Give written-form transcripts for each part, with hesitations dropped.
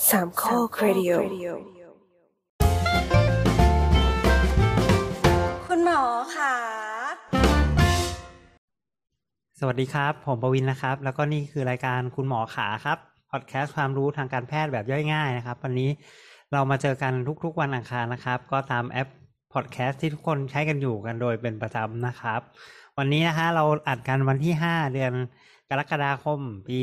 สามข้อครดิโอคุณหมอค่ะสวัสดีครับผมประวินนะครับแล้วก็นี่คือรายการคุณหมอขาครับพอดแคสต์ความรู้ทางการแพทย์แบบย่อยง่ายนะครับวันนี้เรามาเจอกันทุกๆวันอังคารนะครับก็ตามแอปพอดแคสต์ที่ทุกคนใช้กันอยู่กันโดยเป็นประจำนะครับวันนี้นะฮะเราอัดกันวันที่5เดือนกรกฎาคมปี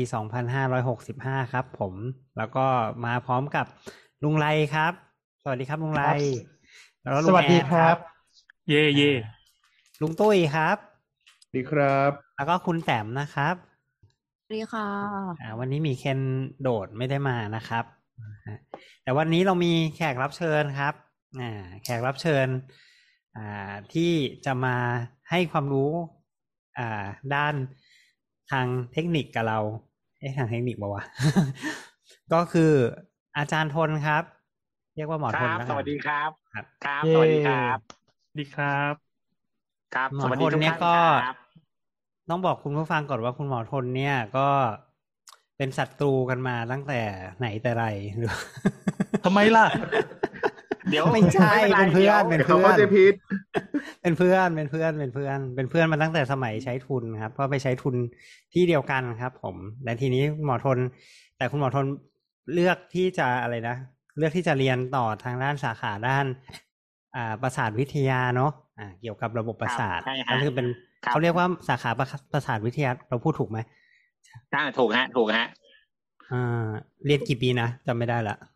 2565ครับผมแล้วก็มาพร้อมกับลุงไรครับสวัสดีครับลุงไรแล้วก็ลุงแอนครับเย่เย่ลุงตุ้ยครับดีครับแล้วก็คุณแต้มนะครับสวัสดีค่ะวันนี้มีเคนโดดไม่ได้มานะครับแต่วันนี้เรามีแขกรับเชิญครับแขกรับเชิญที่จะมาให้ความรู้ด้านทางเทคนิคกับเราทางเทคนิคบอกว่า ก็คืออาจารย์ทนครับเรียกว่าหมอทนแล้วสวัสดีครับครับสวัสดีครับดีครับครับหมอทนเนี่ยก็ต้องบอกคุณผู้ฟังก่อนว่าคุณหมอทนเนี่ยก็เป็นศัตรูกันมาตั้งแต่ไหนแต่ไรหรือทำไมล่ะเดี๋ยวไม่ใช่เป็นเพื่อนเขาเข้าใจผิดเป็นเพื่อนมาตั้งแต่สมัยใช้ทุนครับเพราะไปใช้ทุนที่เดียวกันครับผมและทีนี้หมอทนแต่คุณหมอทนเลือกที่จะอะไรนะเลือกที่จะเรียนต่อทางด้านสาขาด้านประสาทวิทยาเนาะเกี่ยวกับระบบประสาทก็คือเป็นเขาเรียกว่าสาขาประสาทวิทยาเราพูดถูกไหมถูกฮะเรียนกี่ปีนะจำไม่ได้ละ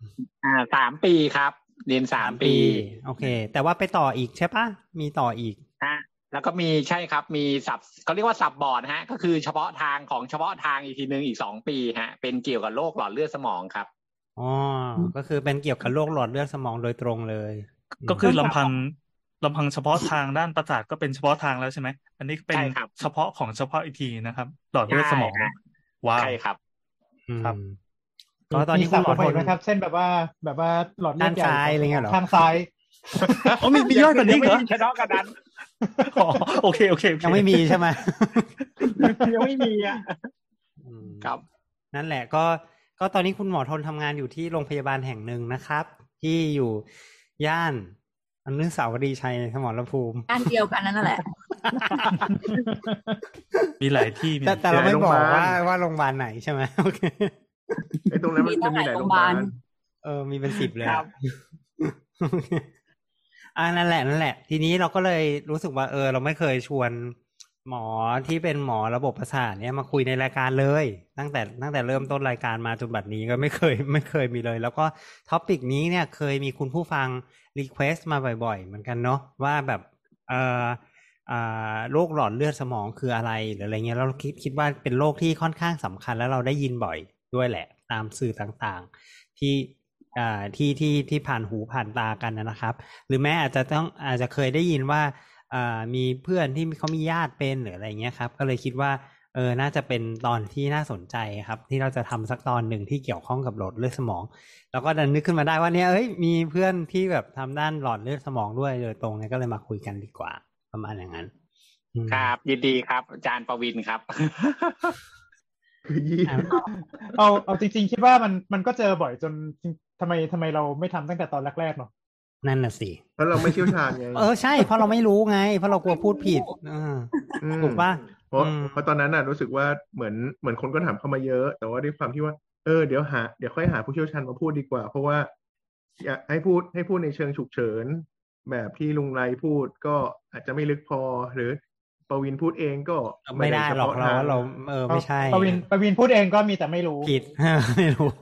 3 ปีครับเรียน3 ปีโอเคแต่ว่าไปต่ออีกใช่ปะมีต่ออีกแล้วก็มีใช่ครับมีศัพท์เขาเรียกว่าศัพท์บอร์ดฮะก็คือเฉพาะทางของเฉพาะทางอีกทีนึงอีก2 ปีฮะเป็นเกี่ยวกับโรคหลอดเลือดสมองครับก็คือเป็นเกี่ยวกับโรคหลอดเลือดสมองโดยตรงเลยก็คือลำพังเฉพาะทางด้านประสาทก็เป็นเฉพาะทางแล้วใช่ไหมอันนี้เป็นเฉพาะของเฉพาะอีกทีนะครับหลอดเลือดสมองว้าวใช่ครับก็ตอนนี้คุณหมอทนนะครับเช่นแบบว่าหลอดเลือดใหญ่ทางซ้ายมีย่อยกว่านี้เหรอชนะกันนั้นโอเคยังไม่มีใช่ไหมยังไม่มีอ่ะครับนั่นแหละก็ตอนนี้คุณหมอทนทำงานอยู่ที่โรงพยาบาลแห่งหนึ่งนะครับที่อยู่ย่านอนุสาวรีย์ชัยสมรภูมิย่านเดียวกันนั่นแหละมีหลายที่แต่เราไม่บอกว่าโรงพยาบาลไหนใช่ไหมโอเคไอ้ตรงนั้นมันจะมีหลายโรงพยาบาลมีเป็น10เลยครับนั่นแหละทีนี้เราก็เลยรู้สึกว่าเราไม่เคยชวนหมอที่เป็นหมอระบบประสาทเนี่ยมาคุยในรายการเลยตั้งแต่เริ่มต้นรายการมาจนบัดนี้ก็ไม่เคยมีเลยแล้วก็ท็อปิกนี้เนี่ยเคยมีคุณผู้ฟังรีเควสต์มาบ่อยๆเหมือนกันเนาะว่าแบบโรคหลอดเลือดสมองคืออะไรหรืออะไรเงี้ยเราคิดว่าเป็นโรคที่ค่อนข้างสำคัญแล้วเราได้ยินบ่อยด้วยแหละตามสื่อต่างๆที่ผ่านหูผ่านตากันนะครับหรือแม้อาจจะเคยได้ยินว่ามีเพื่อนที่เขามีญาติเป็นหรืออะไรเงี้ยครับก็เลยคิดว่าน่าจะเป็นตอนที่น่าสนใจครับที่เราจะทำสักตอนหนึ่งที่เกี่ยวข้องกับหลอดเลือดสมองแล้วก็ดันนึกขึ้นมาได้ว่าเนี่ยมีเพื่อนที่แบบทำด้านหลอดเลือดสมองด้วยโดยตรงเนี่ยก็เลยมาคุยกันดีกว่าประมาณอย่างนั้นครับยินดีครับอาจารย์ประวินครับเอาจริงๆคิดว่ามันก็เจอบ่อยจนทำไมเราไม่ทำตั้งแต่ตอนแรกๆเนาะนั่นน่ะสิเพราะเราไม่เชี่ยวชาญไงใช่เพราะเราไม่รู้ไงเพราะเรากลัวพูดผิดถูกป่ะเพราะตอนนั้นน่ะรู้สึกว่าเหมือนคนก็ถามเข้ามาเยอะแต่ว่าด้วยความที่ว่าเดี๋ยวค่อยหาผู้เชี่ยวชาญมาพูดดีกว่าเพราะว่าอยากให้พูดในเชิงฉุกเฉินแบบที่ลุงไรพูดก็อาจจะไม่ลึกพอหรือปวินพูดเองก็ไม่ได้หรอกเราไม่ใช่ปวินพูดเองก็มีแต่ไม่รู้ผิดไม่รู้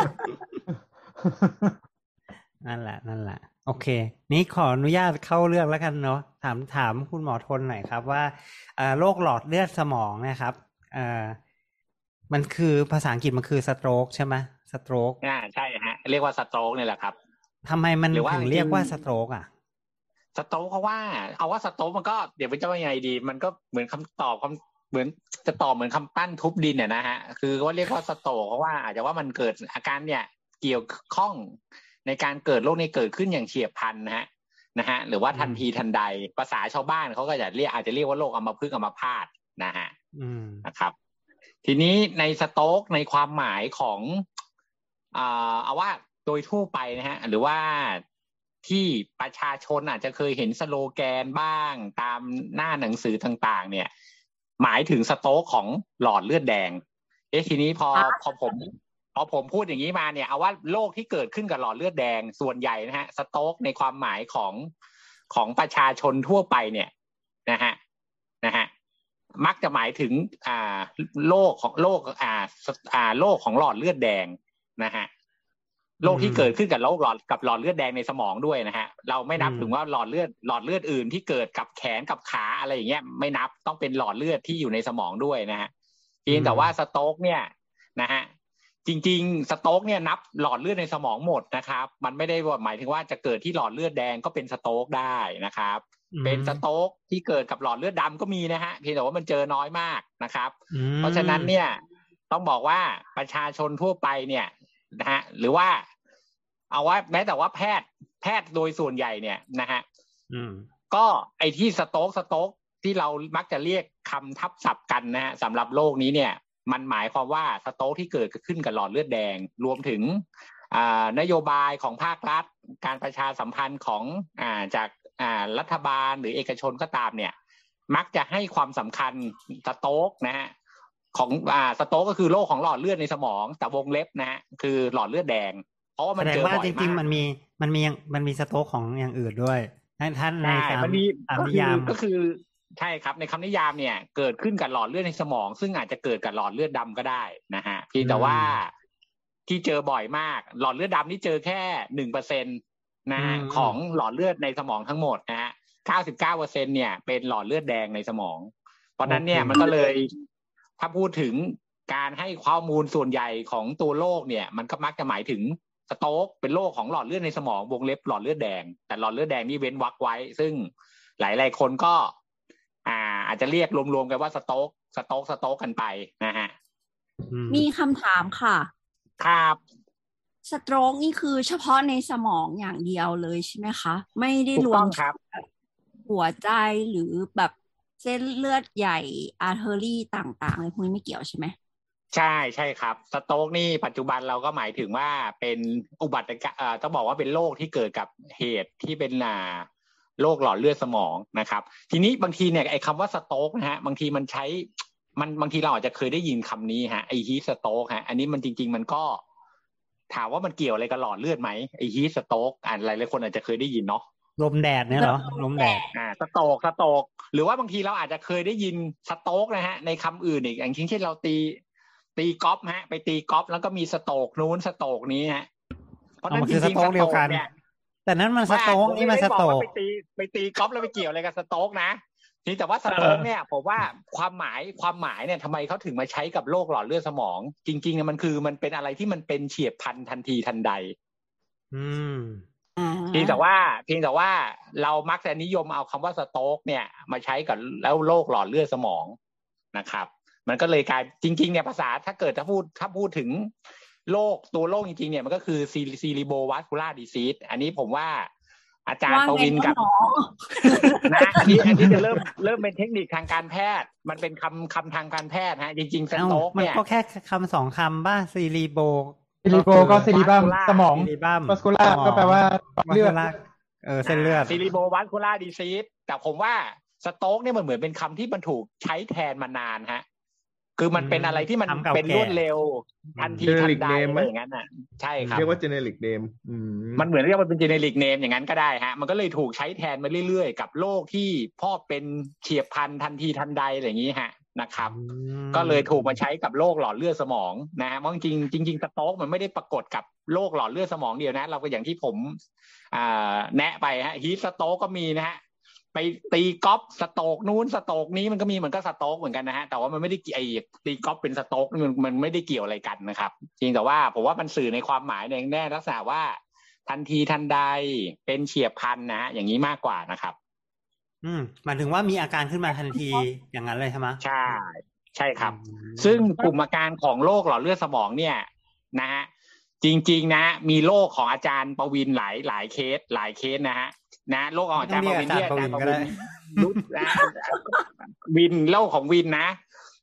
นั่นแหละโอเคนี่ขออนุญาตเข้าเรื่องแล้วกันเนาะถามคุณหมอทนหน่อยครับว่าโรคหลอดเลือดสมองนะครับมันคือภาษาอังกฤษมันคือสโตรกใช่ไหมสโตรกใช่ฮะเรียกว่าสโตรกนี่แหละครับทำไมมันถึงเรียกว่าสโตรกสโตรกเพราะว่าเอาว่าสโตรกมันก็เดี๋ยวจะว่ายังไงดีมันก็เหมือนคำตอบเหมือนจะตอบเหมือนคำปั้นทุบดินเนี่ยนะฮะคือว่าเรียกว่าสโตรกเพราะว่าอาจจะว่ามันเกิดอาการเนี่ยเกี่ยวข้องในการเกิดโรคนี้เกิดขึ้นอย่างเฉียบพลันนะฮะหรือว่าทันทีทันใดภาษาชาวบ้านเขาก็อาจจะเรียกว่าโรคอัมพฤกษ์อัมพาตนะฮะนะครับทีนี้ในสโตรกในความหมายของเอาว่าโดยทั่วไปนะฮะหรือว่าที่ประชาชนอาจจะเคยเห็นสโลแกนบ้างตามหน้าหนังสือต่างๆเนี่ยหมายถึงสโต๊กของหลอดเลือดแดงทีนี้พอผมพูดอย่างนี้มาเนี่ยเอาว่าโรคที่เกิดขึ้นกับหลอดเลือดแดงส่วนใหญ่นะฮะสโต๊กในความหมายของประชาชนทั่วไปเนี่ยนะฮะมักจะหมายถึงโรคของโรคของหลอดเลือดแดงนะฮะโรคที่เกิดขึ้นกับหลอดเลือดแดงในสมองด้วยนะฮะเราไม่นับถึงว่าหลอดเลือดอื่นที่เกิดกับแขนกับขาอะไรอย่างเงี้ยไม่นับต้องเป็นหลอดเลือดที่อยู่ในสมองด้วยนะฮะเพียงแต่ว่าสโต๊กเนี่ยนะฮะจริงๆสโต๊กเนี่ยนับหลอดเลือดในสมองหมดนะครับมันไม่ได้หมายถึงว่าจะเกิดที่หลอดเลือดแดงก็เป็นสโต๊กได้นะครับเป็นสโต๊กที่เกิดกับหลอดเลือดดำก็มีนะฮะเพียงแต่ว่ามันเจอน้อยมากนะครับเพราะฉะนั้นเนี่ยต้องบอกว่าประชาชนทั่วไปเนี่ยนะฮะหรือว่าเอาว่าแม้แต่ว่าแพทย์โดยส่วนใหญ่เนี่ยนะฮะก็ไอ้ที่สโต๊กที่เรามักจะเรียกคำทับศัพท์กันนะฮะสำหรับโรคนี้เนี่ยมันหมายความว่าสโต๊กที่เกิดขึ้นกับหลอดเลือดแดงรวมถึงนโยบายของภาครัฐการประชาสัมพันธ์ของจากรัฐบาลหรือเอกชนก็ตามเนี่ยมักจะให้ความสำคัญสโต๊กนะฮะของสโต๊กก็คือโรคของหลอดเลือดในสมองแต่วงเล็บนะฮะคือหลอดเลือดแดงเพราะว่ามันเจอบ่อยมากจริงๆมันมีสโต๊กของอย่างอื่นด้วยท่านในคำนิยามก็คือใช่ครับในคำนิยามเนี่ยเกิดขึ้นกับหลอดเลือดในสมองซึ่งอาจจะเกิดกับหลอดเลือดดำก็ได้นะฮะเพียงแต่ว่าที่เจอบ่อยมากหลอดเลือดดำนี่เจอแค่ 1% นะของหลอดเลือดในสมองทั้งหมดนะฮะ 99% เนี่ยเป็นหลอดเลือดแดงในสมองเพราะนั้นเนี่ยมันก็เลยถ้าพูดถึงการให้ข้อมูลส่วนใหญ่ของตัวโรคเนี่ยมันก็มักจะหมายถึงสโต๊กเป็นโรคของหลอดเลือดในสมองวงเล็บหลอดเลือดแดงแต่หลอดเลือดแดงนี่เว้นวรรคไว้ซึ่งหลายๆคนก็อาจจะเรียกรวมๆกันว่าสโต๊กกันไปนะฮะมีคำถามค่ะครับสโตรกนี่คือเฉพาะในสมองอย่างเดียวเลยใช่ไหมคะไม่ได้รวมหัวใจหรือแบบเส้นเลือดใหญ่อาร์เทอรี่ต่างๆอะไรพวกนี้ไม่เกี่ยวใช่ไหมใช่ครับสโตรกนี่ปัจจุบันเราก็หมายถึงว่าเป็นอุบัติเหตุต้องบอกว่าเป็นโรคที่เกิดกับเหตุที่เป็นโรคหลอดเลือดสมองนะครับทีนี้บางทีเนี่ยไอ้คำว่าสโตรกนะฮะบางทีมันใช้บางทีเราอาจจะเคยได้ยินคำนี้ฮะไอ้ฮีทสโตรกฮะอันนี้มันจริงๆมันก็ถามว่ามันเกี่ยวอะไรกับหลอดเลือดไหมไอ้ฮีทสโตรกหลายคนอาจจะเคยได้ยินเนาะลมแดดเนี่ยเหรอลมแดดสโตรกหรือว่าบางทีเราอาจจะเคยได้ยินสโตรกนะฮะในคำอื่นอีกอย่างเช่นเราตีกอล์ฟฮะไปตีกอล์ฟแล้วก็มีสโตรกนู้นสโตรกนี้ฮะเพราะนั่นจริงๆสโตรกเดียวกันแต่นั้นมันสโตรกนี่มันสโตรกไปตีกอล์ฟแล้วไปเกี่ยวอะไรกับสโตรกนะนี่แต่ว่าสโตรกเนี่ยผมว่าความหมายเนี่ยทำไมเขาถึงมาใช้กับโรคหลอดเลือดสมองจริงๆเนี่ยมันเป็นอะไรที่มันเป็นเฉียบพลันทันทีทันใดเพียงแต่ว่าเรามักจะนิยมเอาคำว่าสโตรกเนี่ยมาใช้กับแล้วโรคหลอดเลือดสมองนะครับมันก็เลยกลายจริงๆเนี่ยภาษาถ้าพูดถึงตัวโรคจริงๆเนี่ยมันก็คือcerebrovascular disease อันนี้ผมว่าอาจารย์ปวินกับนะอันนี้จะเริ่มเป็นเทคนิคทางการแพทย์มันเป็นคำทางการแพทย์ฮะจริงๆสโตรกเนี่ยมันก็แค่คำ2คำบ้าcerebro ก็ซีรีบัมสมองวัสคูล่าก็แปลว่าเลือดเส้นเลือด cerebrovascular disease แต่ผมว่าสโตรกเนี่ยมันเหมือนเป็นคำที่มันถูกใช้แทนมานานฮะคือมันเป็นอะไรที่มันเป็นรวดเร็วทันทีทันใดอะไรอย่างนั้นน่ะใช่ครับเรียกว่า generic name มันเหมือนเรียกว่าเป็น generic name อย่างนั้นก็ได้ฮะมันก็เลยถูกใช้แทนมาเรื่อยๆกับโรคที่พ่อเป็นเฉียบพลันทันทีทันใดอะไรอย่างนี้ฮะนะครับก็เลยถูกมาใช้กับโรคหลอดเลือดสมองนะฮะเพราะจริงสโตรกมันไม่ได้ปรากฏกับโรคหลอดเลือดสมองเดียวนะเราก็อย่างที่ผมแนะไปฮะฮีทสโตรกก็มีนะฮะไปตีกอล์ฟสโตรกนู้นสโตรกนี้มันก็มีเหมือนก็สโตรกเหมือนกันนะฮะแต่ว่ามันไม่ได้ตีกอล์ฟเป็นสโตรกมันไม่ได้เกี่ยวอะไรกันนะครับจริงแต่ว่าผมว่ามันสื่อในความหมายในแน่ลักษณะว่าทันทีทันใดเป็นเฉียบพลันนะฮะอย่างนี้มากกว่านะครับหมายถึงว่ามีอาการขึ้นมาทันทีอย่างนั้นเลยใช่ไหมใช่ครับซึ่งกลุ่มอาการของโรคหลอดเลือดสมองเนี่ยนะฮะจริงๆนะมีโรคของอาจารย์ปวินหลายเคสนะฮะนะโรคของอาจารย์ปวินที่อาจารย์ปวินวินโรคของวินนะ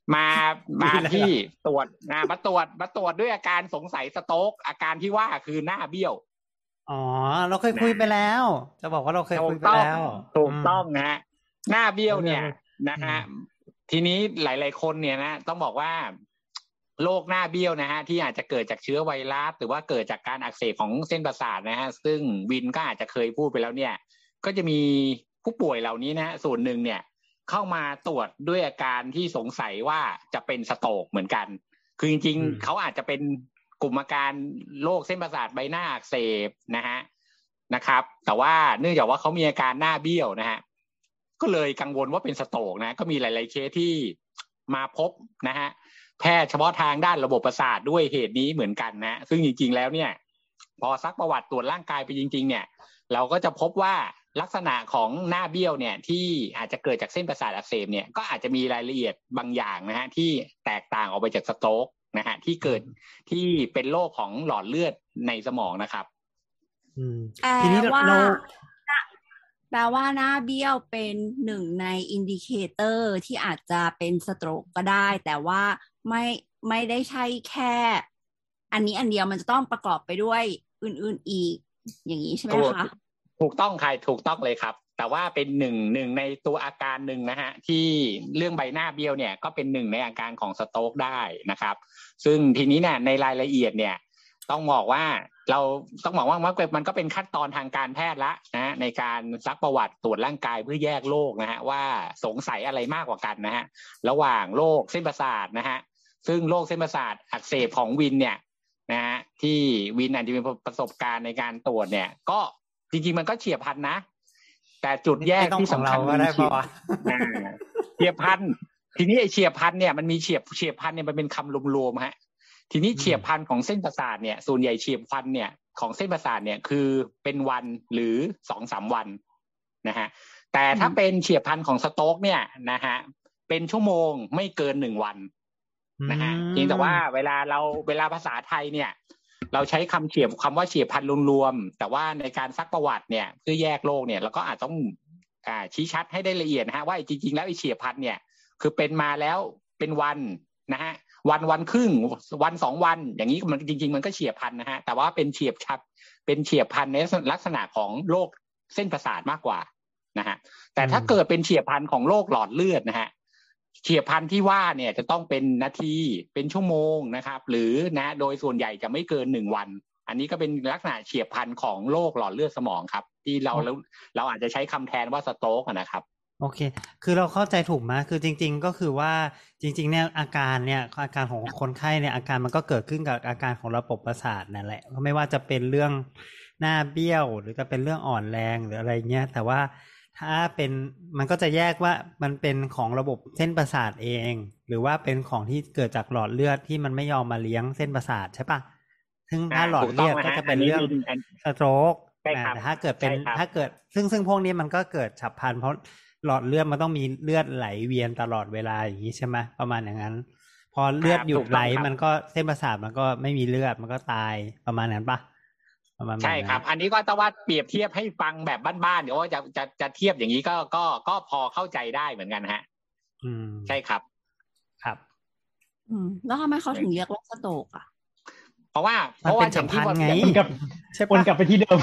มาที่ตรวจมาตรวจด้วยอาการสงสัยสโตรกอาการที่ว่าคือหน้าเบี้ยวอ๋อเราเคยคุยไปแล้วจะบอกว่าเราเคยคุยไปแล้วถูกต้องนะฮะหน้าเบี้ยวเนี่ยนะฮะทีนี้หลายๆคนเนี่ยนะต้องบอกว่าโรคหน้าเบี้ยวนะฮะที่อาจจะเกิดจากเชื้อไวรัสหรือว่าเกิดจากการอักเสบของเส้นประสาทนะฮะซึ่งวินก็อาจจะเคยพูดไปแล้วเนี่ยก็จะมีผู้ป่วยเหล่านี้นะส่วนหนึ่งเนี่ยเข้ามาตรวจด้วยอาการที่สงสัยว่าจะเป็นสโตรกเหมือนกันคือจริงๆเขาอาจจะเป็นกลุ่มอาการโรคเส้นประสาทใบหน้าอักเสบนะครับแต่ว่าเนื่องจากว่าเขามีอาการหน้าเบี้ยวนะฮะก็เลยกังวลว่าเป็นสโตรกนะก็มีหลายๆเคสที่มาพบนะฮะแพทย์เฉพาะทางด้านระบบประสาทด้วยเหตุนี้เหมือนกันนะซึ่งจริงๆแล้วเนี่ยพอซักประวัติตรวจร่างกายไปจริงๆเนี่ยเราก็จะพบว่าลักษณะของหน้าเบี้ยวเนี่ยที่อาจจะเกิดจากเส้นประสาทอักเสบเนี่ยก็อาจจะมีรายละเอียดบางอย่างนะฮะที่แตกต่างออกไปจากสโตรกนะฮะที่เกิดที่เป็นโรคของหลอดเลือดในสมองนะครับทีนี้เราแปลว่าหน้าเบี้ยวเป็นหนึ่งในอินดิเคเตอร์ที่อาจจะเป็นสโตรกก็ได้แต่ว่าไม่ได้ใช่แค่อันนี้อันเดียวมันจะต้องประกอบไปด้วยอื่นๆอีกอย่างนี้ใช่ไหมคะถูกต้องค่ะถูกต้องเลยครับแต่ว่าเป็นหนึ่งในตัวอาการหนึ่งนะฮะที่เรื่องใบหน้าเบี้ยวเนี่ยก็เป็นหนึ่งในอาการของสโตรกได้นะครับซึ่งทีนี้เนี่ยในรายละเอียดเนี่ยต้องบอกว่ามันก็เป็นขั้นตอนทางการแพทย์ละนะในการซักประวัติตรวจร่างกายเพื่อแยกโรคนะฮะว่าสงสัยอะไรมากกว่ากันนะฮะระหว่างโรคเส้นประสาทนะฮะซึ่งโรคเส้นประสาทอักเสบของวินเนี่ยนะฮะที่วินอาจจะมีประสบการณ์ในการตรวจเนี่ยก็จริงๆมันก็เฉียบพลันนะแต่จุดแยกที่สำคัญก็ได้ป่ะเฉียบพลันทีนี้ไอ้เฉียบพลันเนี่ยมันมีเฉียบพลันเนี่ยมันเป็นคำรวมๆฮะทีนี้เฉียบพลันของเส้นประสาทเนี่ยส่วนใหญ่เฉียบพลันเนี่ยของเส้นประสาทเนี่ยคือเป็นวันหรือ 2-3 วันนะฮะแต่ถ้าเป็นเฉียบพลันของสโตรกเนี่ยนะฮะเป็นชั่วโมงไม่เกิน1 วันนะฮะเพียงแต่ว่าเวลาภาษาไทยเนี่ยเราใช้คำว่าเฉียบพลันรวมๆแต่ว่าในการซักประวัติเนี่ยเพื่อแยกโรคเนี่ยเราก็อาจต้องชี้ชัดให้ได้ละเอียดนะฮะว่าจริงๆแล้วไอ้เฉียบพลันเนี่ยคือเป็นมาแล้วเป็นวันนะฮะวันครึ่งวัน2 วันอย่างนี้มันจริงๆมันก็เฉียบพลันนะฮะแต่ว่าเป็นเฉียบพลันในลักษณะของโรคเส้นประสาทมากกว่านะฮะแต่ถ้าเกิดเป็นเฉียบพลันของโรคหลอดเลือดนะฮะเฉียบพลันที่ว่าเนี่ยจะต้องเป็นนาทีเป็นชั่วโมงนะครับหรือนะโดยส่วนใหญ่จะไม่เกิน1 วันอันนี้ก็เป็นลักษณะเฉียบพลันของโรคหลอดเลือดสมองครับที่เราอาจจะใช้คำแทนว่าสโตรกนะครับโอเคคือเราเข้าใจถูกไหมคือจริงๆก็คือว่าจริงๆเนี่ยอาการของคนไข้เนี่ยอาการมันก็เกิดขึ้นกับอาการของระบบประสาทนั่นแหละไม่ว่าจะเป็นเรื่องหน้าเบี้ยวหรือจะเป็นเรื่องอ่อนแรงหรืออะไรเงี้ยแต่ว่าถ้าเป็นมันก็จะแยกว่ามันเป็นของระบบเส้นประสาทเองหรือว่าเป็นของที่เกิดจากหลอดเลือดที่มันไม่ยอมมาเลี้ยงเส้นประสาทใช่ปะซึ่งถ้าหลอดเลือดก็จะเป็นเรื่องสโตรกแต่ถ้าเกิดเป็นซึ่งพวกนี้มันก็เกิดฉับพลันเพราะหลอดเลือดมันต้องมีเลือดไหลเวียนตลอดเวลาอย่างนี้ใช่ไหมประมาณอย่างนั้นพอเลือดหยุดไหลมันก็เส้นประสาทมันก็ไม่มีเลือดมันก็ตายประมาณนั้นปะใช่ครับอันนี้ก็ต้องว่าเปรียบเทียบให้ฟังแบบบ้านๆเดี๋ยวว่าจะเทียบอย่างนี้ก็พอเข้าใจได้เหมือนกันฮะใช่ครับครับแล้วทำไมเขาถึงเรียกว่าสโตรกอ่ะเพราะว่าฉับพลันไงวนกลับไปที่เดิม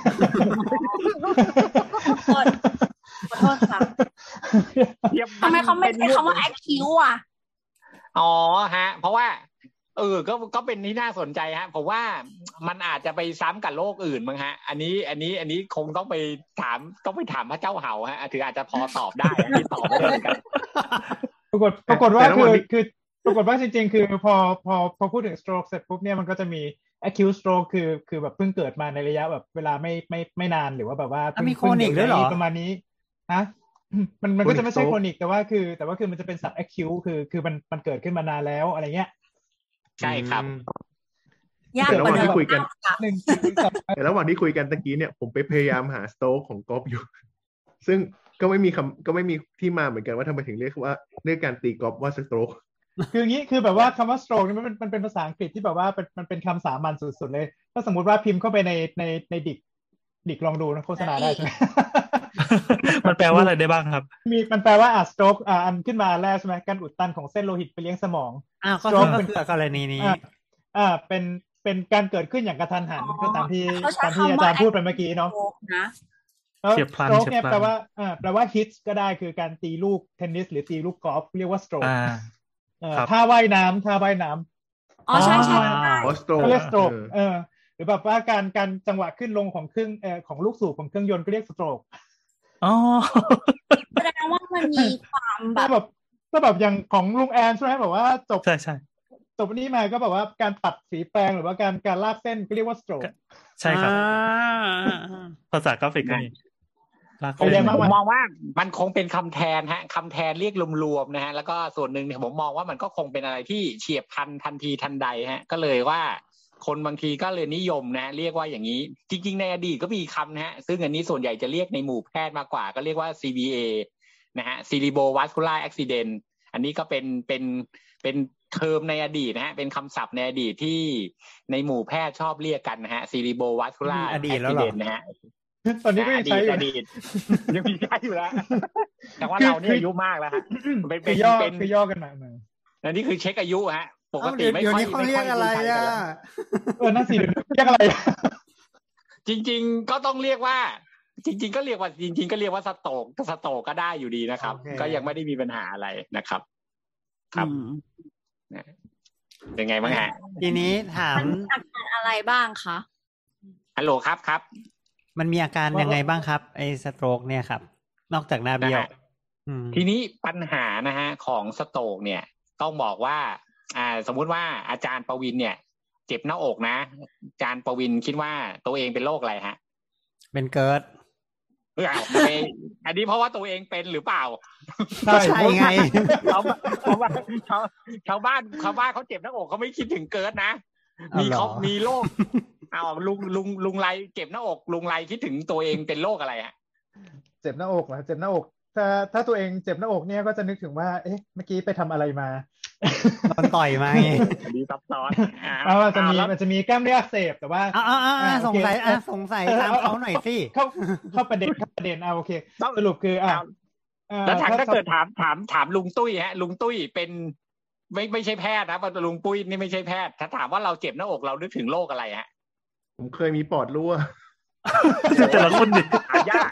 ขอโทษค่ะทำไมเขาไม่ใช้คำว่า IQ อ่ะอ๋อฮะเพราะว่าก็เป็นที่น่าสนใจฮะผมว่ามันอาจจะไปซ้ำกับโรคอื่นมั้งฮะอันนี้คงต้องไปถามพระเจ้าเห่าฮะถืออาจจะพอตอบได้อันนี้ตอบไม่ได้เหมือนกันปรากฏว่าคือปรากฏว่าจริงๆคือพอพูดถึง stroke เสร็จปุ๊บเนี่ยมันก็จะมี acute stroke คือแบบเพิ่งเกิดมาในระยะแบบเวลาไม่นานหรือว่าแบบว่ามีโครนิกด้วยเหรอประมาณนี้ฮะมันก็จะไม่ใช่โครนิกแต่ว่าคือมันจะเป็น sub acute คือมันเกิดขึ้นมานานแล้วอะไรเงี้ยใช่ครับแต่ระหว่างที่คุยกันระหว่างที่คุยกันตะกี้เนี่ยผมไปพยายามหาสโตรกของก๊อฟอยู่ซึ่งก็ไม่มีที่มาเหมือนกันว่าทำไมถึงเรียกการตีก๊อฟว่าสโตรกคืออย่างนี้คือแบบว่าคำว่า stroke นี่มันเป็นภาษาอังกฤษที่แบบว่ามันเป็นคำสามัญสุดๆเลยถ้าสมมติว่าพิมพ์เข้าไปในดิกลองดูนะโฆษณาได้ใช่ไหมมันแปลว่าอะไรได้บ้างครับมันแปลว่าstroke อันขึ้นมาแรกใช่ไหมการอุดตันของเส้นโลหิตไปเลี้ยงสมองก็ stroke คือกรณีนี้เป็นการเกิดขึ้นอย่างกระทันหันก็ตามที่อาจารย์พูดไปเมื่อกี้เนาะเฉียบพลัน stroke เนี่ยแปลว่า hit ก็ได้คือการตีลูกเทนนิสหรือตีลูกกอล์ฟเรียกว่า stroke ท่าว่ายน้ำใช่ใช่เขาเรียก stroke หรือแบบว่าการจังหวะขึ้นลงของเครื่องของลูกสูบของเครื่องยนต์ก็เรียก stroke แสดงว่ามันมีความแบบอย่างของลุงแอนใช่ไหมแบบว่าจบใช่จบนี้มาก็แบบว่าการปัดสีแปรงหรือว่าการลากเส้นก็เรียกว่า stroke ใช่ครับภาษากราฟิกก็มีผมมองว่ามันคงเป็นคำแทนฮะคำแทนเรียกรวมๆนะฮะแล้วก็ส่วนหนึ่งเนี่ยผมมองว่ามันก็คงเป็นอะไรที่เฉียบพลันทันทีทันใดฮะก็เลยว่าคนบางทีก็เลยนิยมนะเรียกว่าอย่างนี้จริงๆในอดีตก็มีคำนะฮะซึ่งอันนี้ส่วนใหญ่จะเรียกในหมู่แพทย์มากกว่าก็เรียกว่า CVA นะฮะ Cerebrovascular Accident อันนี้ก็เป็นเทอมในอดีตนะฮะเป็นคำศัพท์ในอดีตที่ในหมู่แพทย์ชอบเรียกกันนะฮะ Cerebrovascular Accident นะฮะตอนนี้ก็ยังใช้อยู่อดีตยังมีใช้อยู่แล้วแต่ว่าเราเนี่ยอายุมากแล้วฮะเป็นย่อกันมาอันนี้คือเช็คอายุฮะปกติไม่ค่อยเรียกอะไรอ่ะนั่นสิเรียกอะไรจริงๆก็ต้องเรียกว่าจริงๆก็เรียกว่าสโตรกก็ได้อยู่ดีนะครับก็ยังไม่ได้มีปัญหาอะไรนะครับครับเป็นไงบ้างฮะทีนี้ถามอาการอะไรบ้างคะฮัลโหลครับมันมีอาการยังไงบ้างครับไอ้สโตรกเนี่ยครับนอกจากหน้าเบี้ยวทีนี้ปัญหานะฮะของสโตรกเนี่ยต้องบอกว่าสมมุติว่าอาจารย์ประวินเนี่ยเจ็บหน้าอกนะอาจารย์ประวินคิดว่าตัวเองเป็นโรคอะไรฮะเป็นเกิร์ดอันนี้เพราะว่าตัวเองเป็นหรือเปล่าใช่ไงชาวบ้านเขาเจ็บหน้าอกเขาไม่คิดถึงเกิร์ดนะมีโรคลุงไรเจ็บหน้าอกลุงไรคิดถึงตัวเองเป็นโรคอะไรฮะเจ็บหน้าอกเหรอเจ็บหน้าอกถ้าตัวเองเจ็บหน้าอกเนี่ยก็จะนึกถึงว่าเมื่อกี้ไปทำอะไรมาโดนต่อยมาไงดีซับซ้อนมันจะมีกล้ามเนื้ออักเสบแต่ว่าสงสัยตามเขาหน่อยสิเข้าประเด็นโอเคสรุปคือแล้วถ้าเกิดถามลุงตุ้ยฮะลุงตุ้ยเป็นไม่ใช่แพทย์นะลุงปุ้ยนี่ไม่ใช่แพทย์ถ้าถามว่าเราเจ็บหน้าอกเรานึกถึงโรคอะไรฮะผมเคยมีปอดรั่วแต่ละคนดิยาก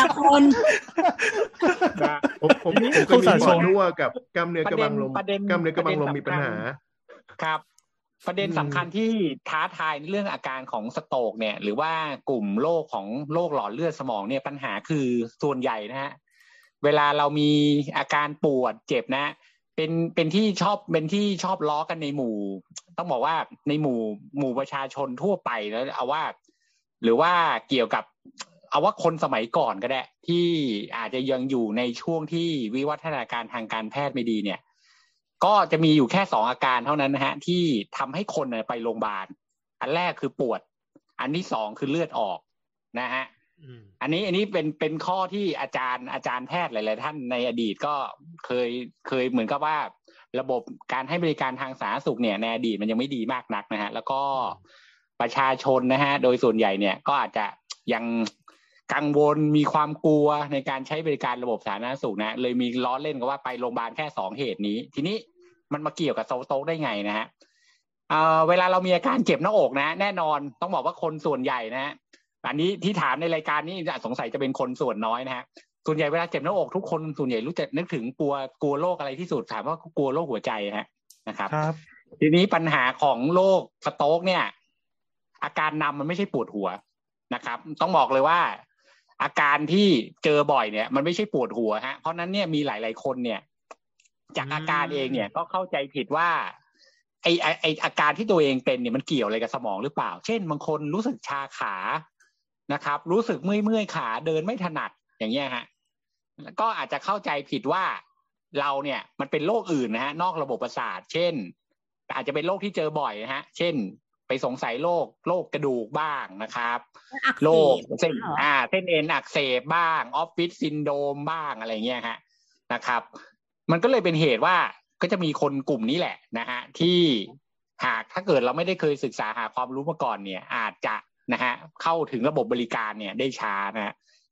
ผมเคยมีปอดรั่วกับกล้ามเนื้อกระบังลมมีปัญหาครับประเด็นสำคัญที่ท้าทายเรื่องอาการของสโตรกเนี่ยหรือว่ากลุ่มโรคของโรคหลอดเลือดสมองเนี่ยปัญหาคือส่วนใหญ่นะฮะเวลาเรามีอาการปวดเจ็บนะเป็นที่ชอบล้อกันในหมู่ต้องบอกว่าในหมู่ประชาชนทั่วไปแล้วเอาว่าหรือว่าเกี่ยวกับเอาว่าคนสมัยก่อนก็ได้ที่อาจจะยังอยู่ในช่วงที่วิวัฒนาการทางการแพทย์ไม่ดีเนี่ยก็จะมีอยู่แค่2อาการเท่านั้นนะฮะที่ทำให้คนไปโรงพยาบาลอันแรกคือปวดอันที่2คือเลือดออกนะฮะอันนี้เป็นข้อที่อาจารย์แพทย์หลายๆท่านในอดีตก็เคยเหมือนกับว่าระบบการให้บริการทางสาธารณสุขเนี่ยในอดีตมันยังไม่ดีมากนักนะฮะแล้วก็ประชาชนนะฮะโดยส่วนใหญ่เนี่ยก็อาจจะยังกังวลมีความกลัวในการใช้บริการระบบสาธารณสุขนะเลยมีล้อเล่นกันว่าไปโรงพยาบาลแค่2เหตุนี้ทีนี้มันมาเกี่ยวกับสโตรกได้ไงนะฮะเวลาเรามีอาการเจ็บหน้าอกนะแน่นอนต้องบอกว่าคนส่วนใหญ่นะฮะอันนี้ที่ถามในรายการนี้สงสัยจะเป็นคนส่วนน้อยนะฮะส่วนใหญ่เวลาเจ็บหน้าอกทุกคนส่วนใหญ่รู้จักนึกถึงกลัวโรคอะไรที่สุดถามว่ากลัวโรคหัวใจนะครับทีนี้ปัญหาของโรคสโตรกเนี่ยอาการนำมันไม่ใช่ปวดหัวนะครับต้องบอกเลยว่าอาการที่เจอบ่อยเนี่ยมันไม่ใช่ปวดหัวฮะเพราะนั้นเนี่ยมีหลายๆคนเนี่ยจากอาการเองเนี่ยก็เข้าใจผิดว่าไออาการที่ตัวเองเป็นเนี่ยมันเกี่ยวอะไรกับสมองหรือเปล่าเช่นบางคนรู้สึกชาขานะครับรู้สึกเมื่อยขาเดินไม่ถนัดอย่างเงี้ยฮะก็อาจจะเข้าใจผิดว่าเราเนี่ยมันเป็นโรคอื่นนะฮะนอกระบบประสาทเช่นอาจจะเป็นโรคที่เจอบ่อยนะฮะเช่นไปสงสัยโรคกระดูกบ้างนะครับโรคเส้นเอ็นอักเสบบ้างออฟฟิศซินโดรมบ้างอะไรเงี้ยฮะนะครับมันก็เลยเป็นเหตุว่าก็จะมีคนกลุ่มนี้แหละนะฮะที่หากถ้าเกิดเราไม่ได้เคยศึกษาหาความรู้มาก่อนเนี่ยอาจจะนะฮะเข้าถึงระบบบริการเนี่ยได้ช้านะฮะ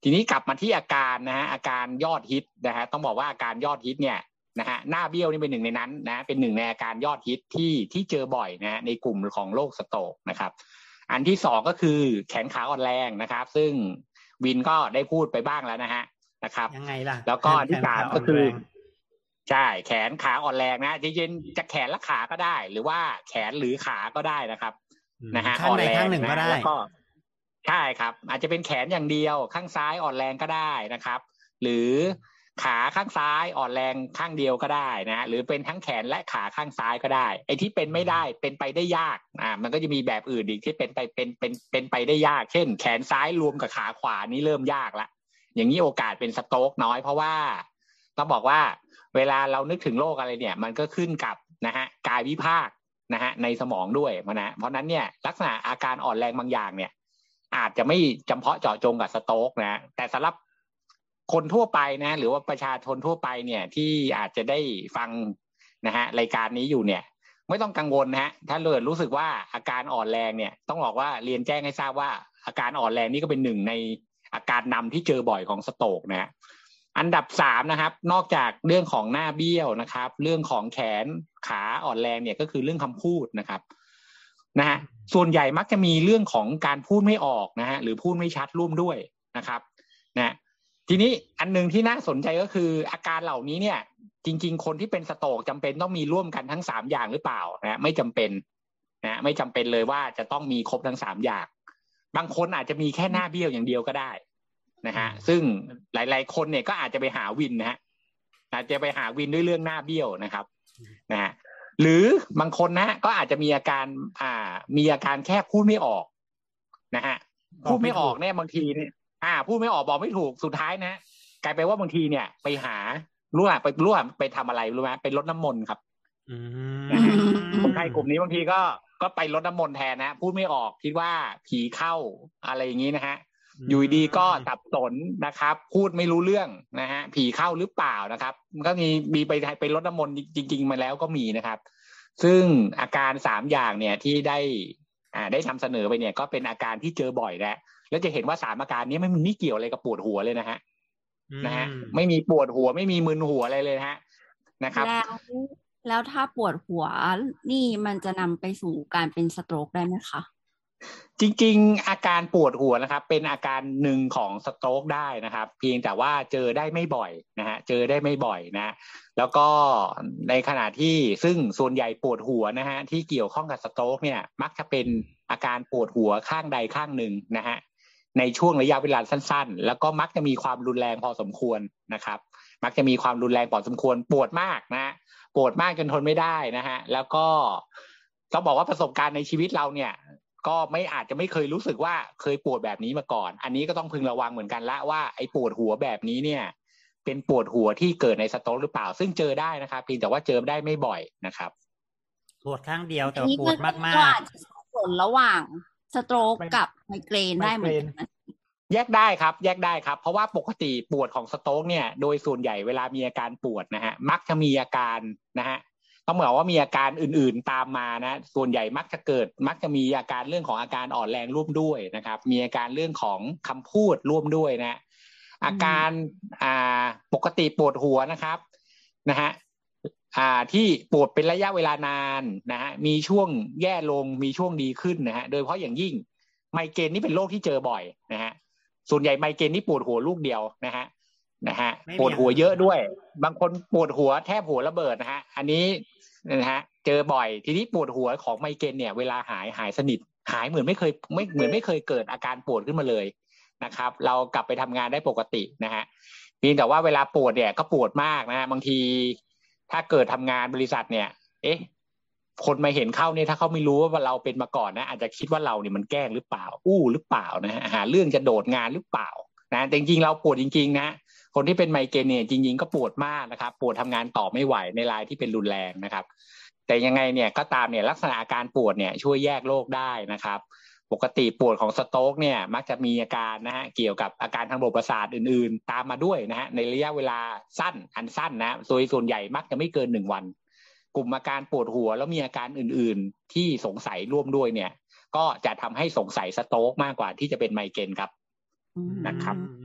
ทีนี้กลับมาที่อาการนะฮะอาการยอดฮิตนะฮะต้องบอกว่าอาการยอดฮิตเนี่ยนะฮะหน้าเบี้ยวนี่เป็นหนึ่งในนั้นนะเป็นหนึ่งในอาการยอดฮิตที่เจอบ่อยนะฮะในกลุ่มของโรคสโตรกนะครับอันที่สองก็คือแขนขาอ่อนแรงนะครับซึ่งวินก็ได้พูดไปบ้างแล้วนะฮะนะครับยังไงล่ะแล้วก็อันที่สามก็คือใช่แขนขาอ่อนแรงนะจริงๆจะแขนและขาก็ได้หรือว่าแขนหรือขาก็ได้นะครับนะฮะอ่อนแรงนะแล้วก็ใช่ครับอาจจะเป็นแขนอย่างเดียวข้างซ้ายอ่อนแรงก็ได้นะครับหรือขาข้างซ้ายอ่อนแรงข้างเดียวก็ได้นะหรือเป็นทั้งแขนและขาข้างซ้ายก็ได้ไอ้ที่เป็นไม่ได้เป็นไปได้ยากมันก็จะมีแบบอื่นอีกที่เป็นไปได้ยากเช่นแขนซ้ายรวมกับขาขวานี่เริ่มยากละอย่างนี้โอกาสเป็นสโตรกน้อยเพราะว่าต้องบอกว่าเวลาเรานึกถึงโรคอะไรเนี่ยมันก็ขึ้นกับนะฮะกายวิภาคนะฮะในสมองด้วยนะเพราะนั้นเนี่ยลักษณะอาการอ่อนแรงบางอย่างเนี่ยอาจจะไม่จำเพาะเจาะจงกับสโตรกนะแต่สำหรับคนทั่วไปนะหรือว่าประชาชนทั่วไปเนี่ยที่อาจจะได้ฟังนะฮะรายการนี้อยู่เนี่ยไม่ต้องกังวลนะฮะถ้ารู้สึกว่าอาการอ่อนแรงเนี่ยต้องบอกว่าเรียนแจ้งให้ทราบว่าอาการอ่อนแรงนี่ก็เป็นหนึ่งในอาการนำที่เจอบ่อยของสโตรกนะอันดับ3นะครับนอกจากเรื่องของหน้าเบี้ยวนะครับเรื่องของแขนขาอ่อนแรงเนี่ยก็คือเรื่องคำพูดนะครับนะฮะส่วนใหญ่มักจะมีเรื่องของการพูดไม่ออกนะฮะหรือพูดไม่ชัดร่วมด้วยนะครับนะทีนี้อันนึงที่น่าสนใจก็คืออาการเหล่านี้เนี่ยจริงๆคนที่เป็นสโตรกจำเป็นต้องมีร่วมกันทั้ง3อย่างหรือเปล่านะไม่จำเป็นนะไม่จำเป็นเลยว่าจะต้องมีครบทั้ง3อย่างบางคนอาจจะมีแค่หน้าเบี้ยวอย่างเดียวก็ได้นะฮะซึ่งหลายๆคนเนี่ยก็อาจจะไปหาวินนะฮะอาจจะไปหาวินด้วยเรื่องหน้าเบี้ยวนะครับนะฮะหรือบางคนนะก็อาจจะมีอาการแค่พูดไม่ออกนะฮะพูดไม่ออกเนี่ยบางทีเนี่ยพูดไม่ออกบอกไม่ถูกสุดท้ายนะกลายไปว่าบางทีเนี่ยไปหาไปทำอะไรรู้ไหมไปรดน้ำมนต์ครับคนไข้กลุ่มนี้บางทีก็ไปรดน้ำมนต์แทนนะพูดไม่ออกคิดว่าผีเข้าอะไรอย่างนี้นะฮะอยู่ดีก็สับสนนะครับพูดไม่รู้เรื่องนะฮะผีเข้าหรือเปล่านะครับก็มีไปรดน้ำมนต์จริงๆมาแล้วก็มีนะครับซึ่งอาการ3อย่างเนี่ยที่ได้นำเสนอไปเนี่ยก็เป็นอาการที่เจอบ่อยแล้วจะเห็นว่า3อาการนี้ไม่เกี่ยวอะไรกับปวดหัวเลยนะฮะไม่มีปวดหัวไม่มีมึนหัวอะไรเลยนะครับแล้วถ้าปวดหัวนี่มันจะนำไปสู่การเป็นสโตรกได้ไหมคะจริงๆอาการปวดหัวนะครับเป็นอาการหนึ่งของสโตรกได้นะครับเพียงแต่ว่าเจอได้ไม่บ่อยนะฮะเจอได้ไม่บ่อยนะแล้วก็ในขณะที่ซึ่งส่วนใหญ่ปวดหัวนะฮะที่เกี่ยวข้องกับสโตรกเนี่ยมักจะเป็นอาการปวดหัวข้างใดข้างหนึ่งนะฮะในช่วงระยะเวลาสั้นๆแล้วก็มักจะมีความรุนแรงพอสมควรนะครับมักจะมีความรุนแรงพอสมควรปวดมากนะปวดมากจนทนไม่ได้นะฮะแล้วก็ต้องบอกว่าประสบการณ์ในชีวิตเราเนี่ยก็อาจจะไม่เคยรู้สึกว่าเคยปวดแบบนี้มาก่อนอันนี้ก็ต้องพึงระวังเหมือนกันละว่าไอ้ปวดหัวแบบนี้เนี่ยเป็นปวดหัวที่เกิดในสโตรกหรือเปล่าซึ่งเจอได้นะครับเพียงแต่ว่าเจอได้ไม่บ่อยนะครับปวดข้างเดียวแต่ปวดมากๆอาจจะผลระหว่างสโตรกกับไมเกรนได้เหมือนกันแยกได้ครับเพราะว่าปกติปวดของสโตรกเนี่ยโดยส่วนใหญ่เวลามีอาการปวดนะฮะมักจะมีอาการนะฮะต้องบอกว่ามีอาการอื่นๆตามมานะส่วนใหญ่มักจะมีอาการเรื่องของอาการอ่อนแรงร่วมด้วยนะครับมีอาการเรื่องของคำพูดร่วมด้วยนะอาการปกติปวดหัวนะครับนะฮะที่ปวดเป็นระยะเวลานานนะฮะมีช่วงแย่ลงมีช่วงดีขึ้นนะฮะโดยเฉพาะอย่างยิ่งไมเกรนนี่เป็นโรคที่เจอบ่อยนะฮะส่วนใหญ่ไมเกรนนี่ปวดหัวลูกเดียวนะฮะปวดหัวเยอะด้วยบางคนปวดหัวแทบหัวระเบิดนะฮะอันนี้นะฮะเจอบ่อยทีนี้ปวดหัวของไมเกรนเนี่ยเวลาหายสนิทหายเหมือนไม่เคยเกิดอาการปวดขึ้นมาเลยนะครับเรากลับไปทำงานได้ปกตินะฮะเพียงแต่ว่าเวลาปวดเนี่ยก็ปวดมากนะฮะบางทีถ้าเกิดทำงานบริษัทเนี่ยคนมาเห็นเข้าเนี่ยถ้าเขาไม่รู้ว่าเราเป็นมาก่อนนะอาจจะคิดว่าเราเนี่ยมันแกล้งหรือเปล่าหรือเปล่านะฮะหาเรื่องจะโดดงานหรือเปล่านะแต่จริงๆเราปวดจริงๆนะคนที่เป็นไมเกรนเนี่ยจริงๆก็ปวดมากนะครับปวดทำงานต่อไม่ไหวในรายที่เป็นรุนแรงนะครับแต่ยังไงเนี่ยก็ตามเนี่ยลักษณะอาการปวดเนี่ยช่วยแยกโรคได้นะครับปกติปวดของสโตรกเนี่ยมักจะมีอาการนะฮะเกี่ยวกับอาการทางระบบประสาทอื่นๆตามมาด้วยนะฮะในระยะเวลาสั้นนะส่วนใหญ่มักจะไม่เกิน1 วันกลุ่มอาการปวดหัวแล้วมีอาการอื่นๆที่สงสัยร่วมด้วยเนี่ยก็จะทำให้สงสัยสโตรกมากกว่าที่จะเป็นไมเกรนครับนะครับ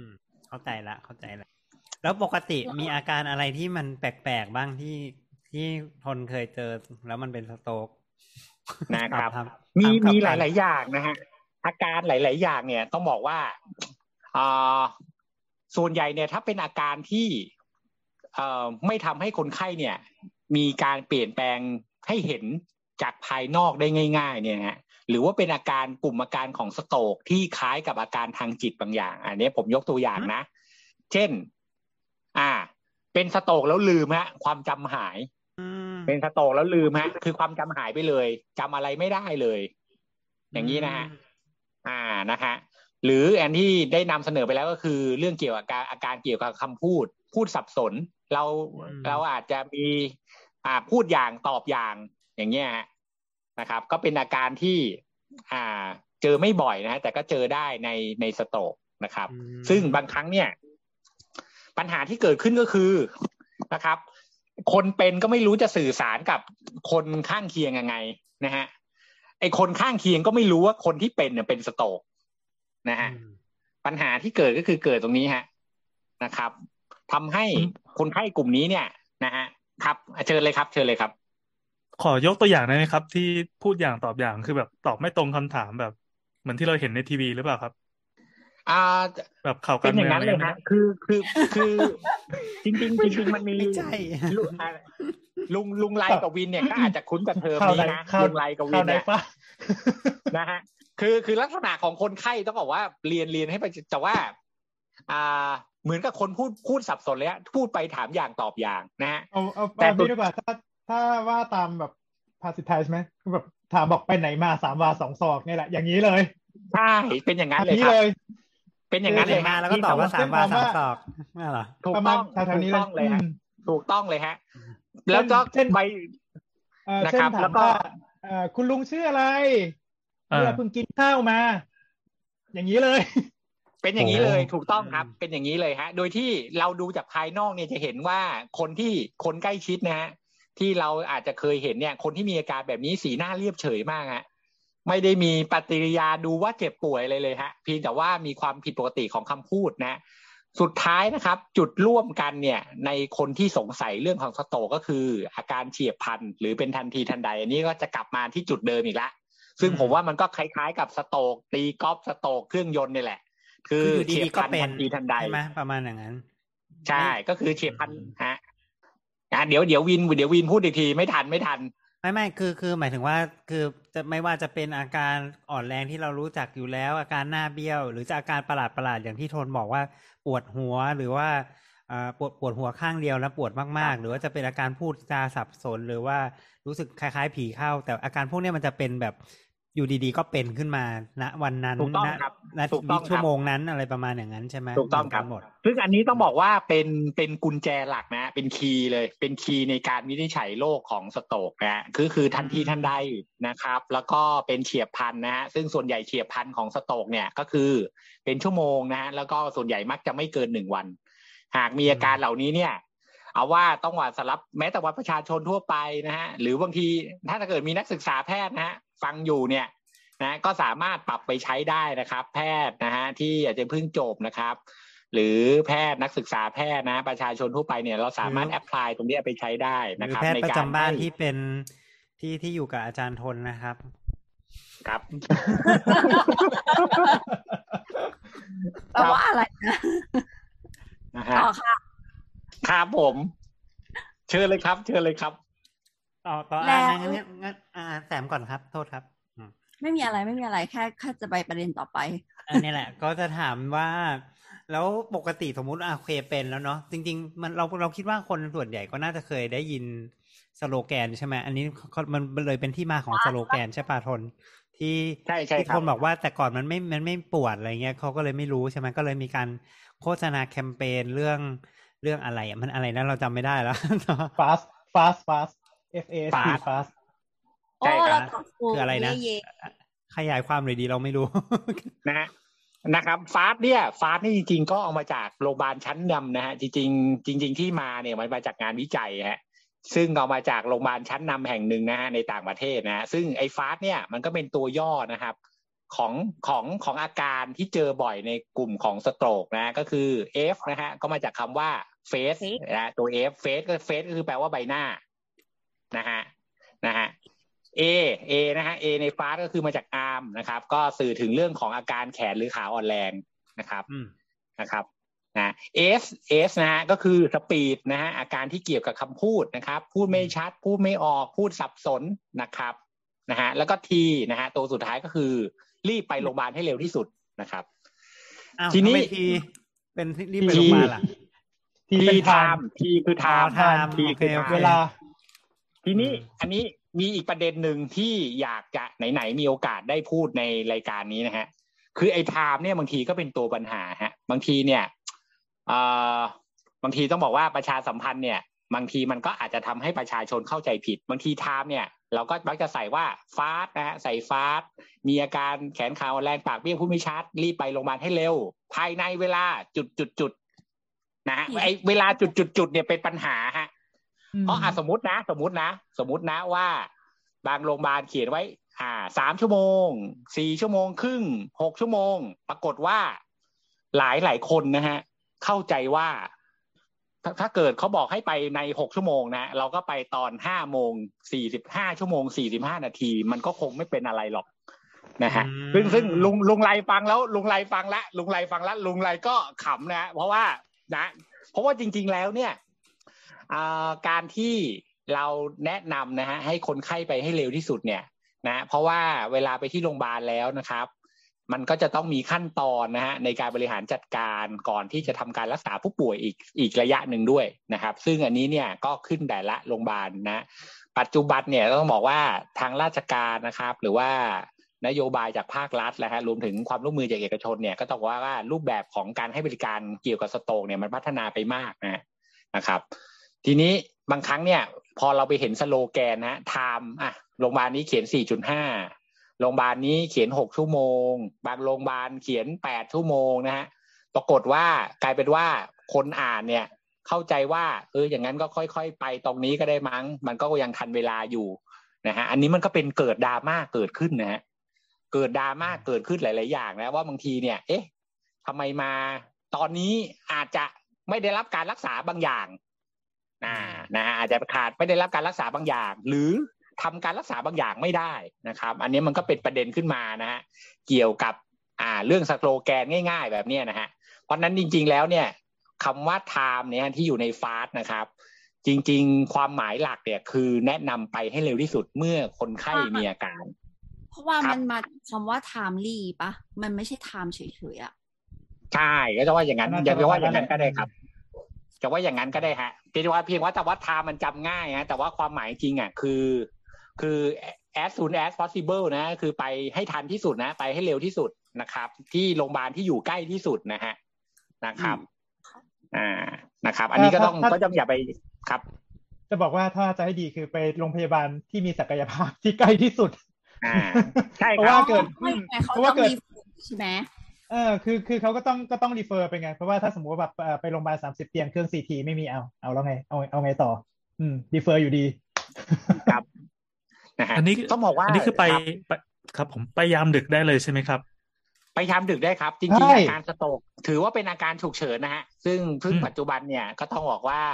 เข้าใจละแล้วปกติมีอาการอะไรที่มันแปลกๆบ้างที่ทนเคยเจอแล้วมันเป็นสโตรกนะครับมีหลายๆอย่างนะฮะอาการหลายๆอย่างเนี่ยต้องบอกว่าส่วนใหญ่เนี่ยถ้าเป็นอาการที่ไม่ทำให้คนไข้เนี่ยมีการเปลี่ยนแปลงให้เห็นจากภายนอกได้ง่ายๆเนี่ยฮะหรือว่าเป็นอาการกลุ่มอาการของสโตรกที่คล้ายกับอาการทางจิตบางอย่างอันนี้ผมยกตัวอย่างนะเช่นเป็นสโตรกแล้วลืมฮะความจำหายเป็นสโตรกแล้วลืมฮะคือความจำหายไปเลยจำอะไรไม่ได้เลยอย่างนี้นะฮะนะฮะหรืออันที่ได้นำเสนอไปแล้วก็คือเรื่องเกี่ยวกับอาการเกี่ยวกับคำพูดสับสนเราอาจจะมีพูดอย่างตอบอย่างเงี้ยนะครับก็เป็นอาการที่เจอไม่บ่อยนะแต่ก็เจอได้ในสโตรกนะครับซึ่งบางครั้งเนี่ยปัญหาที่เกิดขึ้นก็คือนะครับคนเป็นก็ไม่รู้จะสื่อสารกับคนข้างเคียงยังไงนะฮะไอ้คนข้างเคียงก็ไม่รู้ว่าคนที่เป็นเนี่ยเป็นสโตรกนะฮะปัญหาที่เกิดก็คือเกิดตรงนี้ฮะนะครับทำให้คนไข้กลุ่มนี้เนี่ยนะฮะครับเชิญเลยครับขอยกตัวอย่างได้ไหมครับที่พูดอย่างตอบอย่างคือแบบตอบไม่ตรงคำถามแบบเหมือนที่เราเห็นในทีวีหรือเปล่าครับแบบข่าวการเมืองอะไรนะคือจริงมันมีไม่ใช่ลุงไลกับวินเนี่ยก็อาจจะคุ้นกับเทอมนี้นะลุงไลกับวินเนี่ยนะฮะคือลักษณะของคนไข้ต้องบอกว่าเรียนให้ไปแต่ว่าเหมือนกับคนพูดสับสนเลยฮะพูดไปถามอย่างตอบอย่างนะฮะแต่พี่ดีกว่าถ้าว่าตามแบบภาษาไทยใช่ไหมแบบถามบอกไปไหนมา3 วา 2 ศอกนี่แหละอย่างนี้เลยใช่เป็นอย่างนั้นเลยครับเป็นอย่างนั้นเลยมาแล้วก็ตอบว่า3 วา 2 ศอกนั่นเหรอถูกต้องเลยฮะถูกต้องเลยฮะแล้วก็ไปนะครับแล้วก็คุณลุงชื่ออะไรเพิ่งกินข้าวมาอย่างนี้เลยเป็นอย่างนี้เลยถูกต้องครับเป็นอย่างนี้เลยฮะโดยที่เราดูจากภายนอกเนี่ยจะเห็นว่าคนใกล้ชิดนะฮะที่เราอาจจะเคยเห็นเนี่ยคนที่มีอาการแบบนี้สีหน้าเรียบเฉยมากฮะไม่ได้มีปฏิกิริยาดูว่าเจ็บป่วยอะไรเลยฮะเพียงแต่ว่ามีความผิดปกติของคำพูดนะสุดท้ายนะครับจุดร่วมกันเนี่ยในคนที่สงสัยเรื่องของสโตรกก็คืออาการเฉียบพลันหรือเป็นทันทีทันใดอันนี้ก็จะกลับมาที่จุดเดิมอีกละซึ่งผมว่ามันก็คล้ายๆกับสโตรกตีกอล์ฟสโตรกเครื่องยนต์นี่แหละคือเฉียบพลันทันทีทันใดใช่ไหมประมาณอย่างนั้นใช่ก็คือเฉียบพลันฮะเดี๋ยววินพูดอีกทีไม่ทันไม่คือหมายถึงว่าคือจะไม่ว่าจะเป็นอาการอ่อนแรงที่เรารู้จักอยู่แล้วอาการหน้าเบี้ยวหรือจะอาการประหลาดอย่างที่โทนบอกว่าปวดหัวหรือว่าปวดหัวข้างเดียวแล้วปวดมากๆหรือว่าจะเป็นอาการพูดจาสับสนหรือว่ารู้สึกคล้ายๆผีเข้าแต่อาการพวกนี้มันจะเป็นแบบอยู่ดีๆก็เป็นขึ้นมาณวันนั้นณชั่วโมงนั้นอะไรประมาณอย่างนั้นใช่ไหมถูกต้องครับหมดซึ่งอันนี้ต้องบอกว่าเป็นกุญแจหลักนะเป็นคีย์เลยเป็นคีย์ในการวินิจฉัยโรคของสโตรกนะคือทันทีทันใดนะครับแล้วก็เป็นเฉียบพลันนะฮะซึ่งส่วนใหญ่เฉียบพลันของสโตรกเนี่ยก็คือเป็นชั่วโมงนะฮะแล้วก็ส่วนใหญ่มักจะไม่เกิน1 วันหากมีอาการเหล่านี้เนี่ยเอาว่าต้องว่าสำหรับแม้แต่ว่าประชาชนทั่วไปนะฮะหรือบางทีถ้าเกิดมีนักศึกษาแพทย์นะฮะฟังอยู่เนี่ยนะก็สามารถปรับไปใช้ได้นะครับแพทย์นะฮะที่อาจจะเพิ่งจบนะครับหรือแพทย์นักศึกษาแพทย์นะประชาชนทั่วไปเนี่ยเราสามารถแอพพลายตรงนี้ไปใช้ได้นะครับในการแพทย์ประจำบ้านที่เป็นที่อยู่กับอาจารย์ทนนะครับครับแปลว่าอะไรนะฮะครับผมเชิญเลยครับต่องั้นแสมก่อนครับโทษครับไม่มีอะไรแค่จะไปประเด็นต่อไปอันนี้แหละก็จะถามว่าแล้วปกติสมมุติเคยเป็นแล้วเนาะจริงๆมันเราคิดว่าคนส่วนใหญ่ก็น่าจะเคยได้ยินสโลแกนใช่ไหมอันนี้มันเลยเป็นที่มาของสโลแกนใช่ป่ะทนที่คนบอกว่าแต่ก่อนมันไม่ปวดอะไรเงี้ยเขาก็เลยไม่รู้ใช่ไหมก็เลยมีการโฆษณาแคมเปญเรื่องอะไรมันอะไรนะเราจำไม่ได้แล้ว fast fast โอ้เราคืออะไรนะขยายความเลยดีเราไม่รู้นะครับฟาสนี่จริงๆก็เอามาจากโรงพยาบาลชั้นนำนะฮะจริงที่มาเนี่ยมันมาจากงานวิจัยฮะซึ่งเอามาจากโรงพยาบาลชั้นนำแห่งหนึ่งนะฮะในต่างประเทศนะฮะซึ่งไอ้ฟาสเนี่ยมันก็เป็นตัวย่อนะครับของอาการที่เจอบ่อยในกลุ่มของสโตรกนะก็คือ F นะฮะก็มาจากคำว่า face นะตัว face ก็ face ก็คือแปลว่าใบหน้านะฮะA นะฮะ A ในฟาสก็คือมาจาก arm นะครับก็สื่อถึงเรื่องของอาการแขนหรือขาอ่อนแรงนะครับนะS นะฮะก็คือสปีดนะฮะอาการที่เกี่ยวกับคำพูดนะครับพูดไม่ชัดพูดไม่ออกพูดสับสนนะครับนะฮะแล้วก็ T นะฮะตัวสุดท้ายก็คือรีบไปโรงพยาบาลให้เร็วที่สุดนะครับทีนี้Tเป็นรีบไปโรงพยาบาลล่ะ T เป็น time T คือ time T คือเวลาทีนี้อันนี้มีอีกประเด็นหนึ่งที่อยากจะไหนๆมีโอกาสได้พูดในรายการนี้นะฮะคือไอ้ time เนี่ยบางทีก็เป็นตัวปัญหาฮะบางทีเนี่ยบางทีต้องบอกว่าประชาสัมพันธ์เนี่ยบางทีมันก็อาจจะทำให้ประชาชนเข้าใจผิดบางที time เนี่ยเราก็มักจะใส่ว่าฟาสนะฮะใส่ฟาสมีอาการแขนขาอ่อนแรงปากเบี้ยวพูดไม่ชัดรีบไปโรงพยาบาลให้เร็วภายในเวลาจุดนะฮะไอ้เวลาจุดเนี่ยเป็นปัญหาฮะเพราะสมมตินะว่าบางโรงพยาบาลเขียนไว้3 ชั่วโมง4 ชั่วโมงครึ่ง6 ชั่วโมงปรากฏว่าหลายคนนะฮะเข้าใจว่าถ้าเกิดเขาบอกให้ไปใน6 ชั่วโมงนะเราก็ไปตอน5:45 ชั่วโมง45 นาทีมันก็คงไม่เป็นอะไรหรอกนะฮะซึ่งลุงไรฟังแล้วลุงไรก็ขำนะเพราะว่าจริงๆแล้วเนี่ยการที่เราแนะนำนะฮะให้คนไข้ไปให้เร็วที่สุดเนี่ยนะเพราะว่าเวลาไปที่โรงพยาบาลแล้วนะครับมันก็จะต้องมีขั้นตอนนะฮะในการบริหารจัดการก่อนที่จะทำการรักษาผู้ป่วยอีกระยะหนึ่งด้วยนะครับซึ่งอันนี้เนี่ยก็ขึ้นแต่ละโรงพยาบาลนะปัจจุบันเนี่ยต้องบอกว่าทางราชการนะครับหรือว่านโยบายจากภาครัฐนะฮะรวมถึงความร่วมมือจากเอกชนเนี่ยก็ต้องว่ารูปแบบของการให้บริการเกี่ยวกับสโตรกเนี่ยมันพัฒนาไปมากนะครับทีนี้บางครั้งเนี่ยพอเราไปเห็นสโลแกนนะไทม์โรงพยาบาลนี้เขียน 4.5 โรงพยาบาลนี้เขียน6 ชั่วโมงบางโรงพยาบาลเขียน8 ชั่วโมงนะฮะปรากฏว่ากลายเป็นว่าคนอ่านเนี่ยเข้าใจว่าอย่างนั้นก็ค่อยๆไปตรงนี้ก็ได้มั้งมันก็ยังทันเวลาอยู่นะฮะอันนี้มันก็เป็นเกิดดราม่าเกิดขึ้นนะฮะเกิดดราม่าเกิดขึ้นหลายๆอย่างนะว่าบางทีเนี่ยทำไมมาตอนนี้อาจจะไม่ได้รับการรักษาบางอย่างนะฮะอาจจะขาดไม่ได้รับการรักษาบางอย่างหรือทำการรักษาบางอย่างไม่ได้นะครับอันนี้มันก็เป็นประเด็นขึ้นมานะฮะเกี่ยวกับเรื่องสโลแกนง่ายๆแบบนี้นะฮะเพราะนั้นจริงๆแล้วเนี่ยคำว่า time เนี่ยที่อยู่ในฟาสนะครับจริงๆความหมายหลักเนี่ยคือแนะนำไปให้เร็วที่สุดเมื่อคนไข้มีอาการเพราะว่ามันมาคำว่า timely ปะมันไม่ใช่ time เฉยๆอ่ะใช่ก็จะว่าอย่างนั้นอย่าไปว่าอย่างนั้นก็ได้ครับจะว่าอย่างนั้นก็ได้ฮะเพียงว่าแต่ว่า time มันจำง่ายนะแต่ว่าความหมายจริงคือ as soon as possible นะคือไปให้ทันที่สุดนะไปให้เร็วที่สุดนะครับที่โรงพยาบาลที่อยู่ใกล้ที่สุดนะครับนะครับอันนี้ก็ต้องอย่าไปครับจะบอกว่าถ้าจะให้ดีคือไปโรงพยาบาลที่มีศักยภาพที่ใกล้ที่สุดใช่เพราะว่าเกิดใช่ไหมคือเขาก็ต้องรีเฟอร์ไปไงเพราะว่าถ้าสมมติว่าแบบไปโรงพยาบาล30 เตียงเครื่อง CT ไม่มีเอาแล้วไงเอาไงต่อรีเฟอร์อยู่ดีครับอันนี้ต้องบอกว่าอันนี้คือไปครับผมไปยามดึกได้เลยใช่ไหมครับไปยามดึกได้ครับจริงๆอาการสโตรกถือว่าเป็นอาการฉุกเฉินนะฮะซึ่งปัจจุบันเนี่ยก็ต้องบอกว่า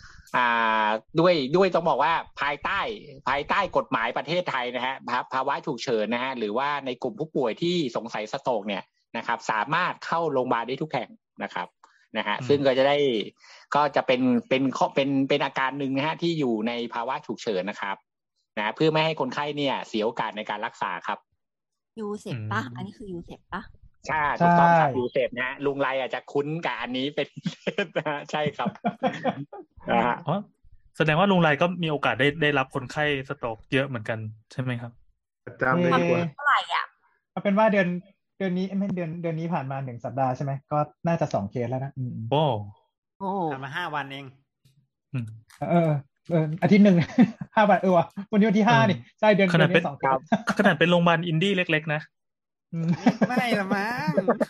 ด้วยต้องบอกว่าภายใต้กฎหมายประเทศไทยนะฮะภาวะฉุกเฉินนะฮะหรือว่าในกลุ่มผู้ป่วยที่สงสัยสโตรกเนี่ยนะครับสามารถเข้าโรงพยาบาลได้ทุกแห่งนะครับนะฮะซึ่งก็จะเป็นอาการหนึ่งนะฮะที่อยู่ในภาวะฉุกเฉินนะครับนะเพื่อไม่ให้คนไข้เนี่ยเสียโอกาสในการรักษาครับยูเซปปะอันนี้คือยูเซปปะใช่ถูกต้องครับยูเซปนะฮะลุงไรอาจจะคุ้นกับอันนี้เป็นนะใช่ครับอ๋อแสดงว่าลุงไรก็มีโอกาสได้รับคนไข้สโตรกเยอะเหมือนกันใช่ไหมครับจำได้ดีกว่าเท่าไหร่อ่ะเอาเป็นว่าเดือนนี้ไม่เดือนนี้ผ่านมา1 สัปดาห์ใช่ไหมก็น่าจะ2 เคสแล้วนะโอ้ผ่านมา5 วันเองอาทิตย์หนึ่ง5 วันวะวันนี้วันที่5นี่ใช่เดือนนี้ 2 ครับขนาดเป็นโรงพยาบาลอินดี้เล็กๆนะไม่ละมั้ง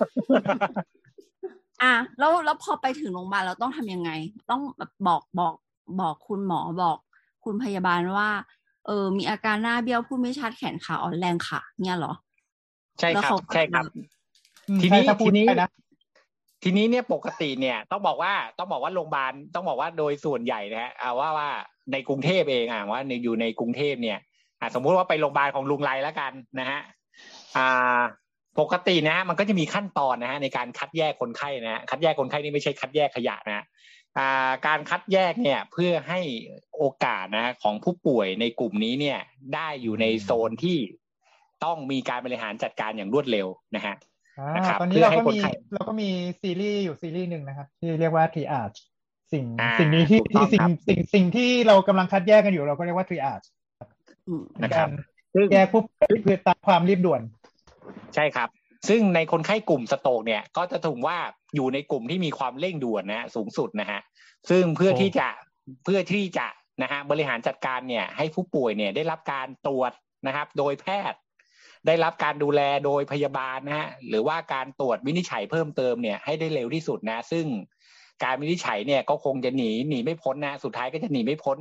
แล้วพอไปถึงโรงพยาบาลเราต้องทำยังไงต้องแบบบอกคุณหมอบอกคุณพยาบาลว่ามีอาการหน้าเบี้ยวพูดไม่ชัดแขนขาอ่อนแรงค่ะเนี่ยเหรอใช่ครับใช่ครับทีนี้ทีนี้เนี่ยปกติเนี่ยต้องบอกว่าโรงพยาบาลต้องบอกว่าโดยส่วนใหญ่นะฮะว่าในกรุงเทพเองว่าอยู่ในกรุงเทพเนี่ยสมมุติว่าไปโรงพยาบาลของลุงไรแล้วกันนะฮะปกตินะฮะมันก็จะมีขั้นตอนนะฮะในการคัดแยกคนไข้นะฮะคัดแยกคนไข้นี่ไม่ใช่คัดแยกขยะนะการคัดแยกเนี่ยเพื่อให้โอกาสนะของผู้ป่วยในกลุ่มนี้เนี่ยได้อยู่ในโซนที่ต้องมีการบริหารจัดการอย่างรวดเร็วนะฮะตอนนี้เราก็มีซีรีส์อยู่ซีรีส์หนึ่งนะครับที่เรียกว่า triage สิ่งนี้ที่สิ่งที่เรากำลังคัดแยกกันอยู่เราก็เรียกว่า triage นะครับแยกผู้เพื่อตามความรีบด่วนใช่ครับซึ่งในคนไข้กลุ่มสโตรกเนี่ยก็จะถูกว่าอยู่ในกลุ่มที่มีความเร่งด่วนนะสูงสุดนะฮะซึ่งเพื่อที่จะนะฮะบริหารจัดการเนี่ยให้ผู้ป่วยเนี่ยได้รับการตรวจนะครับโดยแพทย์ได้รับการดูแลโดยพยาบาลนะฮะหรือว่าการตรวจวินิจฉัยเพิ่มเติมเนี่ยให้ได้เร็วที่สุดนะซึ่งการวินิจฉัยเนี่ยก็คงจะหนีไม่พ้นนะสุดท้ายก็จะหนีไม่พ้น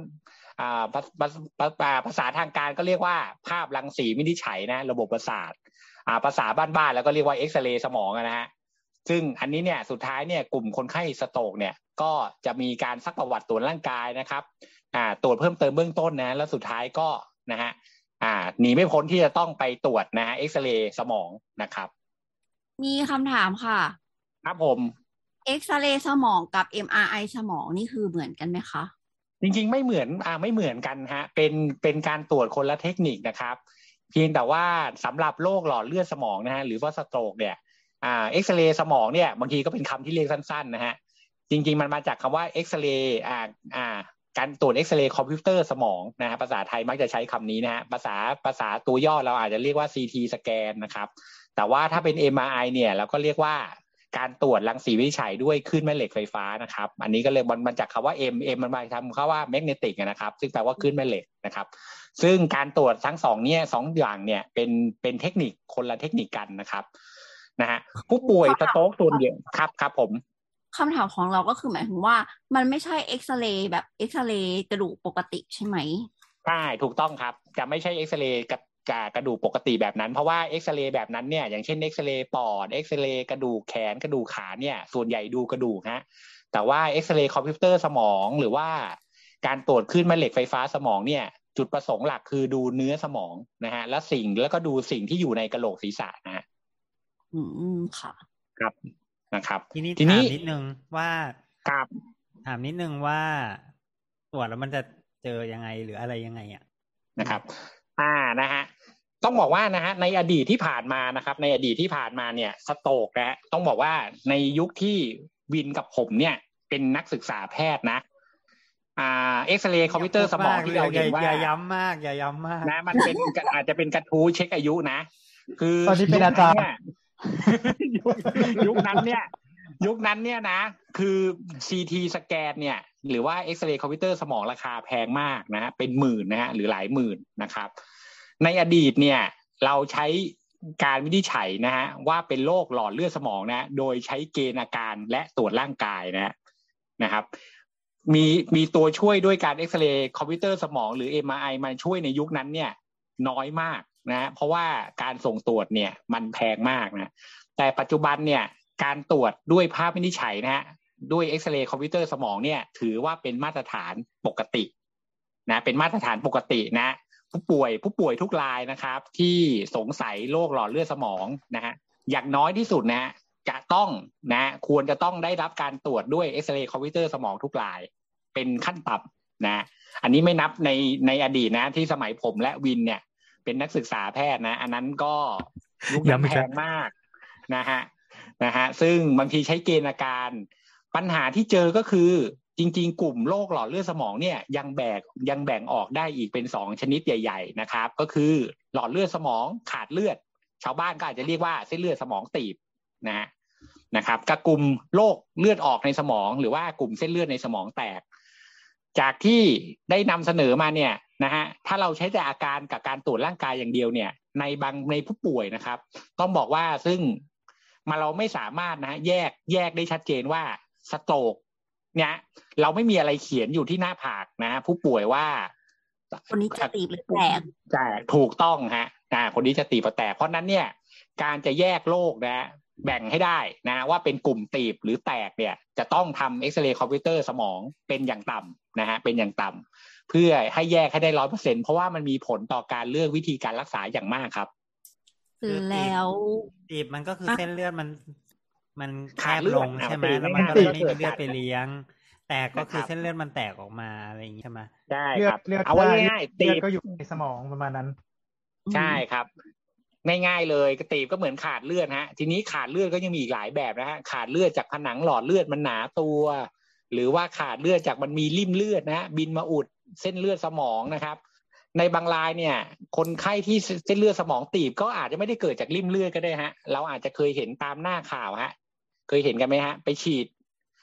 ภาษาทางการก็เรียกว่าภาพรังสีวินิจฉัยนะระบบประสาทภาษาบ้านๆแล้วก็เรียกว่าเอ็กซเรย์สมองนะฮะซึ่งอันนี้เนี่ยสุดท้ายเนี่ยกลุ่มคนไข้สโตรกเนี่ยก็จะมีการซักประวัติตรวจร่างกายนะครับตรวจเพิ่มเติมเบื้องต้นนะแล้วสุดท้ายก็นะฮะหนีไม่พ้นที่จะต้องไปตรวจนะฮะเอ็กซเรย์สมองนะครับมีคำถามค่ะครับผมเอ็กซเรย์สมองกับ MRI สมองนี่คือเหมือนกันไหมคะจริงๆไม่เหมือนกันฮะเป็นการตรวจคนละเทคนิคนะครับเพียงแต่ว่าสำหรับโรคหลอดเลือดสมองนะฮะหรือว่าสโตรกเนี่ยเอ็กซเรย์สมองเนี่ยบางทีก็เป็นคำที่เรียกสั้นๆนะฮะจริงๆมันมาจากคำว่าเอ็กซเรย์การตรวจเอ็กซเรย์คอมพิวเตอร์สมองนะฮะภาษาไทยมักจะใช้คำนี้นะฮะภาษาตัวย่อเราอาจจะเรียกว่า CT สแกนนะครับแต่ว่าถ้าเป็น MRI เนี่ยเราก็เรียกว่าการตรวจรังสีวินิจฉัยด้วยคลื่นแม่เหล็กไฟฟ้านะครับอันนี้ก็เลยมันจากคำว่า M มันมาทำคำว่า magnetic นะครับซึ่งแปลว่าคลื่นแม่เหล็กนะครับซึ่งการตรวจทั้ง2อย่างเนี่ยเป็นเทคนิคคนละเทคนิคกันนะครับนะฮะผู้ป่วยสโตรกส่วนใหญ่ครับผมคำถามของเราก็คือหมายถึงว่ามันไม่ใช่เอ็กซเรย์แบบเอ็กซเรย์กระดูกปกติใช่ไหมใช่ถูกต้องครับจะไม่ใช่เอ็กซเรย์กระดูกปกติแบบนั้นเพราะว่าเอ็กซเรย์แบบนั้นเนี่ยอย่างเช่นเอ็กซเรย์ปอดเอ็กซเรย์กระดูกแขนกระดูกขาเนี่ยส่วนใหญ่ดูกระดูกฮะแต่ว่าเอ็กซเรย์คอมพิวเตอร์สมองหรือว่าการตรวจคลื่นแม่เหล็กไฟฟ้าสมองเนี่ยจุดประสงค์หลักคือดูเนื้อสมองนะฮะแล้วก็ดูสิ่งที่อยู่ในกะโหลกศีรษะนะฮะค่ะครับนะครับทีนี้ถามนิดนึงว่าครับถามนิดนึงว่าตรวจแล้วมันจะเจอยังไงหรืออะไรยังไงนะครับนะฮะต้องบอกว่านะฮะในอดีตที่ผ่านมานะครับในอดีตที่ผ่านมาเนี่ยสโตรกนะฮะต้องบอกว่าในยุคที่วินกับผมเนี่ยเป็นนักศึกษาแพทย์นะเอ็กซเรย์คอมพิวเตอร์สมองที่เราเห็นว่าอย่าย้ำมากนะมันเป็นอาจจะเป็นกระทู้เช็คอายุนะคือตอนนี้เป็นอาจารย์ยุคนั้นเนี่ยนะคือ CT สแกนเนี่ยหรือว่าเอ็กซเรย์คอมพิวเตอร์สมองราคาแพงมากนะเป็นหมื่นนะฮะหรือหลายหมื่นนะครับในอดีตเนี่ยเราใช้การวินิจฉัยนะฮะว่าเป็นโรคหลอดเลือดสมองนะโดยใช้เกณฑ์อาการและตรวจร่างกายนะครับมีตัวช่วยด้วยการเอ็กซเรย์คอมพิวเตอร์สมองหรือ MRI มาช่วยในยุคนั้นเนี่ยน้อยมากนะเพราะว่าการส่งตรวจเนี่ยมันแพงมากนะแต่ปัจจุบันเนี่ยการตรวจด้วยภาพวินิจฉัยนะฮะด้วยเอ็กซเรย์คอมพิวเตอร์สมองเนี่ยถือว่าเป็นมาตรฐานปกตินะเป็นมาตรฐานปกตินะผู้ป่วยทุกรายนะครับที่สงสัยโรคหลอดเลือดสมองนะฮะอย่างน้อยที่สุดนะจะต้องนะควรจะต้องได้รับการตรวจด้วยเอ็กซเรย์คอมพิวเตอร์สมองทุกรายเป็นขั้นต่ำนะอันนี้ไม่นับในอดีตนะที่สมัยผมและวินเนี่ยเป็นนักศึกษาแพทย์นะอันนั้นก็ยุคนั้นแพงมากนะฮะซึ่งบางทีใช้เกณฑ์อาการปัญหาที่เจอก็คือจริงๆกลุ่มโรคหลอดเลือดสมองเนี่ยยังแบ่งออกได้อีกเป็น2ชนิดใหญ่ๆนะครับก็คือหลอดเลือดสมองขาดเลือดชาวบ้านก็อาจจะเรียกว่าเส้นเลือดสมองตีบนะครับกับกลุ่มโรคเลือดออกในสมองหรือว่ากลุ่มเส้นเลือดในสมองแตกจากที่ได้นำเสนอมาเนี่ยนะฮะถ้าเราใช้แต่อาการกับการตรวจร่างกายอย่างเดียวเนี่ยในผู้ป่วยนะครับต้องบอกว่าซึ่งเราไม่สามารถนะแยกได้ชัดเจนว่าสโตรกเนี่ยเราไม่มีอะไรเขียนอยู่ที่หน้าผากนะผู้ป่วยว่าคนนี้จะตีบหรือแตกถูกต้องฮะคนนี้จะตีบแตกเพราะนั้นเนี่ยการจะแยกโรคนะแบ่งให้ได้นะว่าเป็นกลุ่มตีบหรือแตกเนี่ยจะต้องทำเอ็กซเรย์คอมพิวเตอร์สมองเป็นอย่างต่ำนะฮะเป็นอย่างต่ำเพื่อให้แยกให้ได้ 100% เพราะว่ามันมีผลต่อการเลือกวิธีการรักษาอย่างมากครับแล้วตีบมันก็คือเส้นเลือดมันแคบลงใช่ไหมแล้วมันก็ไม่มีเลือดไปเลี้ยงแต่ก็คือเส้นเลือดมันแตกออกมาอะไรอย่างนี้ใช่ไหมใช่ครับเอาไว้ง่ายๆตีบก็อยู่ในสมองประมาณนั้นใช่ครับง่ายๆเลยตีบก็เหมือนขาดเลือดฮะทีนี้ขาดเลือดก็ยังมีอีกหลายแบบนะฮะขาดเลือดจากผนังหลอดเลือดมันหนาตัวหรือว่าขาดเลือดจากมันมีริ่มเลือดนะบินมาอุดเส้นเลือดสมองนะครับในบางรายเนี่ยคนไข้ที่เส้นเลือดสมองตีบก็อาจจะไม่ได้เกิดจากริ่มเลือดก็ได้ฮะเราอาจจะเคยเห็นตามหน้าข่าวฮะเคยเห็นกันไหมฮะไปฉีด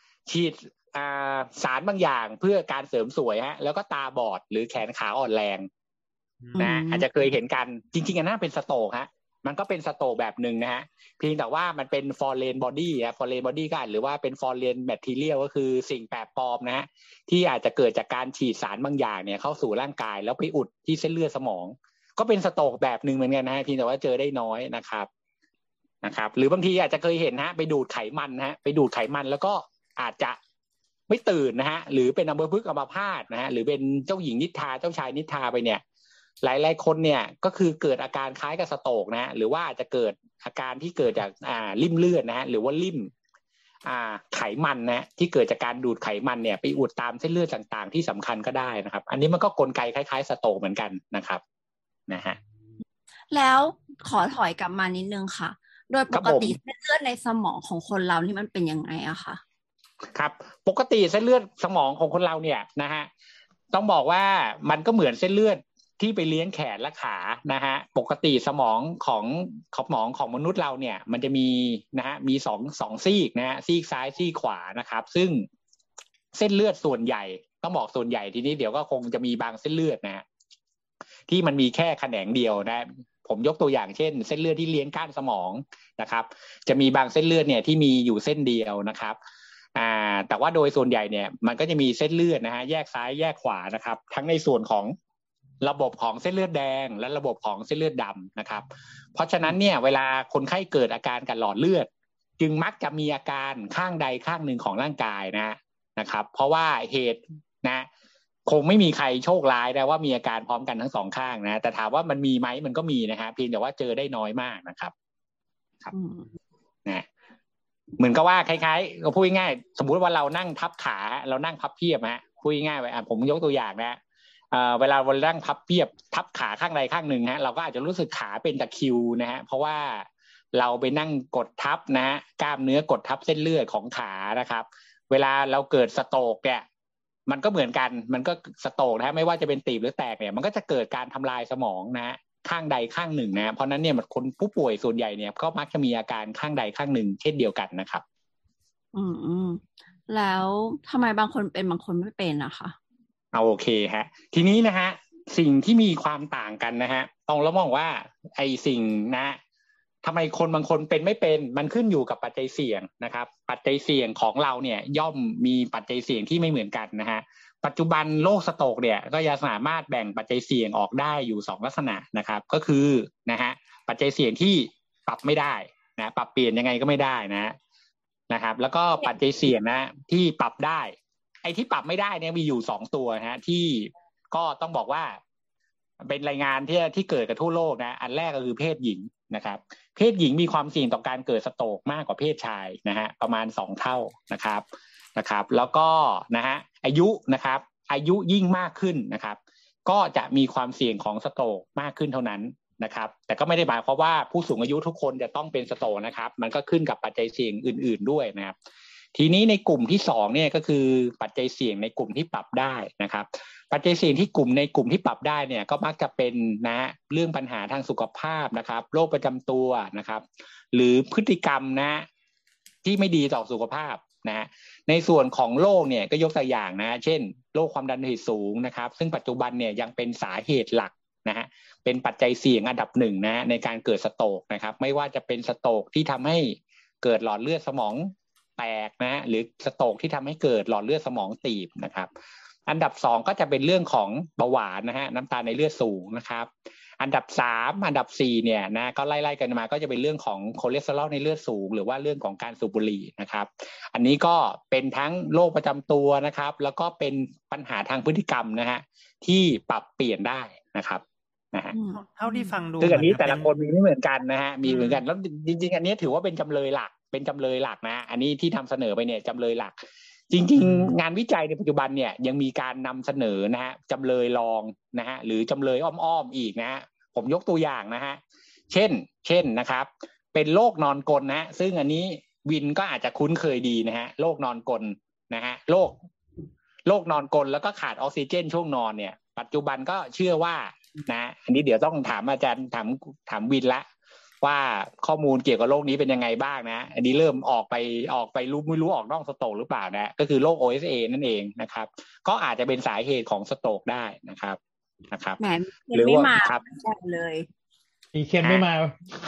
สารบางอย่างเพื่อการเสริมสวยฮะแล้วก็ตาบอดหรือแขนขาอ่อนแรงนะอาจจะเคยเห็นกันจริงๆอันนั้นเป็นสโตรกฮะมันก็เป็นสโตรกแบบนึงนะฮะเพียงแต่ว่ามันเป็น foreign body ฮะ foreign body ก็หรือว่าเป็น foreign material ก็คือสิ่งแปลกปลอมนะฮะที่อาจจะเกิดจากการฉีดสารบางอย่างเนี่ยเข้าสู่ร่างกายแล้วไปอุดที่เส้นเลือดสมองก็เป็นสโตรกแบบนึงเหมือนกันนะฮะเพียงแต่ว่าเจอได้น้อยนะครับหรือบางทีอาจจะเคยเห็นฮะไปดูดไขมันฮะไปดูดไขมันแล้วก็อาจจะไม่ตื่นนะฮะหรือเป็นอัมพฤกษ์อัมพาตนะฮะหรือเป็นเจ้าหญิงนิทราเจ้าชายนิทราไปเนี่ยหลายๆคนเนี่ยก็คือเกิดอาการคล้ายกับสโตรกนะฮะหรือว่าอาจจะเกิดอาการที่เกิดจากริ่มเลือดนะฮะหรือว่าริ่มไขมันนะที่เกิดจากการดูดไขมันเนี่ยไปอุดตามเส้นเลือดต่างๆที่สำคัญก็ได้นะครับอันนี้มันก็กลไกคล้ายๆสโตรกเหมือนกันนะครับนะฮะแล้วขอถอยกลับมานิดนึงค่ะโดยปกติเส้นเลือดในสมองของคนเรานี่มันเป็นยังไงอะคะครับปกติเส้นเลือดสมองของคนเราเนี่ยนะฮะต้องบอกว่ามันก็เหมือนเส้นเลือดที่ไปเลี้ยงแขนและขานะฮะปกติสมองของมนุษย์เราเนี่ยมันจะมีนะฮะมีสองซีกนะฮะซีกซ้ายซีกขวานะครับซึ่งเส้นเลือดส่วนใหญ่ต้องบอกส่วนใหญ่ทีนี้เดี๋ยวก็คงจะมีบางเส้นเลือดนะฮะที่มันมีแค่แขนงเดียวนะผมยกตัวอย่างเช่นเส้นเลือดที่เลี้ยงก้านสมองนะครับจะมีบางเส้นเลือดเนี่ยที่มีอยู่เส้นเดียวนะครับแต่ว่าโดยส่วนใหญ่เนี่ยมันก็จะมีเส้นเลือดนะฮะแยกซ้ายแยกขวานะครับทั้งในส่วนของระบบของเส้นเลือดแดงและระบบของเส้นเลือดดำนะครับเพราะฉะนั้นเนี่ยเวลาคนไข้เกิดอาการกับหลอดเลือดจึงมักจะมีอาการข้างใดข้างหนึ่งของร่างกายนะครับเพราะว่าเหตุนะคงไม่มีใครโชคร้ายนะว่ามีอาการพร้อมกันทั้งสองข้างนะแต่ถามว่ามันมีไหมมันก็มีนะฮะเพียงแต่ว่าเจอได้น้อยมากนะครับครับนะเหมือนกับว่าคล้ายๆก็พูดง่ายๆสมมุติว่าเรานั่งพับขาเรานั่งพับเพียบฮะพูดง่ายๆไปผมยกตัวอย่างนะเวลาเรานั่งพับเพียบทับขาข้างใดข้างหนึ่งฮะเราก็อาจจะรู้สึกขาเป็นตะคริวนะฮะเพราะว่าเราไปนั่งกดทับนะฮะกล้ามเนื้อกดทับเส้นเลือดของขานะครับเวลาเราเกิดสโตรกเนี่ยมันก็เหมือนกันมันก็สโตรกนะฮะไม่ว่าจะเป็นตีบหรือแตกเนี่ยมันก็จะเกิดการทำลายสมองนะฮะข้างใดข้างหนึ่งนะเพราะนั้นเนี่ยคนผู้ป่วยส่วนใหญ่เนี่ยก็มักจะมีอาการข้างใดข้างหนึ่งเช่นเดียวกันนะครับแล้วทำไมบางคนเป็นบางคนไม่เป็นนะคะเอาโอเคฮะทีนี้นะฮะสิ่งที่มีความต่างกันนะฮะต้องแล้วมองว่าไอ้สิ่งนะทำไมคนบางคนเป็นไม่เป็นมันขึ้นอยู่กับปัจจัยเสี่ยงนะครับปัจจัยเสี่ยงของเราเนี่ยย่อมมีปัจจัยเสี่ยงที่ไม่เหมือนกันนะฮะปัจจุบันโรคสโตรกเนี่ยก็จะสามารถแบ่งปัจจัยเสี่ยงออกได้อยู่2ลักษณะนะครับก็คือนะฮะปัจจัยเสี่ยงที่ปรับไม่ได้นะปรับเปลี่ยนยังไงก็ไม่ได้นะครับแล้วก็ปัจจัยเสี่ยงนะที่ปรับได้ไอ้ที่ปรับไม่ได้เนี่ยมีอยู่2ตัวฮะที่ก็ต้องบอกว่าเป็นรายงานที่เกิดกับทั่วโลกนะอันแรกก็คือเพศหญิงนะครับเพศหญิงมีความเสี่ยงต่อการเกิดสโตรกมากกว่าเพศชายนะฮะประมาณ2เท่านะครับแล้วก็นะฮะอายุนะครับอายุยิ่งมากขึ้นนะครับก็จะมีความเสี่ยงของสโตรกมากขึ้นเท่านั้นนะครับแต่ก็ไม่ได้หมายความว่าผู้สูงอายุทุกคนจะต้องเป็นสโตรกนะครับมันก็ขึ้นกับปัจจัยเสี่ยงอื่นๆด้วยนะครับทีนี้ในกลุ่มที่2เนี่ยก็คือปัจจัยเสี่ยงในกลุ่มที่ปรับได้นะครับปัจจัยเสี่ยงที่ในกลุ่มที่ปรับได้เนี่ยก็มักจะเป็นนะเรื่องปัญหาทางสุขภาพนะครับโรคประจำตัวนะครับหรือพฤติกรรมนะที่ไม่ดีต่อสุขภาพนะในส่วนของโรคเนี่ยก็ยกตัวอย่างนะเช่นโรคความดันโลหิตสูงนะครับซึ่งปัจจุบันเนี่ยยังเป็นสาเหตุหลักนะฮะเป็นปัจจัยเสี่ยงอันดับ1นะในการเกิดสโตรกนะครับไม่ว่าจะเป็นสโตรกที่ทำให้เกิดหลอดเลือดสมองแตกนะหรือสโตรกที่ทำให้เกิดหลอดเลือดสมองตีบนะครับอันดับ2ก็จะเป็นเรื่องของเบาหวานนะฮะน้ำตาลในเลือดสูงนะครับอันดับ3อันดับ4เนี่ยนะก็ไล่ๆกันมาก็จะเป็นเรื่องของคอเลสเตอรอลในเลือดสูงหรือว่าเรื่องของการสูบบุหรี่นะครับอันนี้ก็เป็นทั้งโรคประจำตัวนะครับแล้วก็เป็นปัญหาทางพฤติกรรมนะฮะที่ปรับเปลี่ยนได้นะครับนะฮะเท่าที่ฟังดูซึ่งอันนี้แต่ละคนมีไม่เหมือนกันนะฮะมีเหมือนกันแล้วจริงๆอันนี้ถือว่าเป็นจำเลยหลักนะอันนี้ที่ทำเสนอไปเนี่ยจำเลยหลักจริงๆงานวิจัยในปัจจุบันเนี่ยยังมีการนำเสนอนะฮะจำเลยรองนะฮะหรือจำเลยอ้อมๆอีกนะฮะผมยกตัวอย่างนะฮะเช่นนะครับเป็นโรคนอนกลนะฮะซึ่งอันนี้วินก็อาจจะคุ้นเคยดีนะฮะโรคนอนกลนะฮะโรคนอนกลแล้วก็ขาดออกซิเจนช่วงนอนเนี่ยปัจจุบันก็เชื่อว่านะอันนี้เดี๋ยวต้องถามอาจารย์ถามวินละว่าข้อมูลเกี่ยวกับโรคนี้เป็นยังไงบ้างนะอันนี้เริ่มออกไปรู้ไม่รู้ออกนอกสโตรกหรือเปล่านะก็คือโรค OSA นั่นเองนะครับก็อาจจะเป็นสาเหตุของสโตรกได้นะครับแหมหรือว่าครับเลยมีเคนไม่มา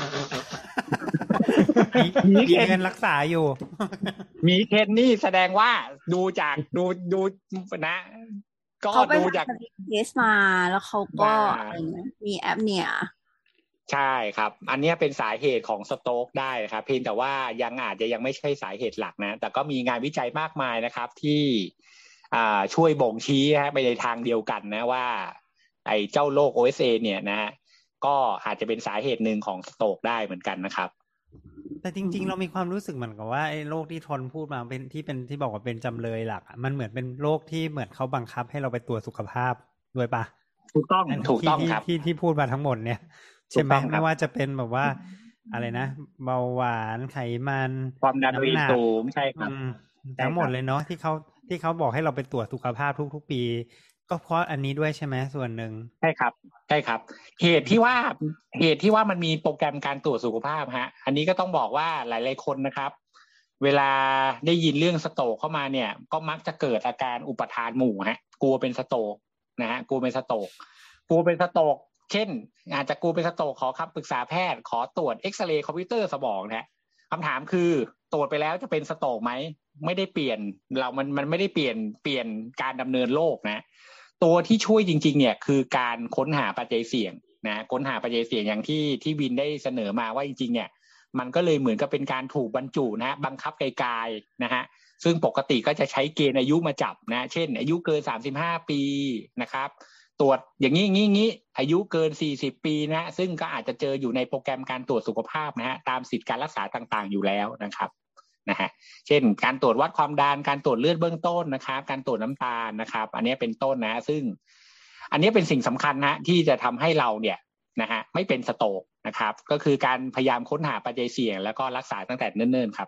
มีเงินรักษาอยู่มีเคนนี่แสดงว่าดูจากดูนะก็ดูจากเทสมาแล้วเขาก็มีแอปเนี่ยใช่ครับอันนี้เป็นสาเหตุของสโตรกได้ครับเพียงแต่ว่าอาจจะยังไม่ใช่สาเหตุหลักนะแต่ก็มีงานวิจัยมากมายนะครับที่ช่วยบ่งชี้ไปในทางเดียวกันนะว่าไอ้เจ้าโรค OSA เนี่ยนะฮะก็อาจจะเป็นสาเหตุหนึ่งของสโตรกได้เหมือนกันนะครับแต่จริงๆเรามีความรู้สึกเหมือนกับว่าไอ้โรคที่ทนพูดมาเป็นที่บอกว่าเป็นจำเลยหลักมันเหมือนเป็นโรคที่เหมือนเขาบังคับให้เราไปตรวจสุขภาพด้วยปะถูกต้องครับที่พูดมาทั้งหมดเนี่ยใช่ไหมไม่ว่าจะเป็นแบบว่าอะไรนะเบาหวานไขมันความดันโลหิตสูงใช่ครับทั้งหมดเลยเนาะที่เขาบอกให้เราไปตรวจสุขภาพทุกๆปีก็เพราะอันนี้ด้วยใช่ไหมส่วนหนึ่งใช่ครับเหตุที่ว่ามันมีโปรแกรมการตรวจสุขภาพฮะอันนี้ก็ต้องบอกว่าหลายๆคนนะครับเวลาได้ยินเรื่องสโตรกเข้ามาเนี่ยก็มักจะเกิดอาการอุปทานหมู่ฮะกลัวเป็นสโตรกนะฮะกลัวเป็นสโตรกเช่นอาจจะกลัวเป็นสโตรกขอคำปรึกษาแพทย์ขอตรวจเอ็กซเรย์คอมพิวเตอร์สมองนะคำถามคือตรวจไปแล้วจะเป็นสโตรกไหมไม่ได้เปลี่ยนมันไม่ได้เปลี่ยนการดำเนินโรคนะตัวที่ช่วยจริงๆเนี่ยคือการค้นหาปัจจัยเสี่ยงนะค้นหาปัจจัยเสี่ยงอย่างที่วินได้เสนอมาว่าจริงๆเนี่ยมันก็เลยเหมือนกับเป็นการถูกบรรจุนะบังคับไกลๆนะฮะซึ่งปกติก็จะใช้เกณฑ์อายุมาจับนะเช่นอายุเกิน35ปีนะครับตรวจอย่างนี้อายุเกิน40ปีนะซึ่งก็อาจจะเจออยู่ในโปรแกรมการตรวจสุขภาพนะฮะตามสิทธิการรักษาต่างๆอยู่แล้วนะครับนะฮะเช่นการตรวจวัดความดันการตรวจเลือดเบื้องต้นนะครับการตรวจน้ำตาลนะครับอันนี้เป็นต้นนะซึ่งอันนี้เป็นสิ่งสำคัญนะที่จะทำให้เราเนี่ยนะฮะไม่เป็นสโตรกนะครับก็คือการพยายามค้นหาปัจจัยเสี่ยงแล้วก็รักษาตั้งแต่เนิ่นๆครับ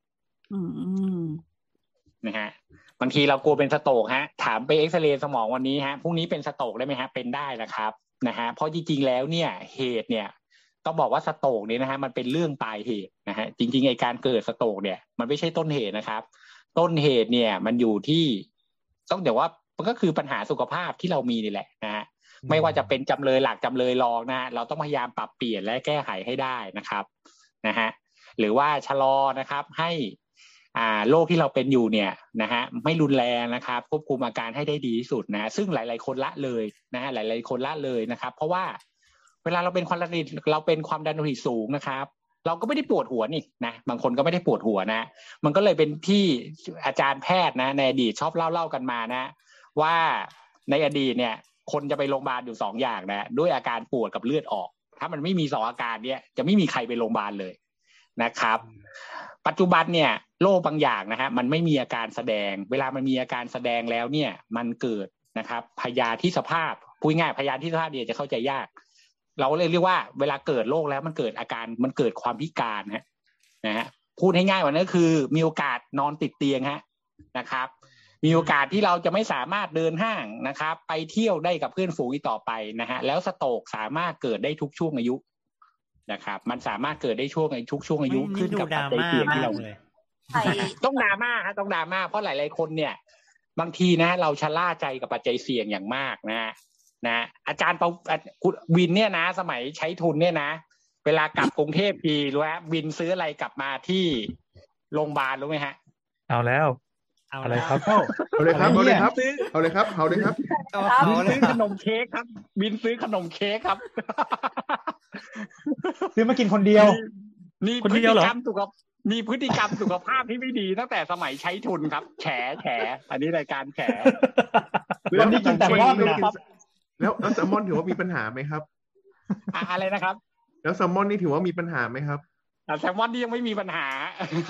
นะฮะบางทีเรากลัวเป็นสโตรกฮะถามไปเอ็กซเรย์สมองวันนี้ฮะพรุ่งนี้เป็นสโตรกได้ไหมฮะเป็นได้นะครับนะฮะเพราะจริงๆแล้วเนี่ยเหตุเนี่ยต้องบอกว่าสโตรกนี่นะฮะมันเป็นเรื่องปลายเหตุนะฮะจริงๆไอ้การเกิดสโตรกเนี่ยมันไม่ใช่ต้นเหตุนะครับต้นเหตุเนี่ยมันอยู่ที่ต้องเดี๋ยวว่ามันก็คือปัญหาสุขภาพที่เรามีนี่แหละนะฮะไม่ว่าจะเป็นจำเลยหลักจำเลยรองนะฮะเราต้องพยายามปรับเปลี่ยนและแก้ไขให้ได้นะครับนะฮะหรือว่าชะลอนะครับให้โรคที่เราเป็นอยู่เนี่ยนะฮะไม่รุนแรงนะครับควบคุมอาการให้ได้ดีที่สุดนะซึ่งหลายๆคนละเลยนะฮะหลายๆคนละเลยนะครับเพราะว่าเวลาเราเป็นความดันโลหิตสูงนะครับเราก็ไม่ได้ปวดหัวนี่นะบางคนก็ไม่ได้ปวดหัวนะมันก็เลยเป็นที่อาจารย์แพทย์นะในอดีตชอบเล่ากันมานะว่าในอดีตเนี่ยคนจะไปโรงพยาบาลอยู่2อย่างนะด้วยอาการปวดกับเลือดออกถ้ามันไม่มี2อาการเนี่ยจะไม่มีใครไปโรงพยาบาลเลยนะครับปัจจุบันเนี่ยโรคบางอย่างนะฮะมันไม่มีอาการแสดงเวลามันมีอาการแสดงแล้วเนี่ยมันเกิดนะครับพยาธิสภาพพูดง่ายพยาธิสภาพเนี่ยจะเข้าใจยากเราเลยเรียกว่าเวลาเกิดโรคแล้วมันเกิดอาการมันเกิดความพิการนะฮะพูดให้ง่ายกว่านั้นก็คือมีโอกาสนอนติดเตียงนะครับมีโอกาสที่เราจะไม่สามารถเดินห้างนะครับไปเที่ยวได้กับเพื่อนฝูงอีกต่อไปนะฮะแล้วสโตรกสามารถเกิดได้ทุกช่วงอายุนะครับมันสามารถเกิดได้ทุกช่วงอายุขึ้นกับปัจจัยเสี่ยงที่เราต้องดราม่าต้องดราม่าเพราะหลายๆคนเนี่ยบางทีนะเราชะล่าใจกับปัจจัยเสี่ยงอย่างมากนะอาจารย์วินเนี่ยนะสมัยใช้ทุนเนี่ยนะเวลากลับกรุงเทพทีรู้ไหมวินซื้ออะไรกลับมาที่โรงพยาบาลรู้ไหมฮะเอาแล้วเอาอะไรแล้วครับเอาเลยครับเอาเลยครับเอาเลยครับเอาเลยครับบินซื้อขนมเค้กครับบินซื้อขนมเค้กครับซื้อมากินคนเดียวนี่พฤติกรรมมีพฤติกรรมสุขภาพที่ไม่ดีตั้งแต่สมัยใช้ทุนครับแฉอันนี้รายการแฉวันนี้กินแต่ม่อนนะแล้วแซลมอนถือว่ามีปัญหาไหมครับอะไรนะครับแล้วแซลมอนนี่ถือว่ามีปัญหาไหมครับแซลมอนนี่ยังไม่มีปัญหา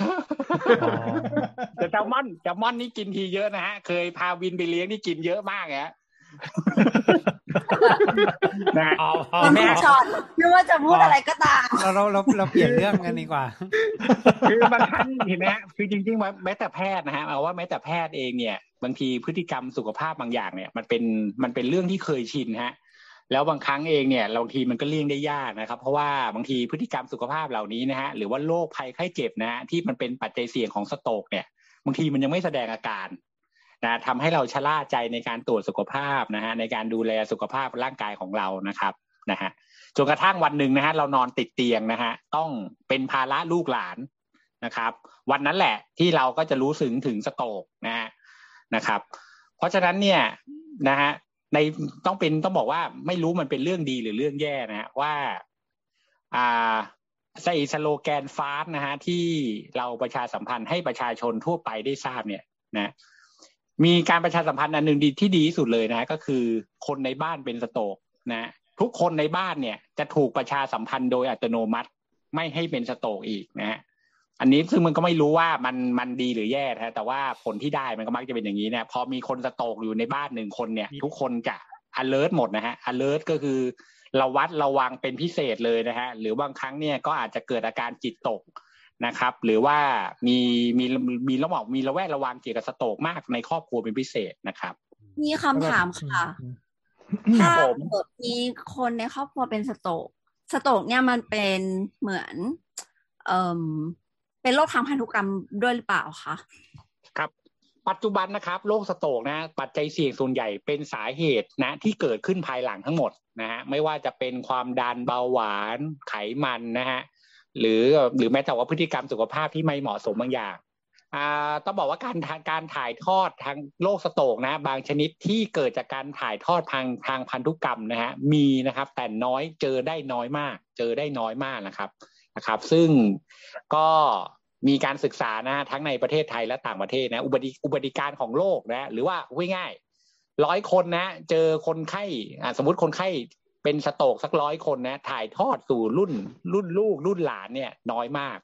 แต่แซลมอนนี่กินทีเยอะนะฮะเคยพาวินไปเลี้ยงนี่กินเยอะมากฮะนะแม่ช็อตไม่ว่าจะพูดอะไรก็ตามเราเปลี่ยนเรื่องกันดีกว่าคือบางครั้งเห็นไหมฮะคือจริงๆแม้แต่แพทย์นะฮะเอาว่าแม้แต่แพทย์เองเนี่ยบางทีพฤติกรรมสุขภาพบางอย่างเนี่ยมันเป็นเรื่องที่เคยชินฮะแล้วบางครั้งเองเนี่ยบางทีมันก็เลี่ยงได้ยากนะครับเพราะว่าบางทีพฤติกรรมสุขภาพเหล่านี้นะฮะหรือว่าโรคภัยไข้เจ็บนะฮะที่มันเป็นปัจจัยเสี่ยงของสโตรกเนี่ยบางทีมันยังไม่แสดงอาการนะทำให้เราชะล่าใจในการตรวจสุขภาพนะฮะในการดูแลสุขภาพร่างกายของเรานะครับนะฮะจนกระทั่งวันหนึ่งนะฮะเรานอนติดเตียงนะฮะต้องเป็นภาระลูกหลานนะครับวันนั้นแหละที่เราก็จะรู้สึกถึงสโตรกนะครับเพราะฉะนั้นเนี่ยนะฮะต้องบอกว่าไม่รู้มันเป็นเรื่องดีหรือเรื่องแย่นะฮะว่าใส่สโลแกนฟาสต์นะฮะที่เราประชาสัมพันธ์ให้ประชาชนทั่วไปได้ทราบเนี่ยนะมีการประชาสัมพันธ์อันหนึ่งที่ดีที่สุดเลยนะก็คือคนในบ้านเป็นสโตรกนะทุกคนในบ้านเนี่ยจะถูกประชาสัมพันธ์โดยอัตโนมัติไม่ให้เป็นสโตรกอีกนะฮะอันนี้ซึ่งมันก็ไม่รู้ว่ามันดีหรือแย่นะแต่ว่าผลที่ได้มันก็มักจะเป็นอย่างนี้เนี่ยพอมีคนสโตรกอยู่ในบ้าน1คนเนี่ยทุกคนจะ alert หมดนะฮะ alert ก็คือระวังเป็นพิเศษเลยนะฮะหรือบางครั้งเนี่ยก็อาจจะเกิดอาการจิตตกนะครับหรือว่ามีระแวดระวังเกี่ยวกับสโตรกมากในครอบครัวเป็นพิเศษนะครับมีคำถามค่ะถ้าเกิดมีคนในครอบครัวเป็นสโตรกเนี่ยมันเป็นเหมือนเป็นโรคทางพันธุกรรมด้วยหรือเปล่าคะครับปัจจุบันนะครับโรคสโตรกนะปัจจัยเสี่ยงส่วนใหญ่เป็นสาเหตุนะที่เกิดขึ้นภายหลังทั้งหมดนะฮะไม่ว่าจะเป็นความดันเบาหวานไขมันนะฮะหรือแม้แต่ว่าพฤติกรรมสุขภาพที่ไม่เหมาะสมบางอย่างต้องบอกว่าการถ่ายทอดทางโรคสโตรกนะบางชนิดที่เกิดจากการถ่ายทอดทางพันธุกรรมนะฮะมีนะครับแต่เจอได้น้อยมากนะครับซึ่งก็มีการศึกษานะทั้งในประเทศไทยและต่างประเทศนะอุบัติการของโรคนะหรือว่าง่ายๆ100 คนนะเจอคนไข้สมมติคนไข้เป็นสโตรกสัก100 คนนะถ่ายทอดสู่รุ่นลูกรุ่นหลานเนี่ยน้อยมาก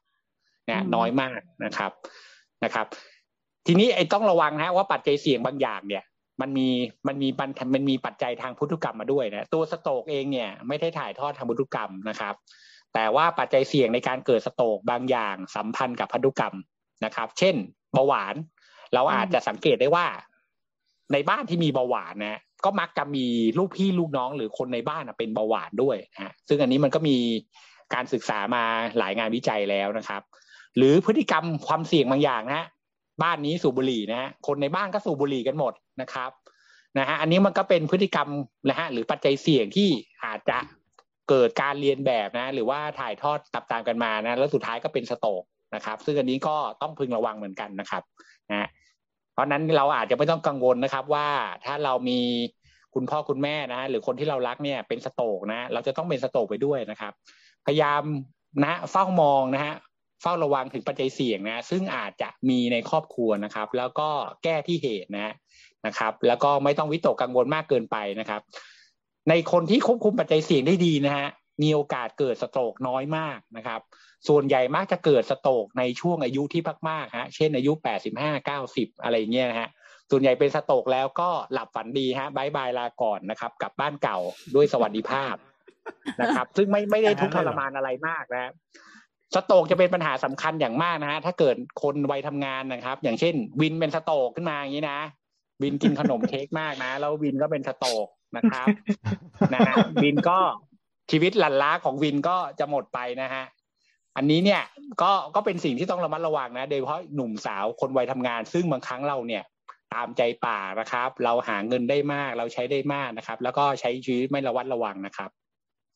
นะครับทีนี้ต้องระวังนะว่าปัจจัยเสี่ยงบางอย่างเนี่ยมันมีปัจจัยทางพันธุกรรมมาด้วยนะตัวสโตรกเองเนี่ยไม่ได้ถ่ายทอดทางพันธุกรรมนะครับแต่ว่าปัจจัยเสี่ยงในการเกิดสโตรกบางอย่างสัมพันธ์กับพันธุกรรมนะครับเช่นเบาหวานเราอาจจะสังเกตได้ว่าในบ้านที่มีเบาหวานนะก็มักจะมีลูกพี่ลูกน้องหรือคนในบ้านเป็นเบาหวานด้วยนะซึ่งอันนี้มันก็มีการศึกษามาหลายงานวิจัยแล้วนะครับหรือพฤติกรรมความเสี่ยงบางอย่างนะบ้านนี้สูบบุหรี่นะคนในบ้านก็สูบบุหรี่กันหมดนะครับอันนี้มันก็เป็นพฤติกรรมนะฮะหรือปัจจัยเสี่ยงที่อาจจะเกิดการเรียนแบบนะหรือว่าถ่ายทอดตามกันมานะแล้วสุดท้ายก็เป็นสโตรกนะครับซึ่งอันนี้ก็ต้องพึงระวังเหมือนกันนะครับนะเพราะนั้นเราอาจจะไม่ต้องกังวลนะครับว่าถ้าเรามีคุณพ่อคุณแม่นะหรือคนที่เรารักเนี่ยเป็นสโตรกนะเราจะต้องเป็นสโตรกไปด้วยนะครับพยายามนะเฝ้ามองนะฮะเฝ้าระวังถึงปัจจัยเสี่ยงนะซึ่งอาจจะมีในครอบครัวนะครับแล้วก็แก้ที่เหตุนะครับแล้วก็ไม่ต้องวิตกกังวลมากเกินไปนะครับในคนที่ควบคุมปัจจัยเสี่ยงได้ดีนะฮะมีโอกาสเกิดสโตรกน้อยมากนะครับส่วนใหญ่มักจะเกิดสโตรกในช่วงอายุที่มากๆฮะเช่นอายุ85-90อะไรเงี้ยนะฮะส่วนใหญ่เป็นสโตรกแล้วก็หลับฝันดีฮะบายบายลาก่อนนะครับกลับบ้านเก่าด้วยสวัสดิภาพนะครับซึ่งไม่ได้ทุกข์ทรมานอะไรมากนะสโตรกจะเป็นปัญหาสำคัญอย่างมากนะฮะถ้าเกิดคนวัยทำงานนะครับอย่างเช่นวินเป็นสโตรกขึ้นมาอย่างนี้นะวินกินขนมเค้กมากนะแล้ววินก็เป็นสโตรกนะครับนะฮะวินก็ชีวิตหลั่นล้าของวินก็จะหมดไปนะฮะอันนี้เนี่ยก็เป็นสิ่งที่ต้องระมัดระวังนะโดยเฉพาะหนุ่มสาวคนวัยทำงานซึ่งบางครั้งเราเนี่ยตามใจป่านะครับเราหาเงินได้มากเราใช้ได้มากนะครับแล้วก็ใช้ชีวิตไม่ระวัดระวังนะครับ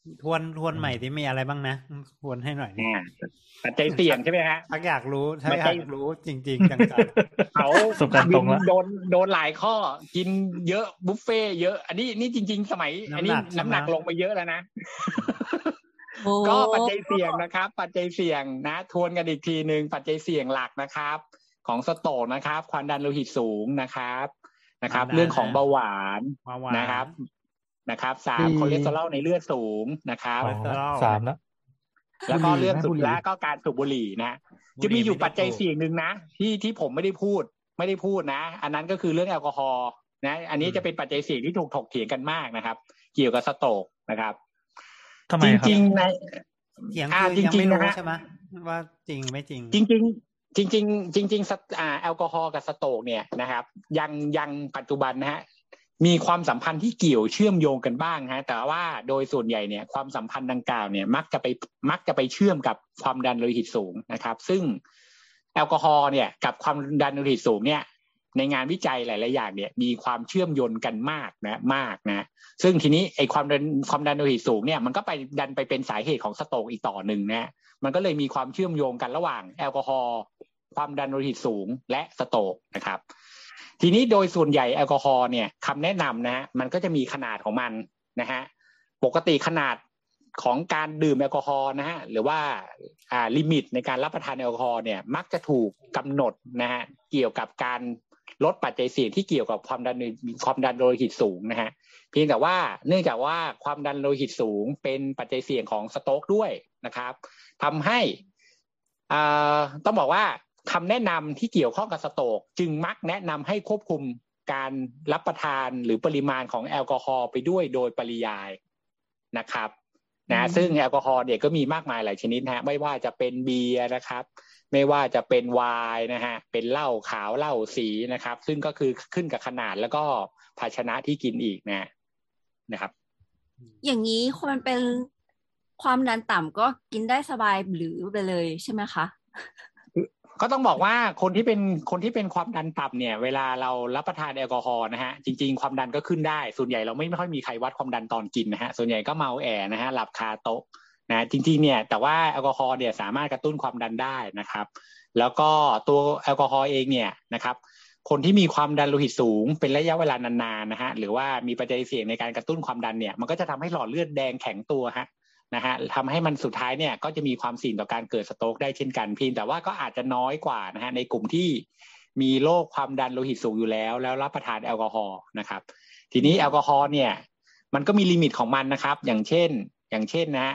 ทวนใหม่ที่มีอะไรบ้างนะทวนให้หน่อยนี่ปัจจัยเสี่ยงใช่ไหมฮะอยากรู้ถ้าอยากรู้จริงๆจังๆเขาโดนหลายข้อกินเยอะบุฟเฟ่เยอะอันนี้จริงๆสมัยอันนี้น้ำหนักลงไปเยอะแล้วนะก็ปัจจัยเสี่ยงนะครับปัจจัยเสี่ยงนะทวนกันอีกทีนึงปัจจัยเสี่ยงหลักนะครับของสโตรกนะครับความดันโลหิตสูงนะครับเรื่องของเบาหวานนะครับ3คอเลสเตอรอลในเลือดสูงนะครับ 3 แล้วก็เรื่องสุดแล้วก็การสูบบุหรี่นะจะมีอยู่ปัจจัยเสี่ยงนึงนะที่ผมไม่ได้พูดนะอันนั้นก็คือเรื่องแอลกอฮอล์นะอันนี้จะเป็นปัจจัยเสี่ยงที่ถูกถกเถียงกันมากนะครับเกี่ยวกับสโตรกนะครับจริงๆในเถียงคือยังไม่รู้ใช่ไหมว่าจริงไม่จริงจริงแอลกอฮอล์กับสโตรกเนี่ยนะครับยังปัจจุบันนะฮะมีความสัมพันธ์ที่เกี่ยวเชื่อมโยงกันบ้างฮะแต่ว่าโดยส่วนใหญ่เนี่ยความสัมพันธ์ดังกล่าวเนี่ยมักจะไปเชื่อมกับความดันโลหิตสูงนะครับซึ่งแอลกอฮอล์เนี่ยกับความดันโลหิตสูงเนี่ยในงานวิจัยหลายๆอย่างเนี่ยมีความเชื่อมโยงกันมากนะซึ่งทีนี้ไอ้ความดันโลหิตสูงเนี่ยมันก็ไปดันไปเป็นสาเหตุของสโตรกอีกต่อหนึ่งนะมันก็เลยมีความเชื่อมโยงกันระหว่างแอลกอฮอล์ความดันโลหิตสูงและสโตรกนะครับทีนี้โดยส่วนใหญ่แอลกอฮอล์เนี่ยคำแนะนำนะฮะมันก็จะมีขนาดของมันนะฮะปกติขนาดของการดื่มแอลกอฮอล์นะฮะหรือว่าลิมิตในการรับประทานแอลกอฮอล์เนี่ยมักจะถูกกำหนดนะฮะเกี่ยวกับการลดปัจจัยเสี่ยงที่เกี่ยวกับความดันโลหิตสูงนะฮะเพียงแต่ว่าเนื่องจากว่าความดันโลหิตสูงเป็นปัจจัยเสี่ยงของสโตรกด้วยนะครับทำให้ต้องบอกว่าคำแนะนำที่เกี่ยวข้องกับสโตรกจึงมักแนะนำให้ควบคุมการรับประทานหรือปริมาณของแอลกอฮอล์ไปด้วยโดยปริยายนะครับนะซึ่งแอลกอฮอล์เนี่ยก็มีมากมายหลายชนิดฮะไม่ว่าจะเป็นเบียร์นะครับไม่ว่าจะเป็นไวน์นะฮะเป็นเหล้าขาวเหล้าสีนะครับซึ่งก็คือขึ้นกับขนาดแล้วก็ภาชนะที่กินอีกนะครับอย่างนี้คนเป็นความดันต่ำก็กินได้สบายหรือไปเลยใช่ไหมคะก็ต้องบอกว่าคนที่เป็นความดันต่ำเนี่ยเวลาเรารับประทานแอลกอฮอล์นะฮะจริงๆความดันก็ขึ้นได้ส่วนใหญ่เราไม่ค่อยมีใครวัดความดันตอนกินนะฮะส่วนใหญ่ก็เมาแอนะฮะหลับคาโต๊ะนะจริงๆเนี่ยแต่ว่าแอลกอฮอล์เนี่ยสามารถกระตุ้นความดันได้นะครับแล้วก็ตัวแอลกอฮอล์เองเนี่ยนะครับคนที่มีความดันโลหิตสูงเป็นระยะเวลานานๆนะฮะหรือว่ามีปัจจัยเสี่ยงในการกระตุ้นความดันเนี่ยมันก็จะทำให้หลอดเลือดแดงแข็งตัวนะฮะทำให้มันสุดท้ายเนี่ยก็จะมีความเสี่ยงต่อการเกิดสโตรกได้เช่นกันเพียงแต่ว่าก็อาจจะน้อยกว่านะฮะในกลุ่มที่มีโรคความดันโลหิตสูงอยู่แล้วรับประทานแอลกอฮอล์นะครับทีนี้แอลกอฮอล์เนี่ยมันก็มีลิมิตของมันนะครับอย่างเช่นนะ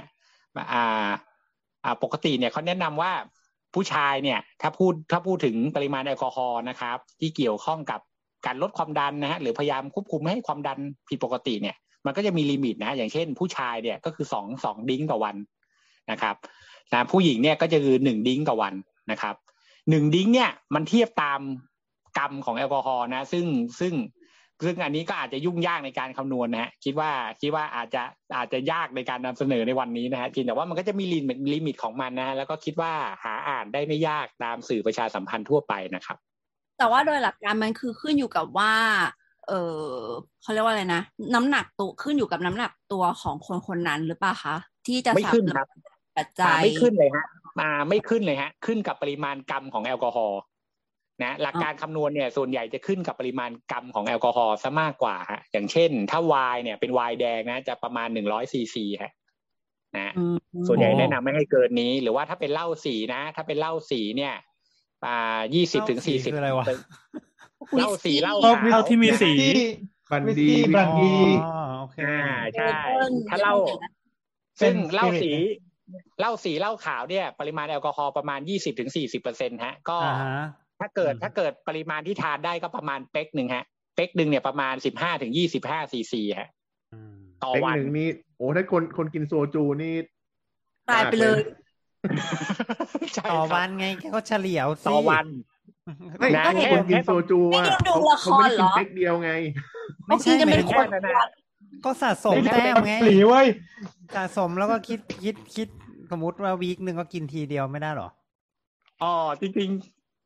ปกติเนี่ยเขาแนะนำว่าผู้ชายเนี่ยถ้าพูดถึงปริมาณแอลกอฮอล์นะครับที่เกี่ยวข้องกับการลดความดันนะฮะหรือพยายามควบคุมไม่ให้ความดันผิดปกติเนี่ยมันก็จะมีลิมิตนะอย่างเช่นผู้ชายเนี่ยก็คือ2ดิ้งต่อวันนะครับผู้หญิงเนี่ยก็จะคือ1ดิ้งต่อวันนะครับ1ดิ้งเนี่ยมันเทียบตามกรัมของแอลกอฮอล์นะซึ่งอันนี้ก็อาจจะยุ่งยากในการคำนวณนะฮะคิดว่าอาจจะยากในการนำเสนอในวันนี้นะฮะจริงแต่ว่ามันก็จะมีลิมิตของมันนะแล้วก็คิดว่าหาอ่านได้ไม่ยากตามสื่อประชาสัมพันธ์ทั่วไปนะครับแต่ว่าโดยหลักการมันคือขึ้นอยู่กับว่าเขาเรียกว่าอะไรนะน้ำหนักตัวขึ้นอยู่กับน้ำหนักตัวของคนนั้นหรือเปล่าคะที่จะไม่ขึ้นครับปัจจัยไม่ขึ้นเลยฮะไม่ขึ้นเลยฮะขึ้นกับปริมาณกรัมของแอลกอฮอล์นะหลักการคำนวณเนี่ยส่วนใหญ่จะขึ้นกับปริมาณกรัมของแอลกอฮอล์ซะมากกว่าฮะอย่างเช่นถ้าไวน์เนี่ยเป็นไวน์แดงนะจะประมาณ100 ซีซีฮะนะส่วนใหญ่แนะนำไม่ให้เกินนี้หรือว่าถ้าเป็นเหล้าสีนะถ้าเป็นเหล้าสีเนี่ย20 ถึง 40 อะไรวะเหล้าสีเหล้าที่มีสีบันดีโอเคใช่ถ้าเหล้าซึ่งเหล้าสีเหล้าขาวเนี่ยปริมาณแอลกอฮอล์ประมาณ 20-40% ฮะก็ถ้าเกิดปริมาณที่ทานได้ก็ประมาณเป๊กนึงฮะเป๊กนึงเนี่ยประมาณ 15-25 ซีซีฮะต่อวันนึงนี่โอ้ถ้าคนกินโซจูนี่ตายไปเลยต่อวันไงก็เฉลี่ยต่อวันไม่คนกินโซจูอ่ะเขาไม่ได้กินเป๊กเดียวไงไม่ใช่เป็นแค่นั้นนะก็สะสมแต้มไงสะสมแล้วก็คิดสมมติว่าวีคนึงก็กินทีเดียวไม่ได้หรออ๋อจริง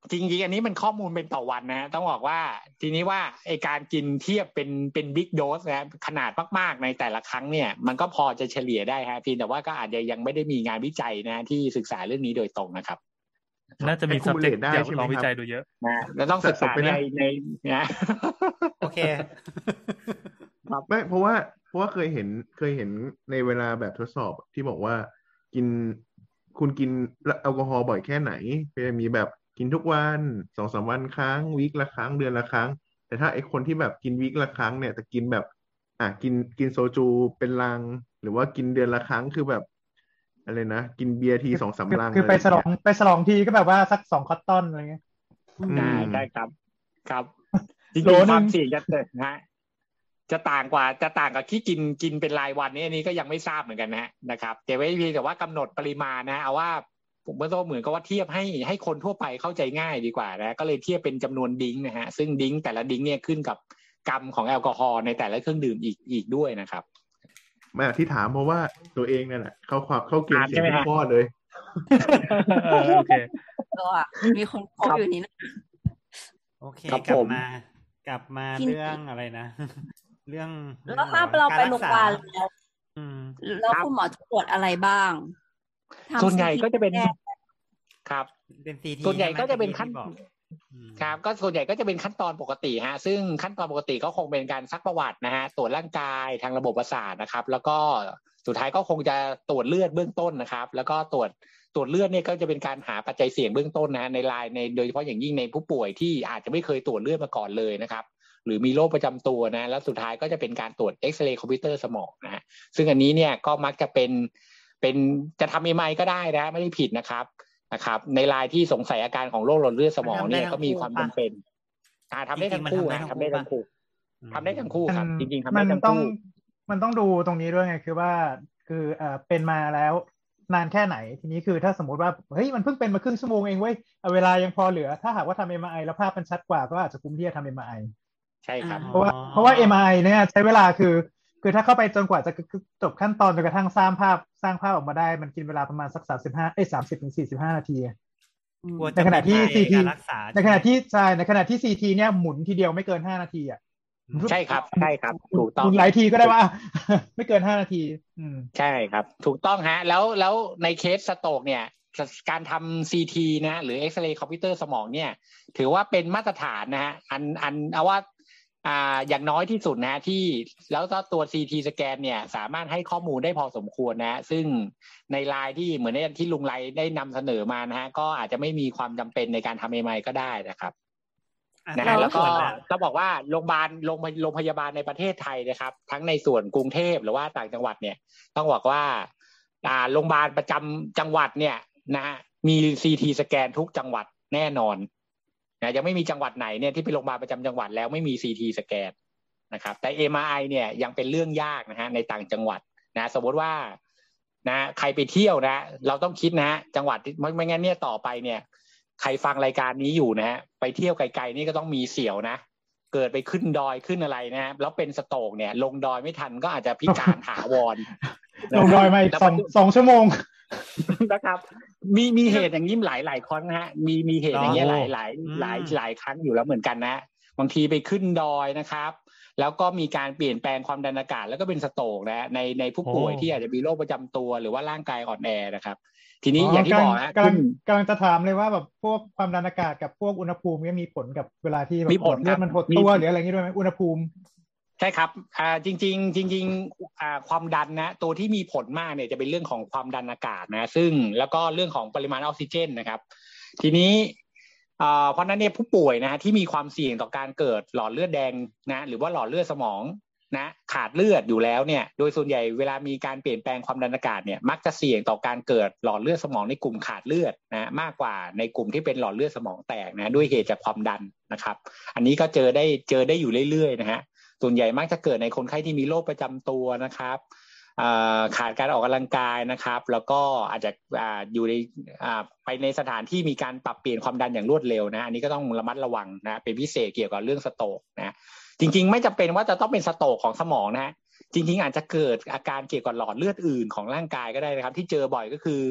จริงๆอันนี้มันข้อมูลเป็นต่อวันนะต้องบอกว่าทีนี้ว่าไอการกินเทียบเป็นบิ๊กโดสนะขนาดมากๆในแต่ละครั้งเนี่ยมันก็พอจะเฉลี่ยได้ฮะเพียงแต่ว่าก็อาจจะยังไม่ได้มีงานวิจัยนะที่ศึกษาเรื่องนี้โดยตรงนะครับน่าจะมี subject เดี๋ยวลองวิจัยดูเยอะนะแล้วต้องศึกษาในนะโอเคไม่เพราะว่าเคยเห็นในเวลาแบบทดสอบที่บอกว่าคุณกินแอลกอฮอล์บ่อยแค่ไหนจะมีแบบกินทุกวัน 2-3 วันครั้งวีคละครั้งเดือนละครั้งแต่ถ้าไอ้คนที่แบบกินวีคละครั้งเนี่ยแต่กินแบบกินโซจูเป็นลังหรือว่ากินเดือนละครั้งคือแบบอะไรนะกินเบียร์ที 2-3 ลังคือไปฉลองทีก็แบบว่าสัก2 คอตตอนอะไรเงี้ยได้ครับจริงๆความเสี่ยงจะเกิดนะจะต่างกับที่กินเป็นรายวันนี่อันนี้ก็ยังไม่ทราบเหมือนกันนะครับแต่ไว้เพียงแต่ว่ากำหนดปริมาณนะเอาว่าผมเมื่อต้นเหมือนกับว่าเทียบให้คนทั่วไปเข้าใจง่ายดีกว่านะก็เลยเทียบเป็นจำนวนดิ้งนะฮะซึ่งดิ้งแต่ละดิ้งเนี่ยขึ้นกับกรัมของแอลกอฮอล์ในแต่ละเครื่องดื่มอีกด้วยนะครับไม่ที่ถามเพราะว่าตัวเองนั่นแหละเข้าเกณฑ์เสียงทุกข้อเลยโอเคมีคนพบอยู่นี่นะโอเคกลับมาเรื่องอะไรนะเรื่องแล้วถ้าเราไปโรงพยาบาลแล้วคุณหมอจะตรวจอะไรบ้างส่วนใหญ่ก็จะเป็นครับเป็น CT ส่วนใหญ่ก็จะเป็นขั้นครับก็ส่วนใหญ่ก็จะเป็นขั้นตอนปกติฮะซึ่งขั้นตอนปกติก็คงเป็นการซักประวัตินะฮะตรวจร่างกายทางระบบประสาทนะครับแล้วก็สุดท้ายก็คงจะตรวจเลือดเบื้องต้นนะครับแล้วก็ตรวจเลือดเนี่ยก็จะเป็นการหาปัจจัยเสี่ยงเบื้องต้นนะในรายในโดยเฉพาะอย่างยิ่งในผู้ป่วยที่อาจจะไม่เคยตรวจเลือดมาก่อนเลยนะครับหรือมีโรคประจำตัวนะแล้วสุดท้ายก็จะเป็นการตรวจเอ็กซเรย์คอมพิวเตอร์สมองนะฮะซึ่งอันนี้เนี่ยก็มักจะเป็นจะทำMRIก็ได้นะไม่ได้ผิดนะครับในรายที่สงสัยอาการของโรคหลอดเลือดสมองเนี่ยก็มีความจำเป็นทำได้ทั้งคู่ทำได้ทั้งคู่ครับจริงๆทำได้ทั้งคู่มันต้องดูตรงนี้ด้วยไงคือว่าคือเป็นมาแล้วนานแค่ไหนทีนี้คือถ้าสมมติว่าเฮ้ยมันเพิ่งเป็นมาครึ่งชั่วโมงเองเว้ยเวลายังพอเหลือถ้าหากว่าทำ MRI แล้วภาพมันชัดกว่าก็อาจจะคุ้มที่จะทำ MRI ใช่ครับเพราะว่า MRI เนี่ยใช้เวลาคือถ้าเข้าไปจนกว่าจะจบขั้นตอนจนกระทั่งสร้างภาพออกมาได้มันกินเวลาประมาณสัก30 ถึง 45 นาทีในขณะที่ CT ในขณะที่ CT เนี่ยหมุนทีเดียวไม่เกิน5 นาทีใช่ครับถูกต้องหลายทีก็ได้ว่าไม่เกิน5 นาทีใช่ครับถูกต้องฮะแล้วในเคสสโตรกเนี่ยการทำ CT นะหรือ X-ray คอมพิวเตอร์สมองเนี่ยถือว่าเป็นมาตรฐานนะฮะเอาว่าอย่างน้อยที่สุดนะที่แล้วก็ตัว CT สแกนเนี่ยสามารถให้ข้อมูลได้พอสมควรนะซึ่งในรายที่เหมือนที่ลุงไรได้นำเสนอมานะฮะก็อาจจะไม่มีความจำเป็นในการทำMRIก็ได้นะครับนะฮะแล้วก็บอกว่าโรงพยาบาลในประเทศไทยนะครับทั้งในส่วนกรุงเทพหรือว่าต่างจังหวัดเนี่ยต้องบอกว่าโรงพยาบาลประจำจังหวัดเนี่ยนะฮะมี CT สแกนทุกจังหวัดแน่นอนนะยังไม่มีจังหวัดไหนเนี่ยที่เป็นโรงพยาบาลประจำจังหวัดแล้วไม่มี CT สแกนนะครับแต่ MRI เนี่ยยังเป็นเรื่องยากนะฮะในต่างจังหวัดนะสมมติว่านะใครไปเที่ยวนะเราต้องคิดนะฮะจังหวัดไม่งั้นเนี่ยต่อไปเนี่ยใครฟังรายการนี้อยู่นะฮะไปเที่ยวไกลๆนี่ก็ต้องมีเสี่ยวนะเกิดไปขึ้นดอยขึ้นอะไรนะแล้วเป็นสโตรกเนี่ยลงดอยไม่ทันก็อาจจะพิการถาวรลงดอยมาอีก2 ชั่วโมงนะครับมีเหตุอย่างนี้หลายครั้งนะฮะมีเหตุอย่างเงี้ยหลายครั้งอยู่แล้วเหมือนกันนะบางทีไปขึ้นดอยนะครับแล้วก็มีการเปลี่ยนแปลงความดันอากาศแล้วก็เป็นสโตรกนะในผู้ป่วยที่อาจจะมีโรคประจำตัวหรือว่าร่างกายอ่อนแอนะครับทีนี้อย่างที่บอกนะกำลังจะถามเลยว่าแบบพวกความดันอากาศกับพวกอุณหภูมิมีผลกับเวลาที่แบบเลือดมันหดตัวหรืออะไรอย่างนี้ด้วยไหมอุณหภูมิใช่ครับจริงความดันนะตัวที่มีผลมากเนี่ยจะเป็นเรื่องของความดันอากาศนะซึ่งแล้วก็เรื่องของปริมาณออกซิเจนนะครับทีนี้เพราะนั้นเนี่ยผู้ป่วยนะที่มีความเสี่ยงต่อการเกิดหลอดเลือดแดงนะหรือว่าหลอดเลือดสมองนะขาดเลือดอยู่แล้วเนี่ยโดยส่วนใหญ่เวลามีการเปลี่ยนแปลงความดันอากาศเนี่ยมักจะเสี่ยงต่อการเกิดหลอดเลือดสมองในกลุ่มขาดเลือดนะมากกว่าในกลุ่มที่เป็นหลอดเลือดสมองแตกนะด้วยเหตุจากความดันนะครับอันนี้ก็เจอได้อยู่เรื่อยๆนะฮะส่วนใหญ่มักจะเกิดในคนไข้ที่มีโรคประจำตัวนะครับขาดการออกกำลังกายนะครับแล้วก็อาจจะอยู่ในไปในสถานที่มีการปรับเปลี่ยนความดันอย่างรวดเร็วนะอันนี้ก็ต้องระมัดระวังนะเป็นพิเศษเกี่ยวกับเรื่องสโตรกนะจริงๆไม่จำเป็นว่าจะต้องเป็นสโตรกของสมองนะฮะจริงๆอาจจะเกิดอาการเกี่ยวกับหลอดเลือดอื่นของร่างกายก็ได้นะครับที่เจอบ่อยก็คือ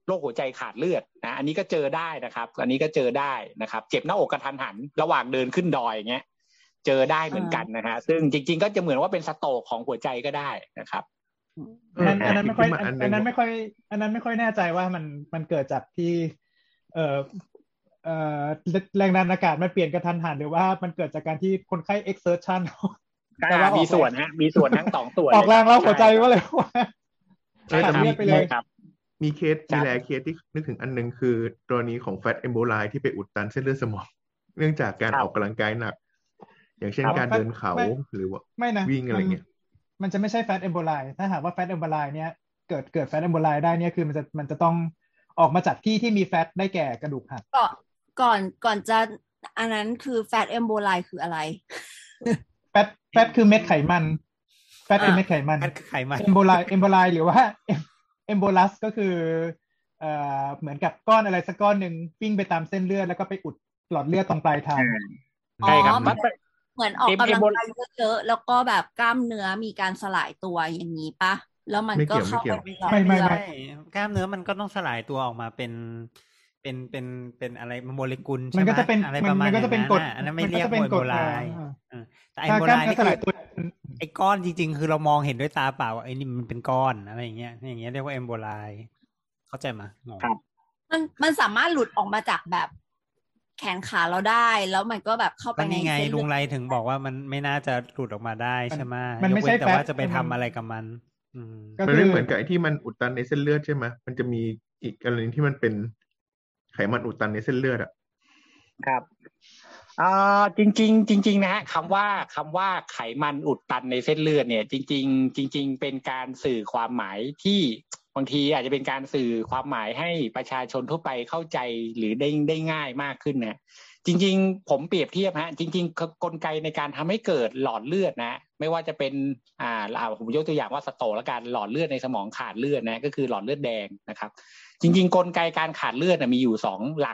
โรคหัวใจขาดเลือดนะอันนี้ก็เจอได้นะครับอันนี้ก็เจอได้นะครับเจ็บหน้าอกกระทันหันระหว่างเดินขึ้นดอยอย่างเงี้ยเจอได้เหมือนกันนะฮะซึ่งจริงๆก็จะเหมือนว่าเป็นสโตรกของหัวใจก็ได้นะครับอันนั้นไม่ค่อยแน่ใจว่ามันเกิดจากที่เแรงดันอากาศมันเปลี่ยนกระทันหันหรือว่ามันเกิดจากการที่คนไข้ exertion แต่ว่ามีส่วนฮะมีส่วนทั้งสองส่วนออกแรงแล้วหัวใจก็เลยว่าขาดเลือดไปเลยครับมีเคสที่นึกถึงอันนึงคือกรณีของแฟตเอมโบไลที่ไปอุดตันเส้นเลือดสมองเนื่องจากการออกกำลังกายหนักอย่างเช่นการเดินเขาหรือว่าวิ่งอะไรเงี้ยมันจะไม่ใช่แฟตเอมโบไลถ้าหากว่าแฟตเอมโบไลเนี้ยเกิดแฟตเอมโบไลได้เนี่ยคือมันจะต้องออกมาจากที่มีแฟตได้แก่กระดูกหักก่อนจะอันนั้นคือแฟตเอมโบไลคืออะไรแฟตคือเม็ดไขมันแฟตคือเม็ดไขมันเอมโบไลหรือว่าเอมโบลัสก็คือเหมือนกับก้อนอะไรสักก้อนหนึ่งวิ่งไปตามเส้นเลือดแล้วก็ไปอุดหลอดเลือดตรงปลายทางใช่ครับเหมือนออกกำลังกายเยอะๆแล้วก็แบบกล้ามเนื้อมีการสลายตัวอย่างนี้ปะแล้วมันก็เข้าไปในหลอดเลือดกล้ามเนื้อมันก็ต้องสลายตัวออกมาเป็นอะไรโมเลกุลใช่ไหมมันก็จะเป็นอะไรประมาณนั้นอันนั้นไม่เรียกโมไลแต่ไอโมไลนี่คือไอก้อนจริงๆคือเรามองเห็นด้วยตาเปล่าไอนี่มันเป็นก้อนอะไรอย่างเงี้ยเรียกว่าเอมโบไลเข้าใจไหมครับมันสามารถหลุดออกมาจากแบบแขนขาเราได้แล้วมันก็แบบเข้าไปในไงลุงไรถึงบอกว่ามันไม่น่าจะหลุดออกมาได้ใช่ไหมมันไม่ใช่แต่ว่าจะไปทำอะไรกับมันมันไม่เหมือนกับไอที่มันอุดตันในเส้นเลือดใช่ไหมมันจะมีอีกกรณีที่มันเป็นไขมันอุดตันในเส้นเลือดอ่ะครับจริงนะฮะคำว่าไขมันอุดตันในเส้นเลือดเนี่ยจริงเป็นการสื่อความหมายที่บางทีอาจจะเป็นการสื่อความหมายให้ประชาชนทั่วไปเข้าใจหรือได้ง่ายมากขึ้นนะจริงๆผมเปรียบเทียบฮะจริงๆกลไกในการทำให้เกิดหลอดเลือดนะไม่ว่าจะเป็นผมยกตัวอย่างว่าสโตรกและการหลอดเลือดในสมองขาดเลือดนะก็คือหลอดเลือดแดงนะครับจริงๆกลไกการขาดเลือดมีอยู่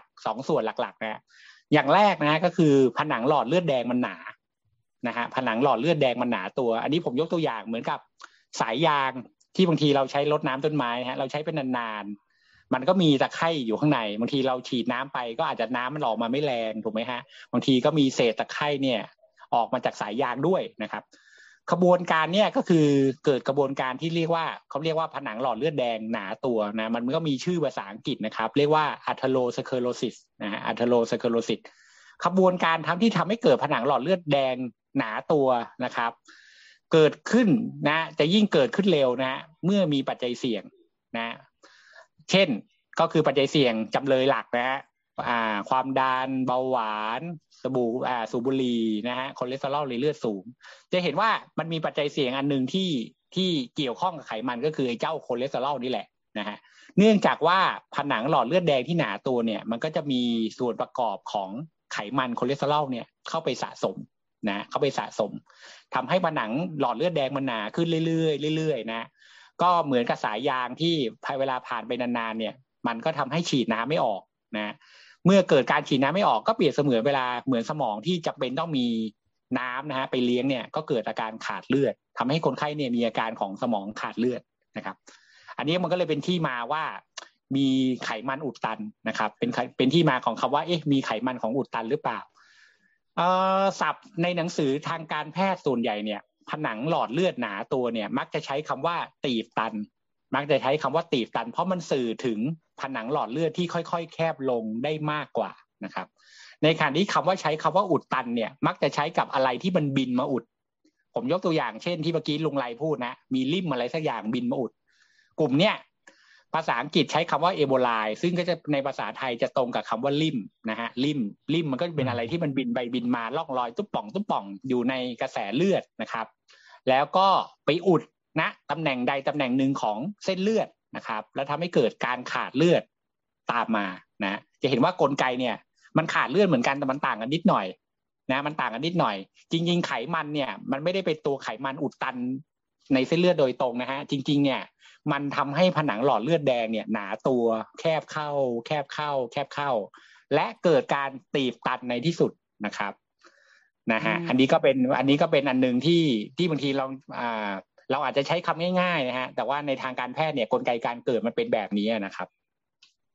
2ส่วนหลักๆนะอย่างแรกนะก็คือผนังหลอดเลือดแดงมันหนานะฮะผนังหลอดเลือดแดงมันหนาตัวอันนี้ผมยกตัวอย่างเหมือนกับสายยางที่บางทีเราใช้รดน้ำต้นไม้ฮะเราใช้เป็นนานๆมันก็มีตะไคร่อยู่ข้างในบางทีเราฉีดน้ำไปก็อาจจะน้ำมันออกมาไม่แรงถูกไหมฮะบางทีก็มีเศษตะไคร่เนี่ยออกมาจากสายยางด้วยนะครับขบวนการเนี่ยก็คือเกิดกระบวนการที่เรียกว่าผนังหลอดเลือดแดงหนาตัวนะมันก็มีชื่อภาษาอังกฤษนะครับเรียกว่า atherosclerosis นะฮะ atherosclerosis ขบวนการที่ทำให้เกิดผนังหลอดเลือดแดงหนาตัวนะครับเกิดขึ้นนะจะยิ่งเกิดขึ้นเร็วนะเมื่อมีปัจจัยเสี่ยงนะเช่นก็คือปัจจัยเสี่ยงจำเลยหลักนะฮะความดันเบาหวานสูบบุหรี่นะฮะคอเลสเตอรอลในเลือดสูงจะเห็นว่ามันมีปัจจัยเสี่ยงอันนึงที่เกี่ยวข้องกับไขมันก็คือไอ้เจ้าคอเลสเตอรอลนี่แหละนะฮะเนื่องจากว่าผนังหลอดเลือดแดงที่หนาตัวเนี่ยมันก็จะมีส่วนประกอบของไขมันคอเลสเตอรอลเนี่ยเข้าไปสะสมทำให้ผนังหลอดเลือดแดงมันหนาขึ้นเรื่อยๆนะก็เหมือนกับสายยางที่เวลาผ่านไปนานๆเนี่ยมันก็ทำให้ฉีดน้ำไม่ออกนะเมื่อเกิดการฉีดน้ำไม่ออกก็เปรียบเสมือนเวลาเหมือนสมองที่จำเป็นต้องมีน้ำนะฮะไปเลี้ยงเนี่ยก็เกิดอาการขาดเลือดทำให้คนไข้เนี่ยมีอาการของสมองขาดเลือดนะครับอันนี้มันก็เลยเป็นที่มาว่ามีไขมันอุดตันนะครับเป็นที่มาของคำว่ามีไขมันของอุดตันหรือเปล่าศัพท์ในหนังสือทางการแพทย์ส่วนใหญ่เนี่ยผนังหลอดเลือดหนาตัวเนี่ยมักจะใช้คำว่าตีบตันเพราะมันสื่อถึงผนังหลอดเลือดที่ค่อยๆแคบลงได้มากกว่านะครับในขณะที่ใช้คำว่าอุดตันเนี่ยมักจะใช้กับอะไรที่มันบินมาอุดผมยกตัวอย่างเช่นที่เมื่อกี้ลุงไรพูดนะมีลิ่มอะไรสักอย่างบินมาอุดกลุ่มเนี้ยภาษาอังกฤษใช้คำว่าเอโบไลซึ่งก็จะในภาษาไทยจะตรงกับคำว่าลิ่มนะฮะลิ่มมันก็เป็นอะไรที่มันบินไปบินมาล่องลอยตุ๊บป่องอยู่ในกระแสเลือดนะครับแล้วก็ไปอุดนะตำแหน่งใดตำแหน่งหนึ่งของเส้นเลือดนะครับแล้วทำให้เกิดการขาดเลือดตามมานะจะเห็นว่ากลไกเนี่ยมันขาดเลือดเหมือนกันแต่มันต่างกันนิดหน่อยนะมันต่างกันนิดหน่อยจริงๆไขมันเนี่ยมันไม่ได้เป็นตัวไขมันอุดตันในเส้นเลือดโดยตรงนะฮะจริงๆเนี่ยมันทำให้ผนังหลอดเลือดแดงเนี่ยหนาตัวแคบเข้าและเกิดการตีบตันในที่สุดนะครับนะฮะอันนี้ก็เป็นอันนึงที่บางทีเราอาจจะใช้คำง่ายๆนะฮะแต่ว่าในทางการแพทย์เนี่ยกลไกการเกิดมันเป็นแบบนี้นะครับ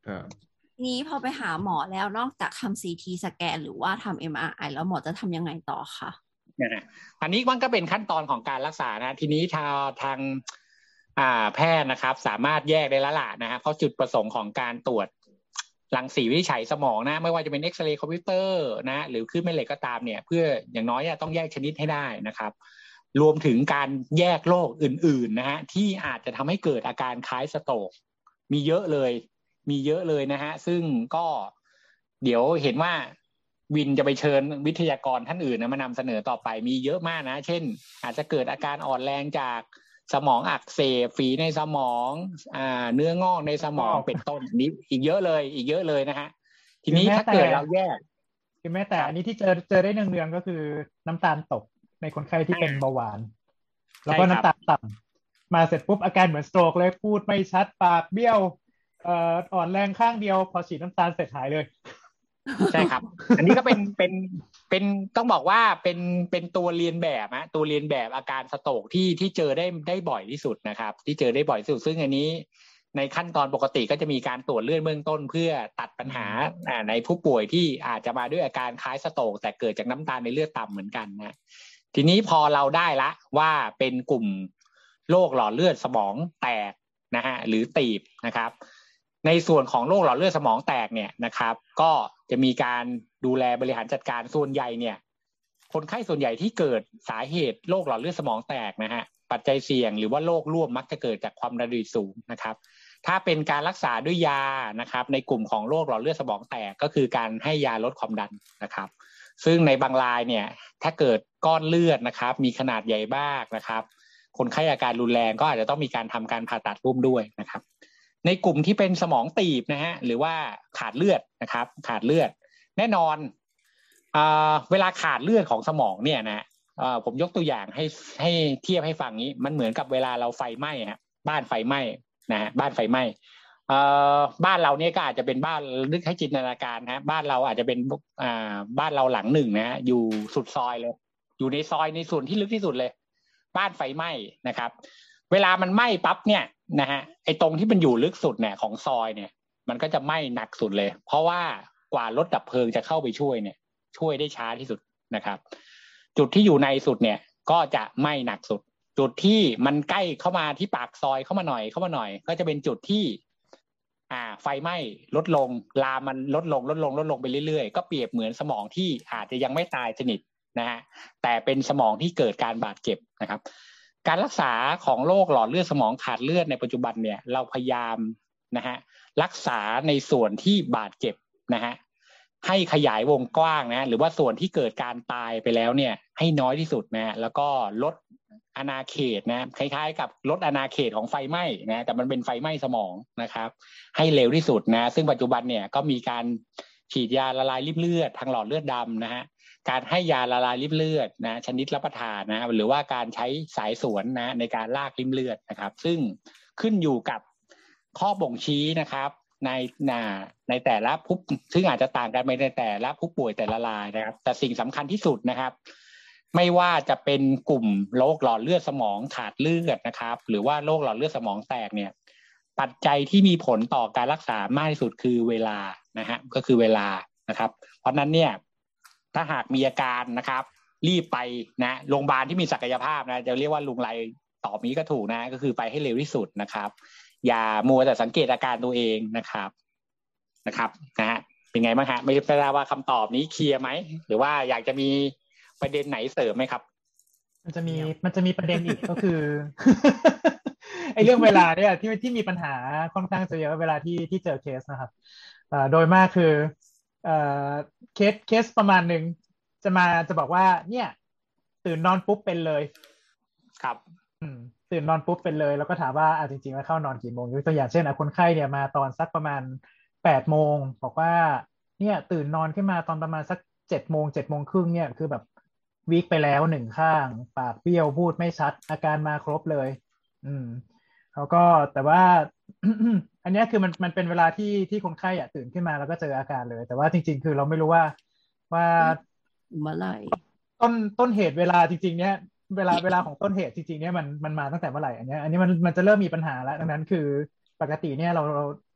นี้พอไปหาหมอแล้วนอกจากทำ CT สแกนหรือว่าทำ MRI แล้วหมอจะทำยังไงต่อคะอันนี้มันก็เป็นขั้นตอนของการรักษานะทีนี้ทางแพทย์นะครับสามารถแยกได้แล้วล่ะนะฮะเพราะจุดประสงค์ของการตรวจรังสีวินิจฉัยสมองนะไม่ว่าจะเป็นเอ็กซเรย์คอมพิวเตอร์นะหรือคลื่นแม่เหล็กก็ตามเนี่ยเพื่ออย่างน้อยต้องแยกชนิดให้ได้นะครับรวมถึงการแยกโรคอื่นๆนะฮะที่อาจจะทำให้เกิดอาการคล้ายสโตรกมีเยอะเลยนะฮะซึ่งก็เดี๋ยวเห็นว่าวินจะไปเชิญวิทยากรท่านอื่นนะมานำเสนอต่อไปมีเยอะมากนะเช่นอาจจะเกิดอาการอ่อนแรงจากสมองอักเสบฝีในสมองเนื้องอกในสมองเป็นต้นนี้อีกเยอะเลยนะฮะทีนี้ถ้าเกิดเราแยกคือแม้แต่อันนี้ที่เจอได้เนืองๆก็คือน้ำตาลตกในคนไข้ที่เป็นเบาหวานแล้วก็น้ำตาลต่ำมาเสร็จปุ๊บอาการเหมือนสโตรกเลยพูดไม่ชัดปากเบี้ยวอ่อนแรงข้างเดียวพอฉีดน้ำตาลเสร็จหายเลยใช่ครับอันนี้ก็เป็นต้องบอกว่าเป็นตัวเรียนแบบนะตัวเรียนแบบอาการสโตรกที่เจอได้บ่อยที่สุดนะครับที่เจอได้บ่อยที่สุดซึ่งอันนี้ในขั้นตอนปกติก็จะมีการตรวจเลือดเบื้องต้นเพื่อตัดปัญหาในผู้ป่วยที่อาจจะมาด้วยอาการคล้ายสโตรกแต่เกิดจากน้ำตาลในเลือดต่ำเหมือนกันนะทีนี้พอเราได้ละว่าเป็นกลุ่มโรคหลอดเลือดสมองแตกนะฮะหรือตีบนะครับในส่วนของโรคหลอดเลือดสมองแตกเนี่ยนะครับก็จะมีการดูแลบริหารจัดการส่วนใหญ่เนี่ยคนไข้ส่วนใหญ่ที่เกิดสาเหตุโรคหลอดเลือดสมองแตกนะฮะปัจจัยเสี่ยงหรือว่าโรคร่วมมักจะเกิดจากความดันโลหิตสูงนะครับถ้าเป็นการรักษาด้วยยานะครับในกลุ่มของโรคหลอดเลือดสมองแตกก็คือการให้ยาลดความดันนะครับซึ่งในบางรายเนี่ยถ้าเกิดก้อนเลือดนะครับมีขนาดใหญ่มากนะครับคนไข้อาการรุนแรงก็อาจจะต้องมีการทำการผ่าตัดร่วมด้วยนะครับในกลุ่มที่เป็นสมองตีบนะฮะหรือว่าขาดเลือดนะครับขาดเลือดแน่นอนเวลาขาดเลือดของสมองเนี่ยนะผมยกตัวอย่างให้เทียบให้ฟังนี้มันเหมือนกับเวลาเราไฟไหม้ฮะบ้านไฟไหม้นะฮะบ้านไฟไหม้บ้านเราเนี่ยก็อาจจะเป็นบ้านนึกให้จินตนาการนะบ้านเราอาจจะเป็นบ้านเราหลังหนึ่งนะอยู่สุดซอยเลยอยู่ในซอยในส่วนที่ลึกที่สุดเลยบ้านไฟไหม้นะครับเวลามันไหม้ปั๊บเนี่ยนะฮะไอ้ตรงที่มันอยู่ลึกสุดเนี่ยของซอยเนี่ยมันก็จะไหม้หนักสุดเลยเพราะว่ากว่ารถดับเพลิงจะเข้าไปช่วยเนี่ยช่วยได้ช้าที่สุดนะครับจุดที่อยู่ในสุดเนี่ยก็จะไหม้หนักสุดจุดที่มันใกล้เข้ามาที่ปากซอยเข้ามาหน่อยก็จะเป็นจุดที่ไฟไหม้ลดลงลามมันลดลงไปเรื่อยๆก็เปรียบเหมือนสมองที่อาจจะยังไม่ตายสนิทนะฮะแต่เป็นสมองที่เกิดการบาดเจ็บนะครับการรักษาของโรคหลอดเลือดสมองขาดเลือดในปัจจุบันเนี่ยเราพยายามนะฮะรักษาในส่วนที่บาดเจ็บนะฮะให้ขยายวงกว้างนะหรือว่าส่วนที่เกิดการตายไปแล้วเนี่ยให้น้อยที่สุดนะแล้วก็ลดอาณาเขตนะคล้ายๆกับลดอาณาเขตของไฟไหม้นะแต่มันเป็นไฟไหม้สมองนะครับให้เร็วที่สุดนะซึ่งปัจจุบันเนี่ยก็มีการฉีดยาละลายริ่มเลือดทางหลอดเลือดดำนะฮะการให้ยาละลายริ่มเลือดนะชนิดรับประทานนะหรือว่าการใช้สายสวนนะในการลากริ่มเลือดนะครับซึ่งขึ้นอยู่กับข้อบ่งชี้นะครับในแต่ละผู้ซึ่งอาจจะต่างกันไปในแต่ละผู้ป่วยแต่ละรายนะครับแต่สิ่งสำคัญที่สุดนะครับไม่ว่าจะเป็นกลุ่มโรคหลอดเลือดสมองขาดเลือดนะครับหรือว่าโรคหลอดเลือดสมองแตกเนี่ยปัจจัยที่มีผลต่อการรักษามากที่สุดคือเวลานะฮะก็คือเวลานะครับเพราะนั้นเนี่ยถ้าหากมีอาการนะครับรีบไปนะโรงพยาบาลที่มีศักยภาพนะจะเรียกว่าลุงไรตอบนี้ก็ถูกนะก็คือไปให้เร็วที่สุดนะครับอย่ามัวแต่สังเกตอาการตัวเองนะครับนะฮะเป็นไงบ้างฮะไม่ทราบว่าคำตอบนี้เคลียร์ไหมหรือว่าอยากจะมีประเด็นไหนเสริมไหมครับมันจะมีประเด็นอีกก็คือ ไอ้เรื่องเวลาเนี่ยที่มีปัญหาค่อนข้างจะเยอะเวลาที่เจอเคสนะครับโดยมากคือเคสประมาณหนึ่งจะบอกว่าเนี่ยตื่นนอนปุ๊บเป็นเลยครับตื่นนอนปุ๊บเป็นเลยแล้วก็ถามว่าจริงๆแล้วเข้านอนกี่โมงยกตัวอย่างเช่นคนไข้เนี่ยมาตอนสักประมาณ8 โมงบอกว่าเนี่ยตื่นนอนขึ้นมาตอนประมาณสัก7 โมงครึ่งเนี่ยคือแบบวีคไปแล้ว1 ข้างปากเบี้ยวพูดไม่ชัดอาการมาครบเลยแล้วก็แต่ว่า อันนี้คือมันเป็นเวลาที่คนไข้ตื่นขึ้นมาแล้วก็เจออาการเลยแต่ว่าจริงๆคือเราไม่รู้ว่าเมื่อไหร่ต้นเหตุเวลาจริงๆเนี่ยเวลาของต้นเหตุจริงๆเนี่ยมันมาตั้งแต่เมื่อไหร่อันนี้มันจะเริ่มมีปัญหาแล้วดังนั้นคือปกติเนี่ยเรา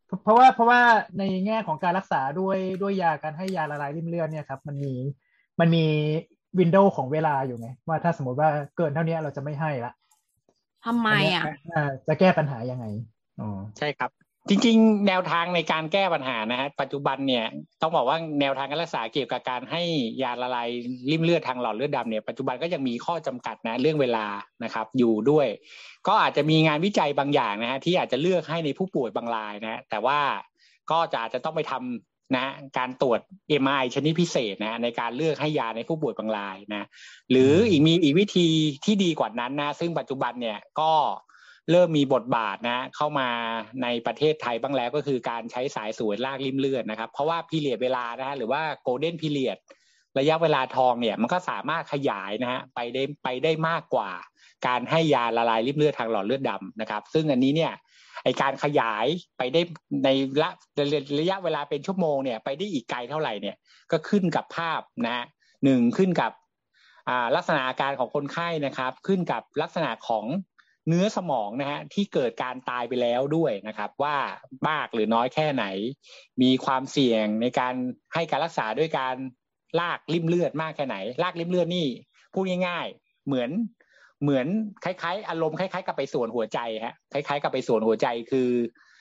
เพราะว่าในแง่ของการรักษาด้วยยาการให้ยาละลายริ่มเลือดเนี่ยครับมันมีวินโดว์ของเวลาอยู่ไงว่าถ้าสมมติว่าเกินเท่านี้เราจะไม่ให้ละทำไมจะแก้ปัญหายังไงใช่ครับจริงๆแนวทางในการแก้ปัญหานะฮะปัจจุบันเนี่ยต้องบอกว่าแนวทางการรักษาเกี่ยวกับการให้ยาละลายริ่มเลือดทางหลอดเลือดดำเนี่ยปัจจุบันก็ยังมีข้อจำกัดนะเรื่องเวลานะครับอยู่ด้วยก็อาจจะมีงานวิจัยบางอย่างนะฮะที่อาจจะเลือกให้ในผู้ป่วยบางรายนะแต่ว่าก็อาจจะต้องไปทำนะการตรวจ MRI ชนิดพิเศษนะในการเลือกให้ยาในผู้ป่วยบางรายนะหรือมีอีกวิธีที่ดีกว่านั้นนะซึ่งปัจจุบันเนี่ยก็เริ่มมีบทบาทนะเข้ามาในประเทศไทยบ้างแล้วก็คือการใช้สายสูบลากริ่มเลือดนะครับเพราะว่าพีเรียดเวลานะฮะหรือว่าโกลเด้นพีเรียดระยะเวลาทองเนี่ยมันก็สามารถขยายนะฮะไปได้มากกว่าการให้ยาละลายริ่มเลือดทางหลอดเลือดดำนะครับซึ่งอันนี้เนี่ยไอการขยายไปได้ในระยะเวลาเป็นชั่วโมงเนี่ยไปได้อีกไกลเท่าไหร่เนี่ยก็ขึ้นกับภาพนะฮะ1ขึ้นกับลักษณะอาการของคนไข้นะครับขึ้นกับลักษณะของเนื้อสมองนะฮะที่เกิดการตายไปแล้วด้วยนะครับว่ามากหรือน้อยแค่ไหนมีความเสี่ยงในการให้การรักษาด้วยการลากริ่มเลือดมากแค่ไหนลากริ่มเลือดนี่พูดง่ายๆเหมือนคล้ายๆอารมณ์คล้ายๆกับไปส่วนหัวใจฮะคล้ายๆกับไปส่วนหัวใจคือ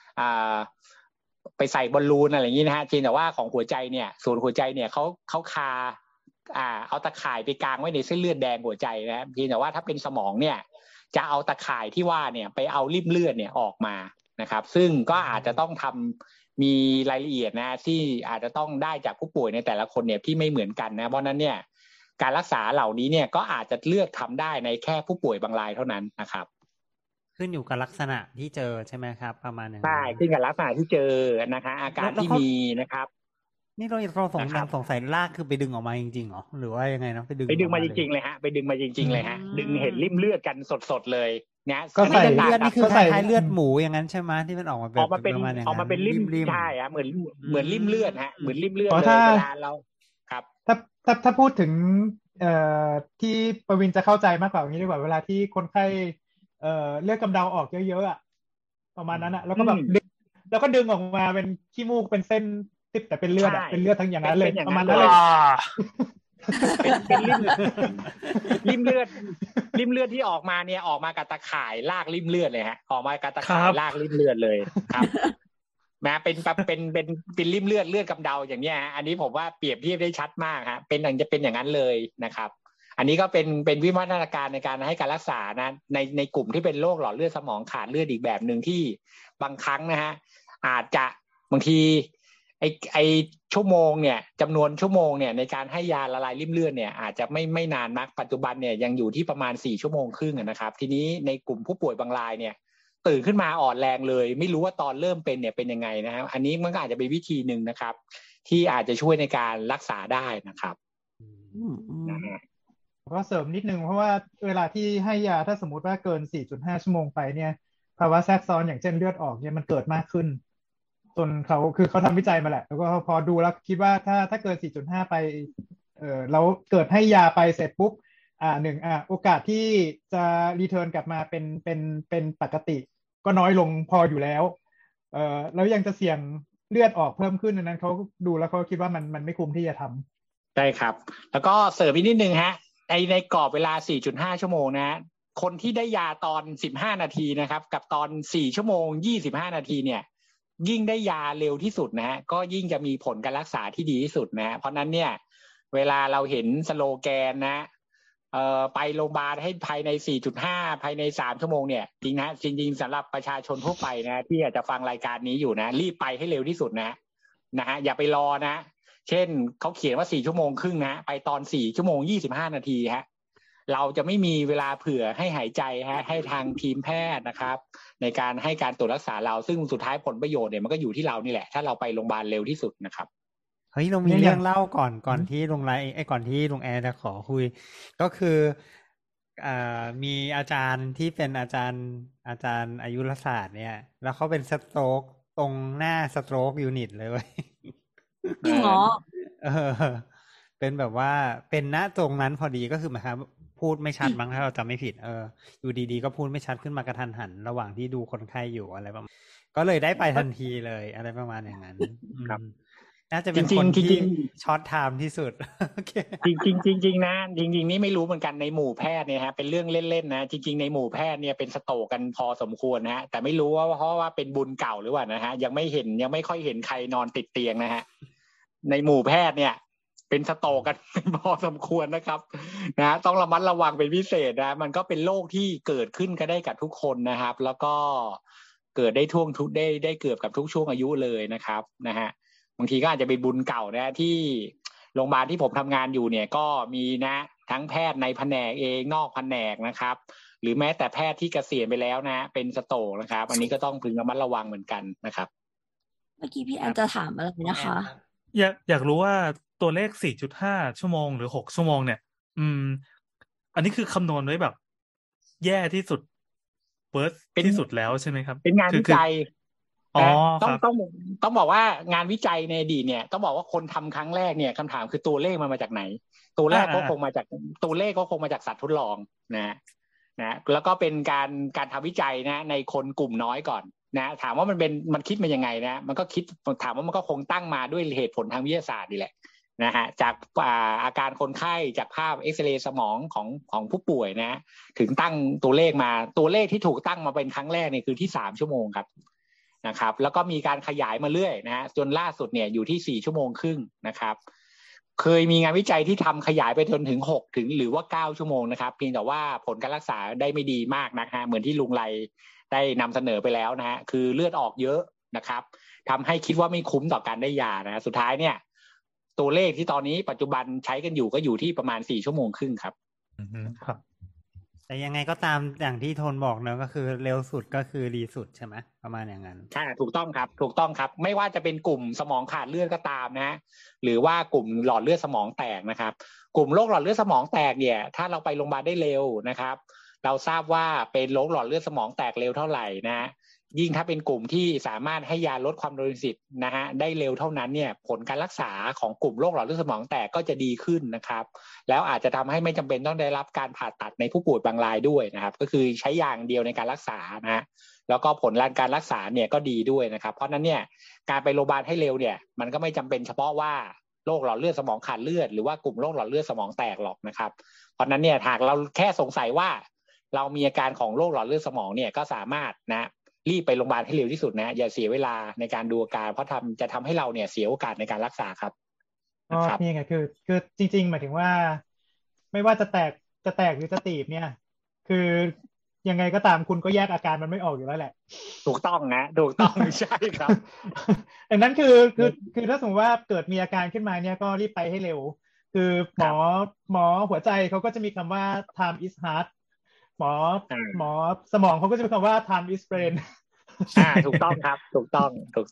ไปใส่บอลลูนอะไรอย่างนี้นะฮะจริงแต่ว่าของหัวใจเนี่ยส่วนหัวใจเนี่ยเขาคาเอาตะข่ายไปกางไว้ในเส้นเลือดแดงหัวใจนะจริงแต่ว่าถ้าเป็นสมองเนี่ยจะเอาตะข่ายที่ว่าเนี่ยไปเอาริ่มเลือดเนี่ยออกมานะครับซึ่งก็อาจจะต้องทำมีรายละเอียดนะที่อาจจะต้องได้จากผู้ป่วยในแต่ละคนเนี่ยที่ไม่เหมือนกันนะเพราะนั้นเนี่ยการรักษาเหล่านี้เนี่ยก็อาจจะเลือกทำได้ในแค่ผู้ป่วยบางรายเท่านั้นนะครับขึ้นอยู่กับลักษณะที่เจอใช่ไหมครับประมาณนั้นใช่ขึ้นกับลักษณะที่เจอนะคะอาการที่มีนะครับนี่เราสงสัยลากคือไปดึงออกมาจริงๆเหรอหรือว่ายังไงนะไปดึงมาจริงๆเลยฮะไปดึงมาจริงๆเลยฮะดึงเห็นริ่มเลือดกันสดๆเลยเนี่ยก็ใส่เลือดนี่คือคล้ายๆเลือดหมูอย่างนั้นใช่ไหมที่มันออกมาเป็นออกมาเป็นริ่มใช่ฮะเหมือนริ่มเลือดฮะเหมือนริ่มเลือดเลยเวลาเราครับถ้าพูดถึงที่ประวินจะเข้าใจมากกว่าอย่างนี้ดีกว่าเวลาที่คนไข้เลือดกำเดาออกเยอะๆอ่ะประมาณนั้นอ่ะแล้วก็แบบดึงแล้วก็ดึงออกมาเป็นขี้มูกเป็นเส้นติดแต่เป็นเลือดอ่ะเป็นเลือดทั้งอย่างนั้นเลยประมาณนั้นเลยเป็นริ่มเลือดที่ออกมาเนี่ยออกมากับตะข่ายลากริ่มเลือดเลยฮะออกมากับตะข่ายลากริ่มเลือดเลยครับนะเป็นริ่มเลือดกำเดาอย่างเนี้ยฮะอันนี้ผมว่าเปรียบเทียบได้ชัดมากฮะจะเป็นอย่างนั้นเลยนะครับอันนี้ก็เป็นวิวัฒนาการในการให้การรักษานะในกลุ่มที่เป็นโรคหลอดเลือดสมองขาดเลือดอีกแบบนึงที่บางครั้งนะฮะอาจจะบางทีไอชั่วโมงเนี่ยจำนวนชั่วโมงเนี่ยในการให้ยาละลายริ่มเลือดเนี่ยอาจจะไม่นานนักปัจจุบันเนี่ยยังอยู่ที่ประมาณ4 ชั่วโมงครึ่งนะครับทีนี้ในกลุ่มผู้ป่วยบางรายเนี่ยตื่นขึ้นมาอ่อนแรงเลยไม่รู้ว่าตอนเริ่มเป็นเนี่ยเป็นยังไงนะครับอันนี้มันก็อาจจะเป็นวิธีนึงนะครับที่อาจจะช่วยในการรักษาได้นะครับก็เสริมนิดนึงเพราะว่าเวลาที่ให้ยาถ้าสมมติว่าเกิน 4.5 ชั่วโมงไปเนี่ยภาวะแทรกซ้อนอย่างเช่นเลือดออกเนี่ยมันเกิดมากขึ้นจนเขาทำวิจัยมาแหละแล้วก็พอดูแล้วคิดว่าถ้าเกิน 4.5 ไปแล้วเกิดให้ยาไปเสร็จปุ๊บโอกาสที่จะรีเทิร์นกลับมาเป็นปกติก็น้อยลงพออยู่แล้วแล้วยังจะเสี่ยงเลือดออกเพิ่มขึ้นนั้นเขาดูแล้วเขาคิดว่ามันไม่คุ้มที่จะทำได้ครับแล้วก็เสริมอีกนิดนึงฮะในกรอบเวลา 4.5 ชั่วโมงนะคนที่ได้ยาตอน15 นาทีนะครับกับตอน4 ชั่วโมง 25 นาทีเนี่ยยิ่งได้ยาเร็วที่สุดนะฮะก็ยิ่งจะมีผลการรักษาที่ดีที่สุดนะเพราะนั้นเนี่ยเวลาเราเห็นสโลแกนนะไปโรงพยาบาลให้ภายใน 4.5 ภายใน3 ชั่วโมงเนี่ยจริงสำหรับประชาชนทั่วไปนะที่อาจจะฟังรายการนี้อยู่นะรีบไปให้เร็วที่สุดนะฮะอย่าไปรอนะเช่นเขาเขียนว่า4 ชั่วโมงครึ่งนะไปตอน4 ชั่วโมง 25 นาทีฮะเราจะไม่มีเวลาเผื่อให้หายใจฮะให้ทางทีมแพทย์นะครับในการให้การตรวจรักษาเราซึ่งสุดท้ายผลประโยชน์เนี่ยมันก็อยู่ที่เรานี่แหละถ้าเราไปโรงพยาบาลเร็วที่สุดนะครับเฮ้ยเรามีเรื่องเล่าก่อนที่ลุงไลก่อนที่ลุงแอร์จะขอคุยก็คือมีอาจารย์ที่เป็นอาจารย์อายุรศาสตร์เนี่ยแล้วเขาเป็นสโตรกตรงหน้าสโตรกยูนิตเลยจริงเหรอเป็นแบบว่าเป็นหน้าตรงนั้นพอดีก็คือหมายความพูดไม่ชัดมั้งถ้าเราจำไม่ผิดอยู่ดีๆก็พูดไม่ชัดขึ้นมากระทันหันระหว่างที่ดูคนไข้อยู่อะไรประมาณก็เลยได้ไปทันทีเลยอะไรประมาณอย่างนั้นครับน่าจะเป็นคนที่ช็อตไทม์ที่สุดจริงนะจริงๆนี่ไม่รู้เหมือนกันในหมู่แพทย์เนี่ยฮะเป็นเรื่องเล่นๆนะจริงๆในหมู่แพทย์เนี่ยเป็นสโตรกกันพอสมควรนะฮะแต่ไม่รู้ว่าเพราะว่าเป็นบุญเก่าหรือว่านะฮะยังไม่ค่อยเห็นใครนอนติดเตียงนะฮะในหมู่แพทย์เนี่ยเป็นสโตรกกันพอสมควรนะครับนะต้องระมัดระวังเป็นพิเศษนะมันก็เป็นโรคที่เกิดขึ้นก็ได้กับทุกคนนะครับแล้วก็เกิดได้ได้เกือบกับทุกช่วงอายุเลยนะครับนะฮะบางทีก็อาจจะเป็นบุญเก่านะที่โรงพยาบาลที่ผมทำงานอยู่เนี่ยก็มีนะทั้งแพทย์ในแผนกเองนอกแผนกนะครับหรือแม้แต่แพทย์ที่เกษียณไปแล้วนะเป็นสโตรกนะครับอันนี้ก็ต้องพึงระมัดระวังเหมือนกันนะครับเมื่อกี้พี่แอนจะถามอะไรนะคะอยากรู้ว่าตัวเลข 4.5 ชั่วโมงหรือ6ชั่วโมงเนี่ยอันนี้คือคำนวณไว้แบบแย่ที่สุดเวิร์สที่สุดแล้วใช่ไหมครับเป็นงานวิจัยต้องบอกว่างานวิจัยในอดีตเนี่ยต้องบอกว่าคนทำครั้งแรกเนี่ยคำถามคือตัวเลขมันมาจากไหนตัวเลขก็คงมาจากสัตว์ทดลองนะแล้วก็เป็นการทำวิจัยนะในคนกลุ่มน้อยก่อนนะถามว่ามันคิดมายังไงนะมันก็คิดถามว่ามันก็คงตั้งมาด้วยเหตุผลทางวิทยาศาสตร์นี่แหละนะฮะจากอาการคนไข้จากภาพเอ็กซเรย์สมองของผู้ป่วยนะถึงตั้งตัวเลขมาตัวเลขที่ถูกตั้งมาเป็นครั้งแรกเนี่ยคือที่3ชั่วโมงครับนะครับแล้วก็มีการขยายมาเรื่อยนะฮะจนล่าสุดเนี่ยอยู่ที่4ชั่วโมงครึ่งนะครับเคยมีงานวิจัยที่ทำขยายไปจนถึง6ถึงหรือว่า9ชั่วโมงนะครับเพียงแต่ว่าผลการรักษาได้ไม่ดีมากนะฮะเหมือนที่ลุงไลได้นำเสนอไปแล้วนะฮะคือเลือดออกเยอะนะครับทำให้คิดว่าไม่คุ้มต่อการได้ยานะสุดท้ายเนี่ยตัวเลขที่ตอนนี้ปัจจุบันใช้กันอยู่ก็อยู่ที่ประมาณ4ชั่วโมงครึ่งครับครับแต่ยังไงก็ตามอย่างที่โทนบอกเนอะก็คือเร็วสุดก็คือดีสุดใช่ไหมประมาณอย่างนั้นใช่ถูกต้องครับไม่ว่าจะเป็นกลุ่มสมองขาดเลือดก็ตามนะหรือว่ากลุ่มหลอดเลือดสมองแตกนะครับกลุ่มโรคหลอดเลือดสมองแตกเนี่ยถ้าเราไปโรงพยาบาลได้เร็วนะครับเราทราบว่าเป็นโรคหลอดเลือดสมองแตกเร็วเท่าไหร่นะยิ่งถ้าเป็นกลุ่มที่สามารถให้ยาลดความดันโลหิตนะฮะได้เร็วเท่านั้นเนี่ยผลการรักษาของกลุ่มโรคหลอดเลือดสมองแตกก็จะดีขึ้นนะครับแล้วอาจจะทำให้ไม่จำเป็นต้องได้รับการผ่าตัดในผู้ป่วยบางรายด้วยนะครับก็คือใช้ยาเดียวในการรักษานะฮะแล้วก็ผลการรักษาเนี่ยก็ดีด้วยนะครับเพราะนั้นเนี่ยการไปโรงพยาบาลให้เร็วเนี่ยมันก็ไม่จำเป็นเฉพาะว่าโรคหลอดเลือดสมองขาดเลือดหรือว่ากลุ่มโรคหลอดเลือดสมองแตกหรอกนะครับเพราะนั้นเนี่ยหากเราแค่สงสัยว่าเรามีอาการของโรคหลอดเลือดสมองเนี่ยก็สามารถนะรีบไปโรงพยาบาลให้เร็วที่สุดนะอย่าเสียเวลาในการดูอาการเพราะจะทำให้เราเนี่ยเสียโอกาสในการรักษาครับนี่ไงคือจริงๆหมายถึงว่าไม่ว่าจะแตกหรือจะตีบเนี่ยคือยังไงก็ตามคุณก็แยกอาการมันไม่ออกอยู่แล้วแหละถูกต้องนะถูกต้องใช่ครับดังนั้นคือถ้าสมมติว่าเกิดมีอาการขึ้นมาเนี่ยก็รีบไปให้เร็วคือหมอหัวใจเขาก็จะมีคำว่า time is heart หมอสมองเขาก็จะมีคำว่า time is brain ถูกต้องครับถูกต้อง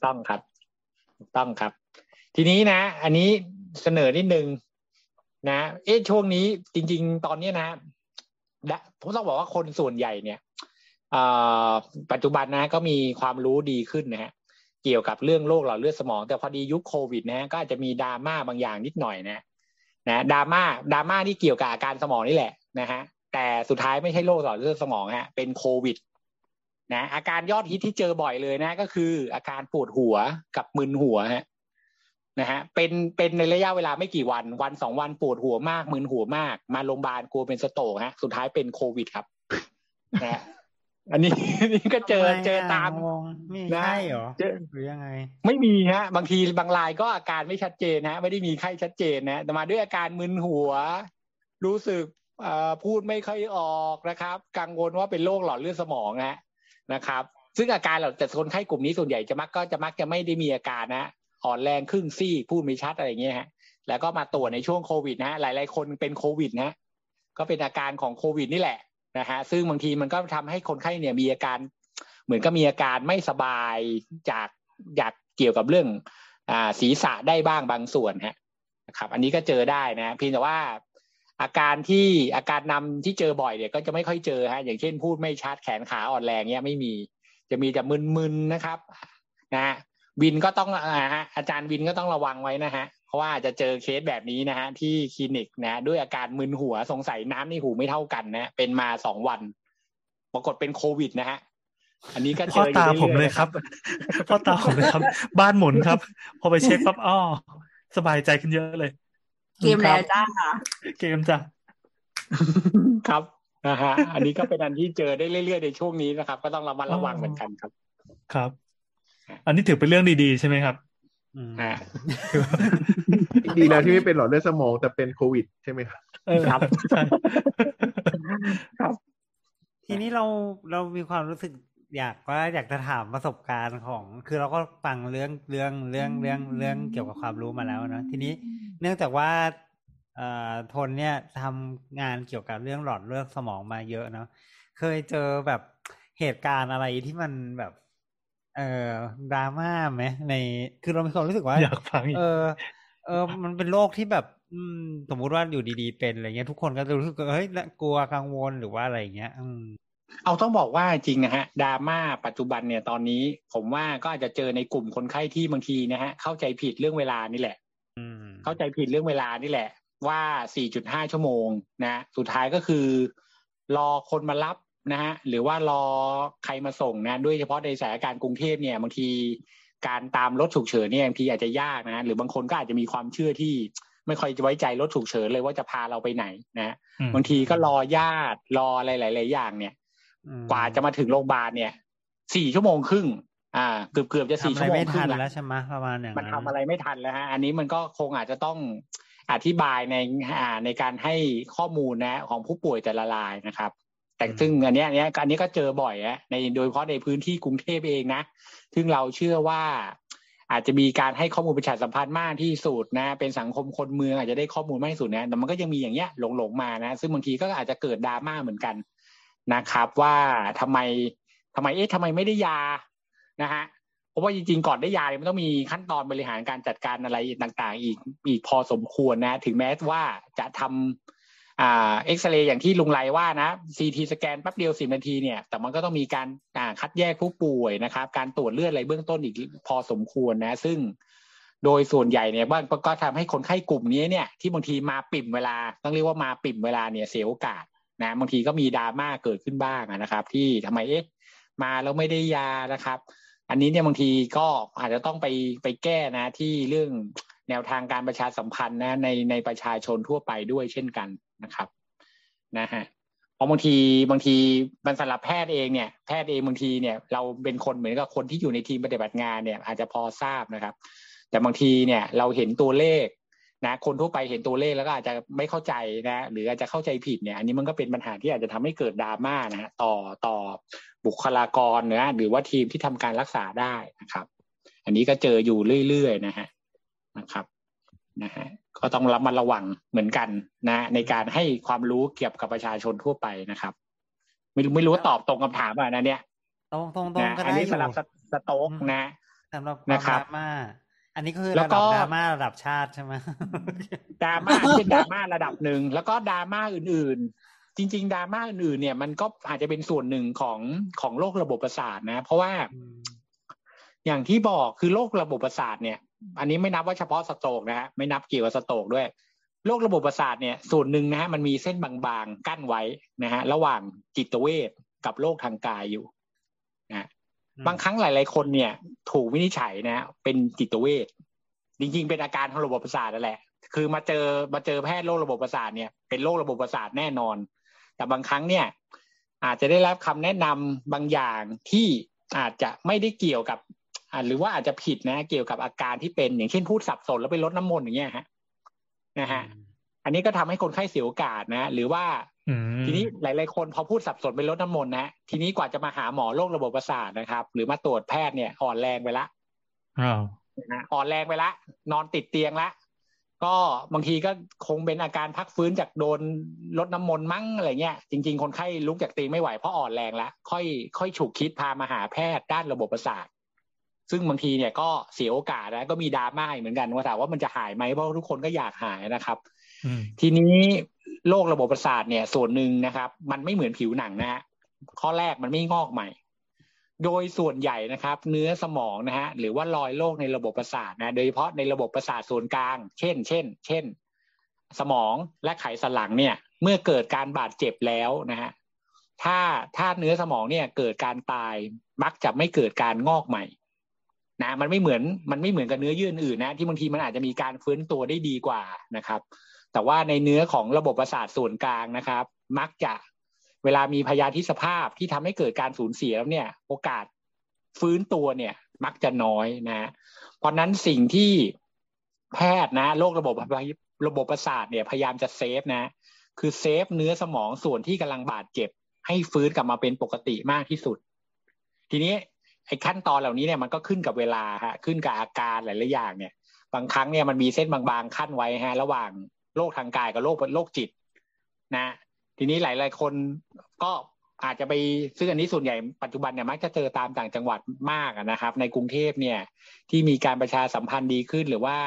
ครับทีนี้นะอันนี้เสนอนิดนึงนะช่วงนี้จริงๆตอนนี้นะผมต้องบอกว่าคนส่วนใหญ่เนี่ยปัจจุบันนะก็มีความรู้ดีขึ้นนะฮะเกี่ยวกับเรื่องโรคหลอดเลือดสมองแต่พอดียุคโควิดนะก็อาจจะมีดราม่าบางอย่างนิดหน่อยนะดราม่าที่เกี่ยวกับอาการสมองนี่แหละนะฮะแต่สุดท้ายไม่ใช่โรคหลอดเลือดสมองฮะเป็นโควิดนะอาการยอดฮิตที่เจอบ่อยเลยนะก็คืออาการปวดหัวกับมึนหัวฮะนะฮะเป็นในระยะเวลาไม่กี่วัน2 วันปวดหัวมากมึนหัวมากมาโรงพยาบาลกลัวเป็นสโตรกฮะสุดท้ายเป็นโควิดครับนะอันนี้ก็เจอตามนะใช่หรอหรือยังไงไม่มีฮะบางทีบางรายก็อาการไม่ชัดเจนนะไม่ได้มีไข้ชัดเจนนะแต่มาด้วยอาการมึนหัวรู้สึกพูดไม่ค่อยออกนะครับกังวลว่าเป็นโรคหลอดเลือดสมองนะครับซึ่งอาการเราแต่คนไข้กลุ่มนี้ส่วนใหญ่จะมักจะไม่ได้มีอาการนะอ่อนแรงครึ่งซี่พูดไม่ชัดอะไรอย่างเงี้ยฮะแล้วก็มาตรวจในช่วงโควิดนะหลายๆคนเป็นโควิดนะก็เป็นอาการของโควิดนี่แหละนะฮะซึ่งบางทีมันก็ทำให้คนไข้เนี่ยมีอาการเหมือนก็มีอาการไม่สบายจากเกี่ยวกับเรื่องศีรษะได้บ้างบางส่วนฮะนะครับอันนี้ก็เจอได้นะเพียงแต่ว่าอาการนำที่เจอบ่อยเนี่ยก็จะไม่ค่อยเจอฮะอย่างเช่นพูดไม่ชัดแขนขาอ่อนแรงเนี่ยไม่มีจะมีแต่มึนๆนะครับนะวินก็ต้องอาจารย์วินก็ต้องระวังไว้นะฮะเพราะว่าจะเจอเคสแบบนี้นะฮะที่คลินิกนะด้วยอาการมึนหัวสงสัยน้ำในหูไม่เท่ากันนะเป็นมา2 วันปรากฏเป็นโควิดนะฮะอันนี้ก็เจพ่อออยู่ตาเรื่อยๆผมเลยครับ พ่อตาผมเลยครับ บ้านหมุนครับ พอไปเช็คปั๊บอ้อสบายใจขึ้นเยอะเลยเกมแล้วจ้าเกมจ้ะครับนะฮะอันนี้ก็เป็นอันที่เจอได้เรื่อยๆในช่วงนี้นะครับ ก็ต้องระมัดระวังเหมือนกันครับครับ อันนี้ถือเป็นเรื่องดีๆใช่ไหมครับอ่าดีแล้วที่ไม่เป็นหลอดเลือดสมองแต่เป็นโควิดใช่ไหมครับครับใช่ครับทีนี้เรามีความรู้สึกอยากจะถามประสบการณ์ของคือเราก็ฟังเรื่องเกี่ยวกับความรู้มาแล้วนะทีนี้เนื่องจากว่าทนเนี่ยทำงานเกี่ยวกับเรื่องหลอดเลือดสมองมาเยอะเนาะเคยเจอแบบเหตุการณ์อะไรที่มันแบบดราม่าไหมในคือเรามีความรู้สึกว่าอยากฟังอีกมันเป็นโรคที่แบบสมมุติว่าอยู่ดีๆเป็นอะไรเงี้ยทุกคนก็จะรู้สึกเฮ้ยกลัวกังวลหรือว่าอะไรเงี้ยเอาต้องบอกว่าจริงนะฮะดราม่าปัจจุบันเนี่ยตอนนี้ผมว่าก็อาจจะเจอในกลุ่มคนไข้ที่บางทีนะฮะเข้าใจผิดเรื่องเวลานี่แหละเข้าใจผิดเรื่องเวลานี่แหละว่า 4.5 ชั่วโมงนะสุดท้ายก็คือรอคนมารับนะฮะหรือว่ารอใครมาส่งนะด้วยเฉพาะในสถานการณ์กรุงเทพเนี่ยบางทีการตามรถฉุกเฉินเนี่ยบางทีอาจจะยากนะหรือบางคนก็อาจจะมีความเชื่อที่ไม่ค่อยจะไว้ใจรถฉุกเฉินเลยว่าจะพาเราไปไหนนะบางทีก็รอญาติรออะไรหลายๆอย่างเนี่ยกว่าจะมาถึงโรงพยาบาลเนี่ย4 ชั่วโมงครึ่งเกือบจะ4 ชั่วโมงครึ่งแล้วใช่ไหมประมาณอย่างนั้นมันทำอะไรไม่ทันแล้วฮะอันนี้มันก็คงอาจจะต้องอธิบายในการให้ข้อมูลนะของผู้ป่วยแต่ละรายนะครับแต่ซึ่งอันนี้ก็เจอบ่อยในโดยเฉพาะในพื้นที่กรุงเทพเองนะซึ่งเราเชื่อว่าอาจจะมีการให้ข้อมูลประชาสัมพันธ์มากที่สุดนะเป็นสังคมคนเมืองอาจจะได้ข้อมูลมากที่สุดนะแต่มันก็ยังมีอย่างเงี้ยหลงมานะซึ่งบางทีก็อาจจะเกิดดราม่าเหมือนกันนะครับว่าทำไมไม่ได้ยานะฮะเพราะว่าจริงๆก่อนได้ยาเนี่ยมันต้องมีขั้นตอนบริหารการจัดการอะไรต่างๆอีกพอสมควรนะถึงแม้ว่าจะทำเอ็กซเรย์อย่างที่ลุงไลว่านะ CT สแกนแป๊บเดียว10 นาทีเนี่ยแต่มันก็ต้องมีการคัดแยกผู้ป่วยนะครับการตรวจเลือดอะไรเบื้องต้นอีกพอสมควรนะซึ่งโดยส่วนใหญ่เนี่ยบ้างก็ทำให้คนไข้กลุ่มนี้เนี่ยที่บางทีมาปิ่มเวลาต้องเรียกว่ามาปิ่มเวลาเนี่ยเสียโอกาสนะบางทีก็มีดราม่าเกิดขึ้นบ้างนะครับที่ทำไมมาแล้วไม่ได้ยานะครับอันนี้เนี่ยบางทีก็อาจจะต้องไปแก้นะที่เรื่องแนวทางการประชาสัมพันธ์นะในประชาชนทั่วไปด้วยเช่นกันนะครับนะฮะเพราะบางทีมันสำหรับแพทย์เองบางทีเนี่ยเราเป็นคนเหมือนกับคนที่อยู่ในทีมปฏิบัติงานเนี่ยอาจจะพอทราบนะครับแต่บางทีเนี่ยเราเห็นตัวเลขนะคนทั่วไปเห็นตัวเลขแล้วก็อาจจะไม่เข้าใจนะหรืออาจจะเข้าใจผิดเนี่ยอันนี้มันก็เป็นปัญหาที่อาจจะทำให้เกิดดราม่านะฮะต่อบุคลากรนะหรือว่าทีมที่ทำการรักษาได้นะครับอันนี้ก็เจออยู่เรื่อยๆนะครับนะฮะก็ต้องระมัดระวังเหมือนกันนะในการให้ความรู้เกี่ยวกับประชาชนทั่วไปนะครับไม่รู้ว่าตอบตรงคำถามอ่ะนะเนี่ยตรงก็ได้อันนี้สำหรับสโต๊กนะสำหรับดราม่าอันนี้คือระดับดราม่าระดับชาติใช่ไหมดราม่าเป็นดราม่าระดับหนึ่งแล้วก็ดราม่าอื่นๆจริงๆดราม่าอื่นๆเนี่ยมันก็อาจจะเป็นส่วนหนึ่งของโรคระบบประสาทนะเพราะว่าอย่างที่บอกคือโรคระบบประสาทเนี่ยอันนี้ไม่นับว่าเฉพาะสโตรกนะฮะไม่นับเกี่ยวกับสโตรกด้วยโรคระบบประสาทเนี่ยส่วนหนึ่งนะฮะมันมีเส้นบางๆกั้นไว้นะฮะระหว่างจิตเวชกับโรคทางกายอยู่นะบางครั้งหลายๆคนเนี่ยถูกวินิจฉัยนะเป็นจิตเวชจริงๆเป็นอาการของระบบประสาทนั่นแหละคือมาเจอแพทย์โรคระบบประสาทเนี่ยเป็นโรคระบบประสาทแน่นอนแต่บางครั้งเนี่ยอาจจะได้รับคำแนะนำบางอย่างที่อาจจะไม่ได้เกี่ยวกับหรือว่าอาจจะผิดนะเกี่ยวกับอาการที่เป็นอย่างเช่นพูดสับสนแล้วไปลดน้ำมนต์อย่างเงี้ยนะฮะอันนี้ก็ทำให้คนไข้เสียโอกาสนะหรือว่าทีนี้หลายๆคนพอพูดสับสนไปลดน้ำมนต์นะทีนี้กว่าจะมาหาหมอโรคระบบประสาทนะครับหรือมาตรวจแพทย์เนี่ยอ่อนแรงไปละอ่อนแรงไปละนอนติดเตียงละก็บางทีก็คงเป็นอาการพักฟื้นจากโดนลดน้ำมนต์มั้งอะไรเงี้ยจริงๆคนไข้ลุกจากเตียงไม่ไหวเพราะอ่อนแรงละค่อยฉุกคิดพามาหาแพทย์ด้านระบบประสาทซึ่งบางทีเนี่ยก็เสียโอกาสนะก็มีดราม่าเหมือนกันว่าถามว่ามันจะหายไหมเพราะทุกคนก็อยากหายนะครับทีนี้โรคระบบประสาทเนี่ยส่วนหนึ่งนะครับมันไม่เหมือนผิวหนังนะฮะข้อแรกมันไม่งอกใหม่โดยส่วนใหญ่นะครับเนื้อสมองนะฮะหรือว่ารอยโรคในระบบประสาทนะโดยเฉพาะในระบบประสาทส่วนกลางเช่นสมองและไขสันหลังเนี่ยเมื่อเกิดการบาดเจ็บแล้วนะฮะถ้าเนื้อสมองเนี่ยเกิดการตายมักจะไม่เกิดการงอกใหม่นะมันไม่เหมือนกับเนื้อเยื่ออื่นนะที่บางทีมันอาจจะมีการฟื้นตัวได้ดีกว่านะครับแต่ว่าในเนื้อของระบบประสาทส่วนกลางนะครับมักจะเวลามีพยาธิสภาพที่ทำให้เกิดการสูญเสียแล้วเนี่ยโอกาสฟื้นตัวเนี่ยมักจะน้อยนะเพราะนั้นสิ่งที่แพทย์นะโรคระบบประสาทเนี่ยพยายามจะเซฟนะคือเซฟเนื้อสมองส่วนที่กำลังบาดเจ็บให้ฟื้นกลับมาเป็นปกติมากที่สุดทีนี้ไอ้ขั้นตอนเหล่านี้เนี่ยมันก็ขึ้นกับเวลาฮะขึ้นกับอาการหลายๆอย่างเนี่ยบางครั้งเนี่ยมันมีเส้นบางๆขั้นไว้ฮะระหว่างโรคทางกายกับโรคจิตนะทีนี้หลายๆคนก็อาจจะไปซึ่งอันนี้ส่วนใหญ่ปัจจุบันเนี่ยมักจะเจอตามต่างจังหวัดมากนะครับในกรุงเทพเนี่ยที่มีการประชาสัมพันธ์ดีขึ้นหรือว่า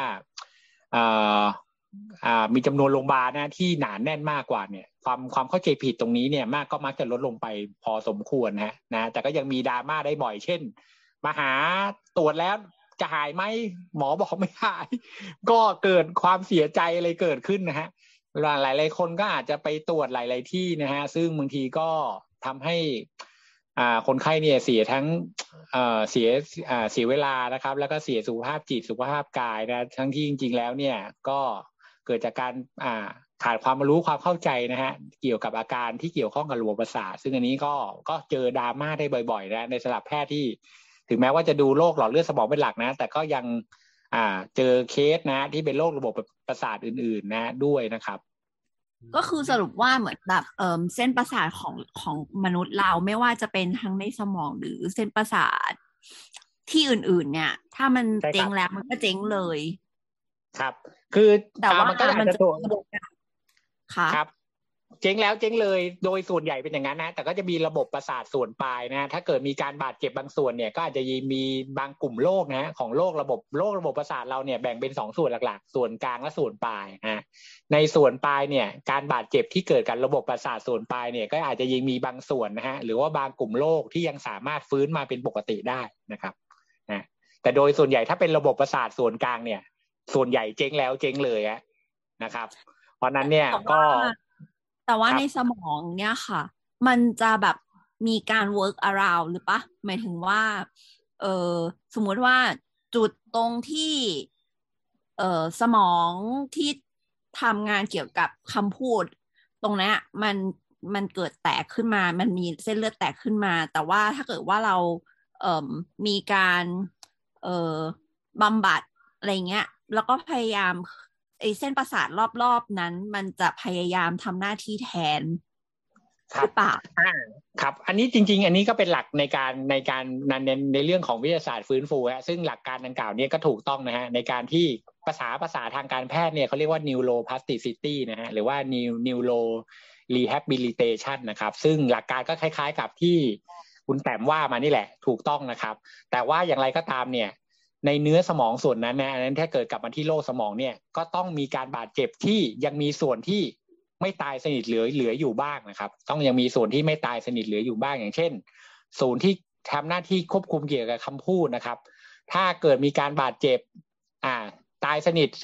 มีจำนวนโรงพยาบาลนะที่หนาแน่นมากกว่าเนี่ยความเข้าใจผิดตรงนี้เนี่ยมักจะลดลงไปพอสมควรนะแต่ก็ยังมีดราม่าได้บ่อยเช่นมาหาตรวจแล้วจะหายไหมหมอบอกไม่หายก็เกิดความเสียใจอะไรเกิดขึ้นนะฮะหลายคนก็อาจจะไปตรวจหลายๆที่นะฮะซึ่งบางทีก็ทำให้คนไข้เนี่ยเสียทั้งเสียเวลานะครับแล้วก็เสียสุขภาพจิตสุขภาพกายนะทั้งที่จริงๆแล้วเนี่ยก็เกิดจากการขาดความรู้ความเข้าใจนะฮะเกี่ยวกับอาการที่เกี่ยวข้องกับระบบประสาทซึ่งอันนี้ก็เจอดราม่าได้บ่อยๆนะในสำหรับแพทย์ที่ถึงแม้ว่าจะดูโรคหลอดเลือดสมองเป็นหลักนะแต่ก็ยังเจอเคสนะที่เป็นโรคระบบประสาทอื่นๆนะด้วยนะครับก็คือสรุปว่าเหมือนแบบเส้นประสาทของมนุษย์เราไม่ว่าจะเป็นทั้งในสมองหรือเส้นประสาทที่อื่นๆเนี่ยถ้ามันเจ๊งแล้วมันก็เจ๊งเลยครับคือแต่ว่ามันก็อาจจะถูกครับเจ๊งแล้วเจ๊งเลยโดยส่วนใหญ่เป็นอย่างนั้นนะแต่ก็จะมีระบบประสาทส่วนปลายนะถ้าเกิดมีการบาดเจ็บบางส่วนเนี่ยก็อาจจะมีบางกลุ่มโรคนะของโรคระบบประสาทเราเนี่ยแบ่งเป็น2ส่วนหลักๆส่วนกลางและส่วนปลายนะในส่วนปลายเนี่ยการบาดเจ็บที่เกิดกับระบบประสาทส่วนปลายเนี่ยก็อาจจะยังมีบางส่วนนะฮะหรือว่าบางกลุ่มโรคที่ยังสามารถฟื้นมาเป็นปกติได้นะครับนะแต่โดยส่วนใหญ่ถ้าเป็นระบบประสาทส่วนกลางเนี่ยส่วนใหญ่เจ๊งแล้วเจ๊งเลยนะครับเพราะนั้นเนี่ยก็แต่ว่าในสมองเนี่ยค่ะมันจะแบบมีการ work around หรือปะหมายถึงว่าสมมุติว่าจุดตรงที่สมองที่ทำงานเกี่ยวกับคำพูดตรงนี้มันเกิดแตกขึ้นมามันมีเส้นเลือดแตกขึ้นมาแต่ว่าถ้าเกิดว่าเรามีการบำบัดอะไรเงี้ยแล้วก็พยายามไอ้เส้นประสาทรอบๆนั้นมันจะพยายามทำหน้าที่แทนหรือเปล่าครับอันนี้จริงๆอันนี้ก็เป็นหลักในในเรื่องของวิทยาศาสตร์ฟื้นฟูซึ่งหลักการดังกล่าวนี้ก็ถูกต้องนะฮะในการที่ภาษาทางการแพทย์เนี่ยเขาเรียกว่า neuroplasticity นะฮะหรือว่า neuro rehabilitation นะครับซึ่งหลักการก็คล้ายๆกับที่คุณแต้มว่ามานี่แหละถูกต้องนะครับแต่ว่าอย่างไรก็ตามเนี่ยในเนื้อสมองส่วนนั้นนะอันนั้นถ้าเกิดกลับมาที่โรคสมองเนี่ยก็ต้องมีการบาดเจ็บที่ยังมีส่วนที่ไม่ตายสนิทเหลืออยู่บ้างนะครับต้องยังมีส่วนที่ไม่ตายสนิทเหลืออยู่บ้างอย่างเช่นส่วนที่ทำหน้าที่ควบคุมเกี่ยวกับคำพูดนะครับถ้าเกิดมีการบาดเจ็บตายสนิท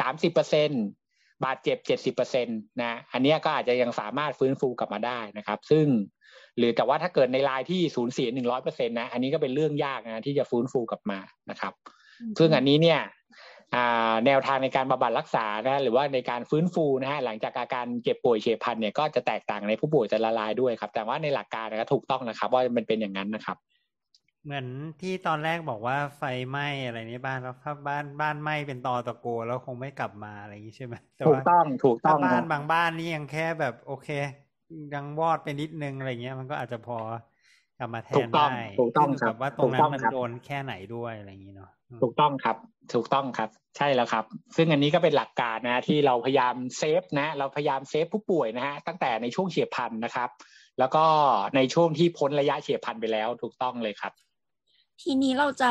30% บาดเจ็บ 70% นะอันนี้ก็อาจจะยังสามารถฟื้นฟูกลับมาได้นะครับซึ่งหรือแต่ว่าถ้าเกิดในรายที่สูญเสีย 100% นะอันนี้ก็เป็นเรื่องยากนะที่จะฟื้นฟูกลับมานะครับซึ่งอันนี้เนี่ยแนวทางในการบำบัดรักษานะหรือว่าในการฟื้นฟูนะฮะหลังจากอาการเจ็บป่วยเฉียบพลันเนี่ยก็จะแตกต่างในผู้ป่วยแต่ละรายด้วยครับแต่ว่าในหลักการก็ถูกต้องนะครับว่ามันเป็นอย่างนั้นนะครับเหมือนที่ตอนแรกบอกว่าไฟไหม้อะไรนี้บ้านแล้วถ้าบ้านไหม้เป็นตอตะโกแล้วคงไม่กลับมาอะไรอย่างนี้ใช่ไหมถูกต้องบ้านบางบ้านนี่ยังแค่แบบโอเคยังวอดไปนิดนึงอะไรเงี้ยมันก็อาจจะพอกลับมาแทนได้ถูกต้องครับว่าตรงนั้นมันโดนแค่ไหนด้วยอะไรอย่างนี้เนาะถูกต้องครับใช่แล้วครับซึ่งอันนี้ก็เป็นหลักการนะที่เราพยายามเซฟนะเราพยายามเซฟผู้ป่วยนะฮะตั้งแต่ในช่วงเฉียบพลันนะครับแล้วก็ในช่วงที่พ้นระยะเฉียบพลันไปแล้วถูกต้องเลยครับทีนี้เราจะ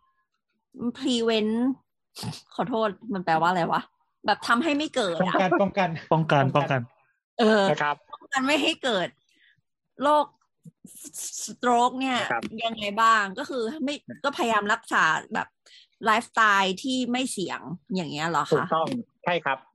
prevent ขอโทษมันแปลว่าอะไรวะแบบทำให้ไม่เกิดป้องกันนะครับป้องกันไม่ให้เกิดโรคสโตรกเนี่ยยังไงบ้างก็คือก็พยายามรักษาแบบไลฟ์สไตล์ที่ไม่เสี่ยงอย่างเงี้ยเหรอคะถูกต้องใช่ครับ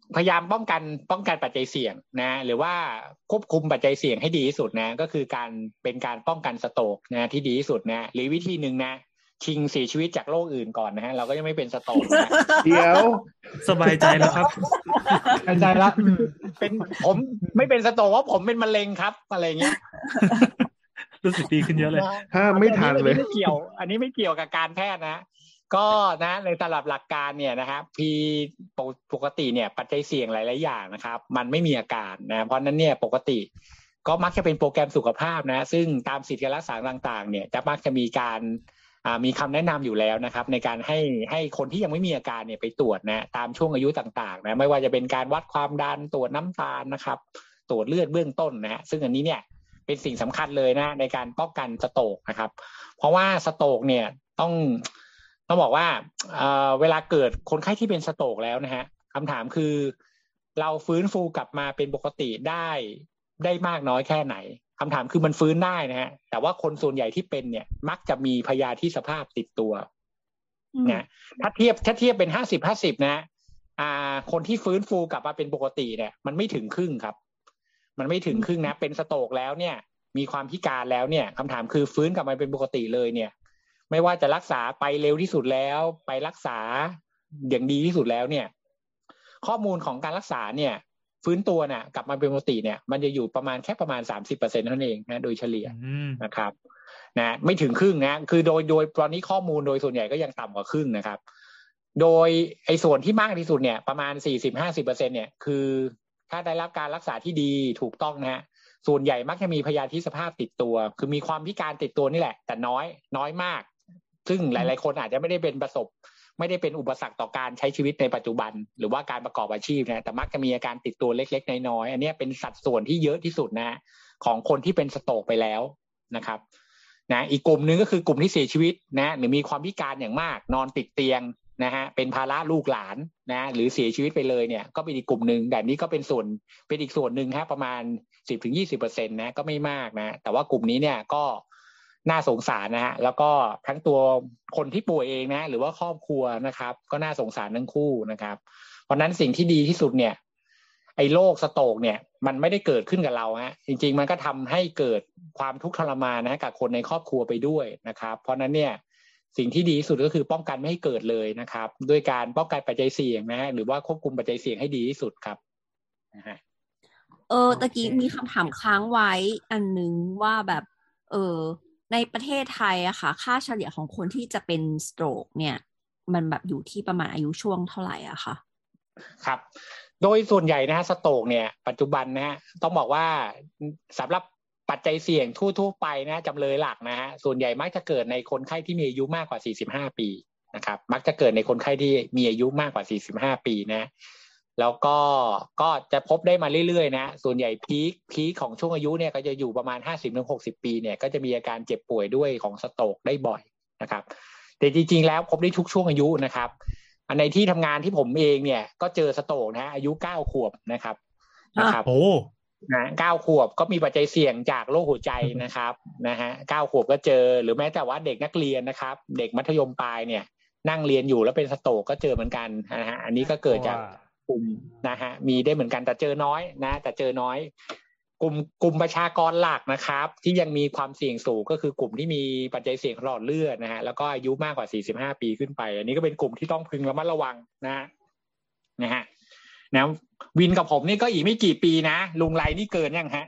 พยายามป้องกันปัจจัยเสี่ยงนะหรือว่าควบคุมปัจจัยเสี่ยงให้ดีที่สุดนะก็คือการป้องกันสโตรกนะที่ดีที่สุดนะหรือวิธีหนึ่งนะชิงเสียชีวิตจากโรคอื่นก่อนนะฮะเราก็ยังไม่เป็นสโตรกนะเดี๋ยวสบายใจแล้วครับหายใจละเป็นผมไม่เป็นสโตรกเพราะผมเป็นมะเร็งครับอะไรเงี้ยรู้สึกดีขึ้นเยอะเลยห้ามไม่ทันเลยอันนี้ไม่เกี่ยวกับการแพทย์นะก็นะในตลับหลักการเนี่ยนะครับปกติเนี่ยปัจจัยเสี่ยงหลายๆอย่างนะครับมันไม่มีอาการนะเพราะนั้นเนี่ยปกติก็มักจะเป็นโปรแกรมสุขภาพนะซึ่งตามสิทธิการรักษาต่างๆเนี่ยจะมักจะมีการมีคำแนะนำอยู่แล้วนะครับในการให้คนที่ยังไม่มีอาการเนี่ยไปตรวจนะตามช่วงอายุต่างๆนะไม่ว่าจะเป็นการวัดความดันตรวจน้ำตาลนะครับตรวจเลือดเบื้องต้นนะฮะซึ่งอันนี้เนี่ยเป็นสิ่งสำคัญเลยนะในการป้องกันสโตรกนะครับเพราะว่าสโตรกเนี่ยต้องบอกว่าเวลาเกิดคนไข้ที่เป็นสโตรกแล้วนะฮะคำถามคือเราฟื้นฟูกลับมาเป็นปกติได้มากน้อยแค่ไหนคำถามคือมันฟื้นได้นะฮะแต่ว่าคนส่วนใหญ่ที่เป็นเนี่ยมักจะมีพยาธิสภาพติดตัวนะถ้าเทียบเป็น50-50นะคนที่ฟื้นฟูกลับมาเป็นปกติเนี่ยมันไม่ถึงครึ่งครับมันไม่ถึงครึ่งนะเป็นสโตรกแล้วเนี่ยมีความพิการแล้วเนี่ยคำถามคือฟื้นกลับมาเป็นปกติเลยเนี่ยไม่ว่าจะรักษาไปเร็วที่สุดแล้วไปรักษาอย่างดีที่สุดแล้วเนี่ยข้อมูลของการรักษาเนี่ยฟื้นตัวเนี่ยกลับมาเป็นปกติเนี่ยมันจะอยู่ประมาณ 30% เท่านั้นเองนะโดยเฉลี่ยนะครับนะไม่ถึงครึ่งนะคือโดยตอนนี้ข้อมูลโดยส่วนใหญ่ก็ยังต่ำกว่าครึ่งนะครับโดยไอ้ส่วนที่มากที่สุดเนี่ยประมาณ 40-50% เนี่ยคือถ้าได้รับการรักษาที่ดีถูกต้องนะฮะส่วนใหญ่มักจะมีพยาธิสภาพติดตัวคือมีความพิการติดตัวนี่แหละแต่น้อยมากซึ่งหลายๆคนอาจจะไม่ได้เป็นอุปสรรคต่อการใช้ชีวิตในปัจจุบันหรือว่าการประกอบอาชีพนะแต่มักจะมีอาการติดตัวเล็กๆน้อยๆอันนี้เป็นสัดส่วนที่เยอะที่สุดนะของคนที่เป็นสโตรกไปแล้วนะครับนะอีกกลุ่มนึงก็คือกลุ่มที่เสียชีวิตนะหรือมีความพิการอย่างมากนอนติดเตียงนะฮะเป็นภาระลูกหลานนะหรือเสียชีวิตไปเลยเนี่ยก็เป็นอีกกลุ่มนึงแบบนี้ก็เป็นอีกส่วนนึงฮะประมาณ 10-20% นะก็ไม่มากนะแต่ว่ากลุ่มนี้เนี่ยก็น่าสงสารนะฮะแล้วก็ทั้งตัวคนที่ป่วยเองนะหรือว่าครอบครัวนะครับก็น่าสงสารทั้งคู่นะครับเพราะนั้นสิ่งที่ดีที่สุดเนี่ยไอ้โรคสโตรกเนี่ยมันไม่ได้เกิดขึ้นกับเราฮะจริงๆมันก็ทำให้เกิดความทุกข์ทรมานนะกับคนในครอบครัวไปด้วยนะครับเพราะนั้นเนี่ยสิ่งที่ดีที่สุดก็คือป้องกันไม่ให้เกิดเลยนะครับด้วยการป้องกันปัจจัยเสี่ยงนะหรือว่าควบคุมปัจจัยเสี่ยงให้ดีที่สุดครับนะฮะตะกี้มีคำถามค้างไว้อันนึงว่าแบบในประเทศไทยอะค่ะค่าเฉลี่ยของคนที่จะเป็นสโตรกเนี่ยมันแบบอยู่ที่ประมาณอายุช่วงเท่าไหร่อะคะครับโดยส่วนใหญ่นะฮะสโตรกเนี่ยปัจจุบันนะฮะต้องบอกว่าสำหรับปัจจัยเสี่ยงทั่วไปนะจำเลยหลักนะฮะส่วนใหญ่มักจะเกิดในคนไข้ที่มีอายุมากกว่า45 ปีนะครับมักจะเกิดในคนไข้ที่มีอายุมากกว่า45 ปีนะแล้วก็จะพบได้มาเรื่อยๆนะส่วนใหญ่พีคของช่วงอายุเนี่ยก็จะอยู่ประมาณ 50-60 ปีเนี่ยก็จะมีอาการเจ็บป่วยด้วยของสโตรกได้บ่อยนะครับแต่จริงๆแล้วพบได้ทุกช่วงอายุนะครับในที่ทำงานที่ผมเองเนี่ยก็เจอสโตรกนะอายุ9 ขวบนะครับโอ้นะ9 ขวบก็มีปัจจัยเสี่ยงจากโรคหัวใจนะครับนะฮะ9 ขวบก็เจอหรือแม้แต่ว่าเด็กนักเรียนนะครับเด็กมัธยมปลายเนี่ยนั่งเรียนอยู่แล้วเป็นสโตรกก็เจอเหมือนกันนะฮะอันนี้ก็เกิดจากกลุ่มนะฮะมีได้เหมือนกันแต่เจอน้อยนะแต่เจอน้อยกลุ่มประชากรหลักนะครับที่ยังมีความเสี่ยงสูงก็คือกลุ่มที่มีปัจจัยเสี่ยงหลอดเลือดนะฮะแล้วก็อายุมากกว่า45 ปีขึ้นไปอันนี้ก็เป็นกลุ่มที่ต้องพึงระมัดระวังนะฮะนะวินกับผมนี่ก็อีกไม่กี่ปีนะลุงไรนี่เกินยังฮะ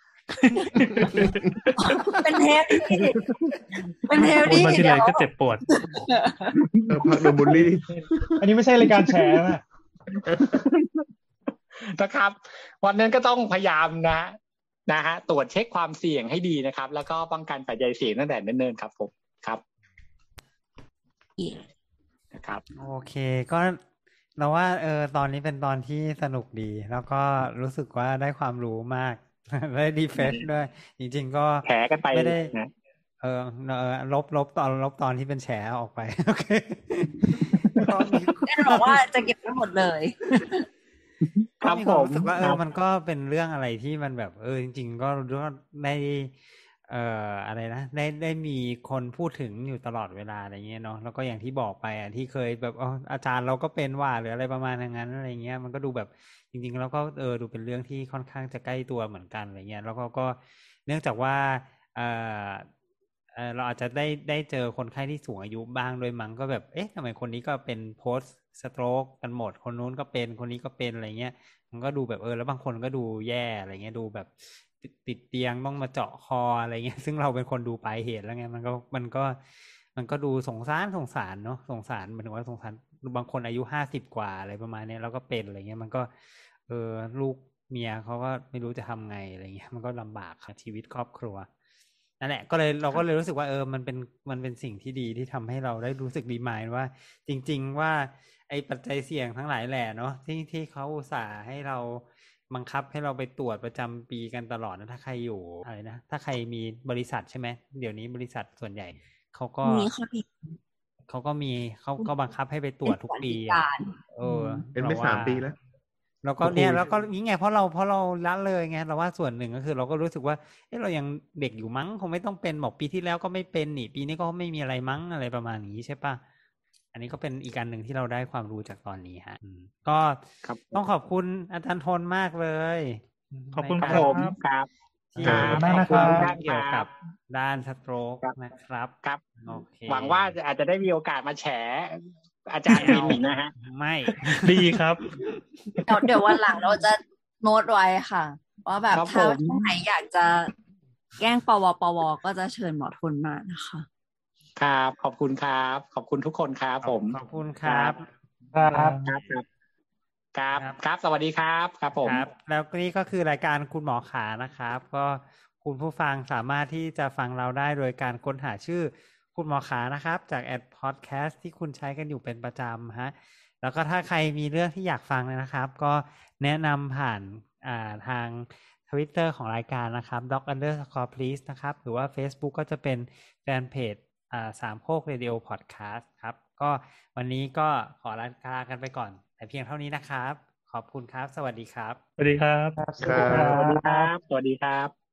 เป็นเทปที่มาทีไรก็เจ็บปวดพักโดนบูลลี่อันนี้ไม่ใช่รายการแฉนะครับวันนั้นก็ต้องพยายามนะฮะตรวจเช็คความเสี่ยงให้ดีนะครับแล้วก็ป้องกันปัจจัยเสี่ยงตั้งแต่เนิ่นๆครับผมครับนะครับโอเคก็เราว่าตอนนี้เป็นตอนที่สนุกดีแล้วก็รู้สึกว่าได้ความรู้มากได้รีเฟรชด้วยจริงๆก็แฉกันไปไม่ได้ลบตอนที่เป็นแฉออกไปโอเคได้บอกว่าจะเก็บทั้งหมดเลยครับผมรู้สึกว่ามันก็เป็นเรื่องอะไรที่มันแบบจริงๆก็รู้ว่าได้อะไรนะได้มีคนพูดถึงอยู่ตลอดเวลาอะไรเงี้ยเนาะแล้วก็อย่างที่บอกไปที่เคยแบบอาจารย์เราก็เป็นว่าหรืออะไรประมาณอย่างนั้นอะไรเงี้ยมันก็ดูแบบจริงๆแล้วก็ดูเป็นเรื่องที่ค่อนข้างจะใกล้ตัวเหมือนกันอะไรเงี้ยแล้วก็เนื่องจากว่าเราอาจจะได้เจอคนไข้ที่สูงอายุบ้างโดยมั้งก็แบบทำไมคนนี้ก็เป็นโพสต์สโตรกกันหมดคนนู้นก็เป็นคนนี้ก็เป็นอะไรเงี้ยมันก็ดูแบบแล้วบางคนก็ดูแย่อะไรเงี้ยดูแบบติดเตียงต้องมาเจาะคออะไรเงี้ยซึ่งเราเป็นคนดูปลายเหตุแล้วไงมันก็ดูสงสารเนาะสงสารหมายถึงว่าสงสารบางคนอายุ50กว่าอะไรประมาณนี้แล้วก็เป็นอะไรเงี้ยมันก็ลูกเมียเขาก็ไม่รู้จะทำไงอะไรเงี้ยมันก็ลำบากค่ะชีวิตครอบครัวนั่นแหละเราก็เลยรู้สึกว่ามันเป็นสิ่งที่ดีที่ทำให้เราได้รู้สึกดีมายว่าจริงๆว่าไอ้ปัจจัยเสี่ยงทั้งหลายแหละเนาะที่เขาอุตส่าห์ให้เราบังคับให้เราไปตรวจประจำปีกันตลอดนะถ้าใครอยู่อะไรนะถ้าใครมีบริษัทใช่ไหมเดี๋ยวนี้บริษัทส่วนใหญ่เขาก็บังคับให้ไปตรวจทุกปีเป็นไป3 ปีแล้วแล้วก็เนี่ยแล้วก็นี่ไงเพราะเราละเลยไงเราว่าส่วนหนึ่งก็คือเราก็รู้สึกว่าเรายังเด็กอยู่มั้งคงไม่ต้องเป็นบอกปีที่แล้วก็ไม่เป็นนี่ปีนี้ก็ไม่มีอะไรมั้งอะไรประมาณนี้ใช่ปะอันนี้ก็เป็นอีกการหนึ่งที่เราได้ความรู้จากตอนนี้ฮะก็ต้องขอบคุณอาจารย์ทนมากเลยขอบคุณครับที่ให้ความรู้เกี่ยวกับด้านสโตรกนะครับครับโอเคหวังว่าอาจจะได้มีโอกาสมาแฉอาจารย์บินอีกนะฮะไม่ดีครับเดี๋ยววันหลังเราจะโน้ตไว้ค่ะว่าแบบถ้าช่วงไหนอยากจะแกล้งปวก็จะเชิญหมอทนมานะคะครับขอบคุณครับขอบคุณทุกคนครับผมขอบคุณครับครับสวัสดีครับครับผมแล้วนี่ก็คือรายการคุณหมอขานะครับก็คุณผู้ฟังสามารถที่จะฟังเราได้โดยการค้นหาชื่อคุณหมอขานะครับจากแอดพอดแคสต์ที่คุณใช้กันอยู่เป็นประจำฮะแล้วก็ถ้าใครมีเรื่องที่อยากฟังนะครับก็แนะนำผ่านทาง Twitter ของรายการนะครับ doc_please นะครับหรือว่า Facebook ก็จะเป็นแฟนเพจสามโคกเรดิโอพอดแคสต์ครับก็วันนี้ก็ขอลากันไปก่อนแต่เพียงเท่านี้นะครับขอบคุณครับสวัสดีครับสวัสดีครับสวัสดีครับสวัสดีครับ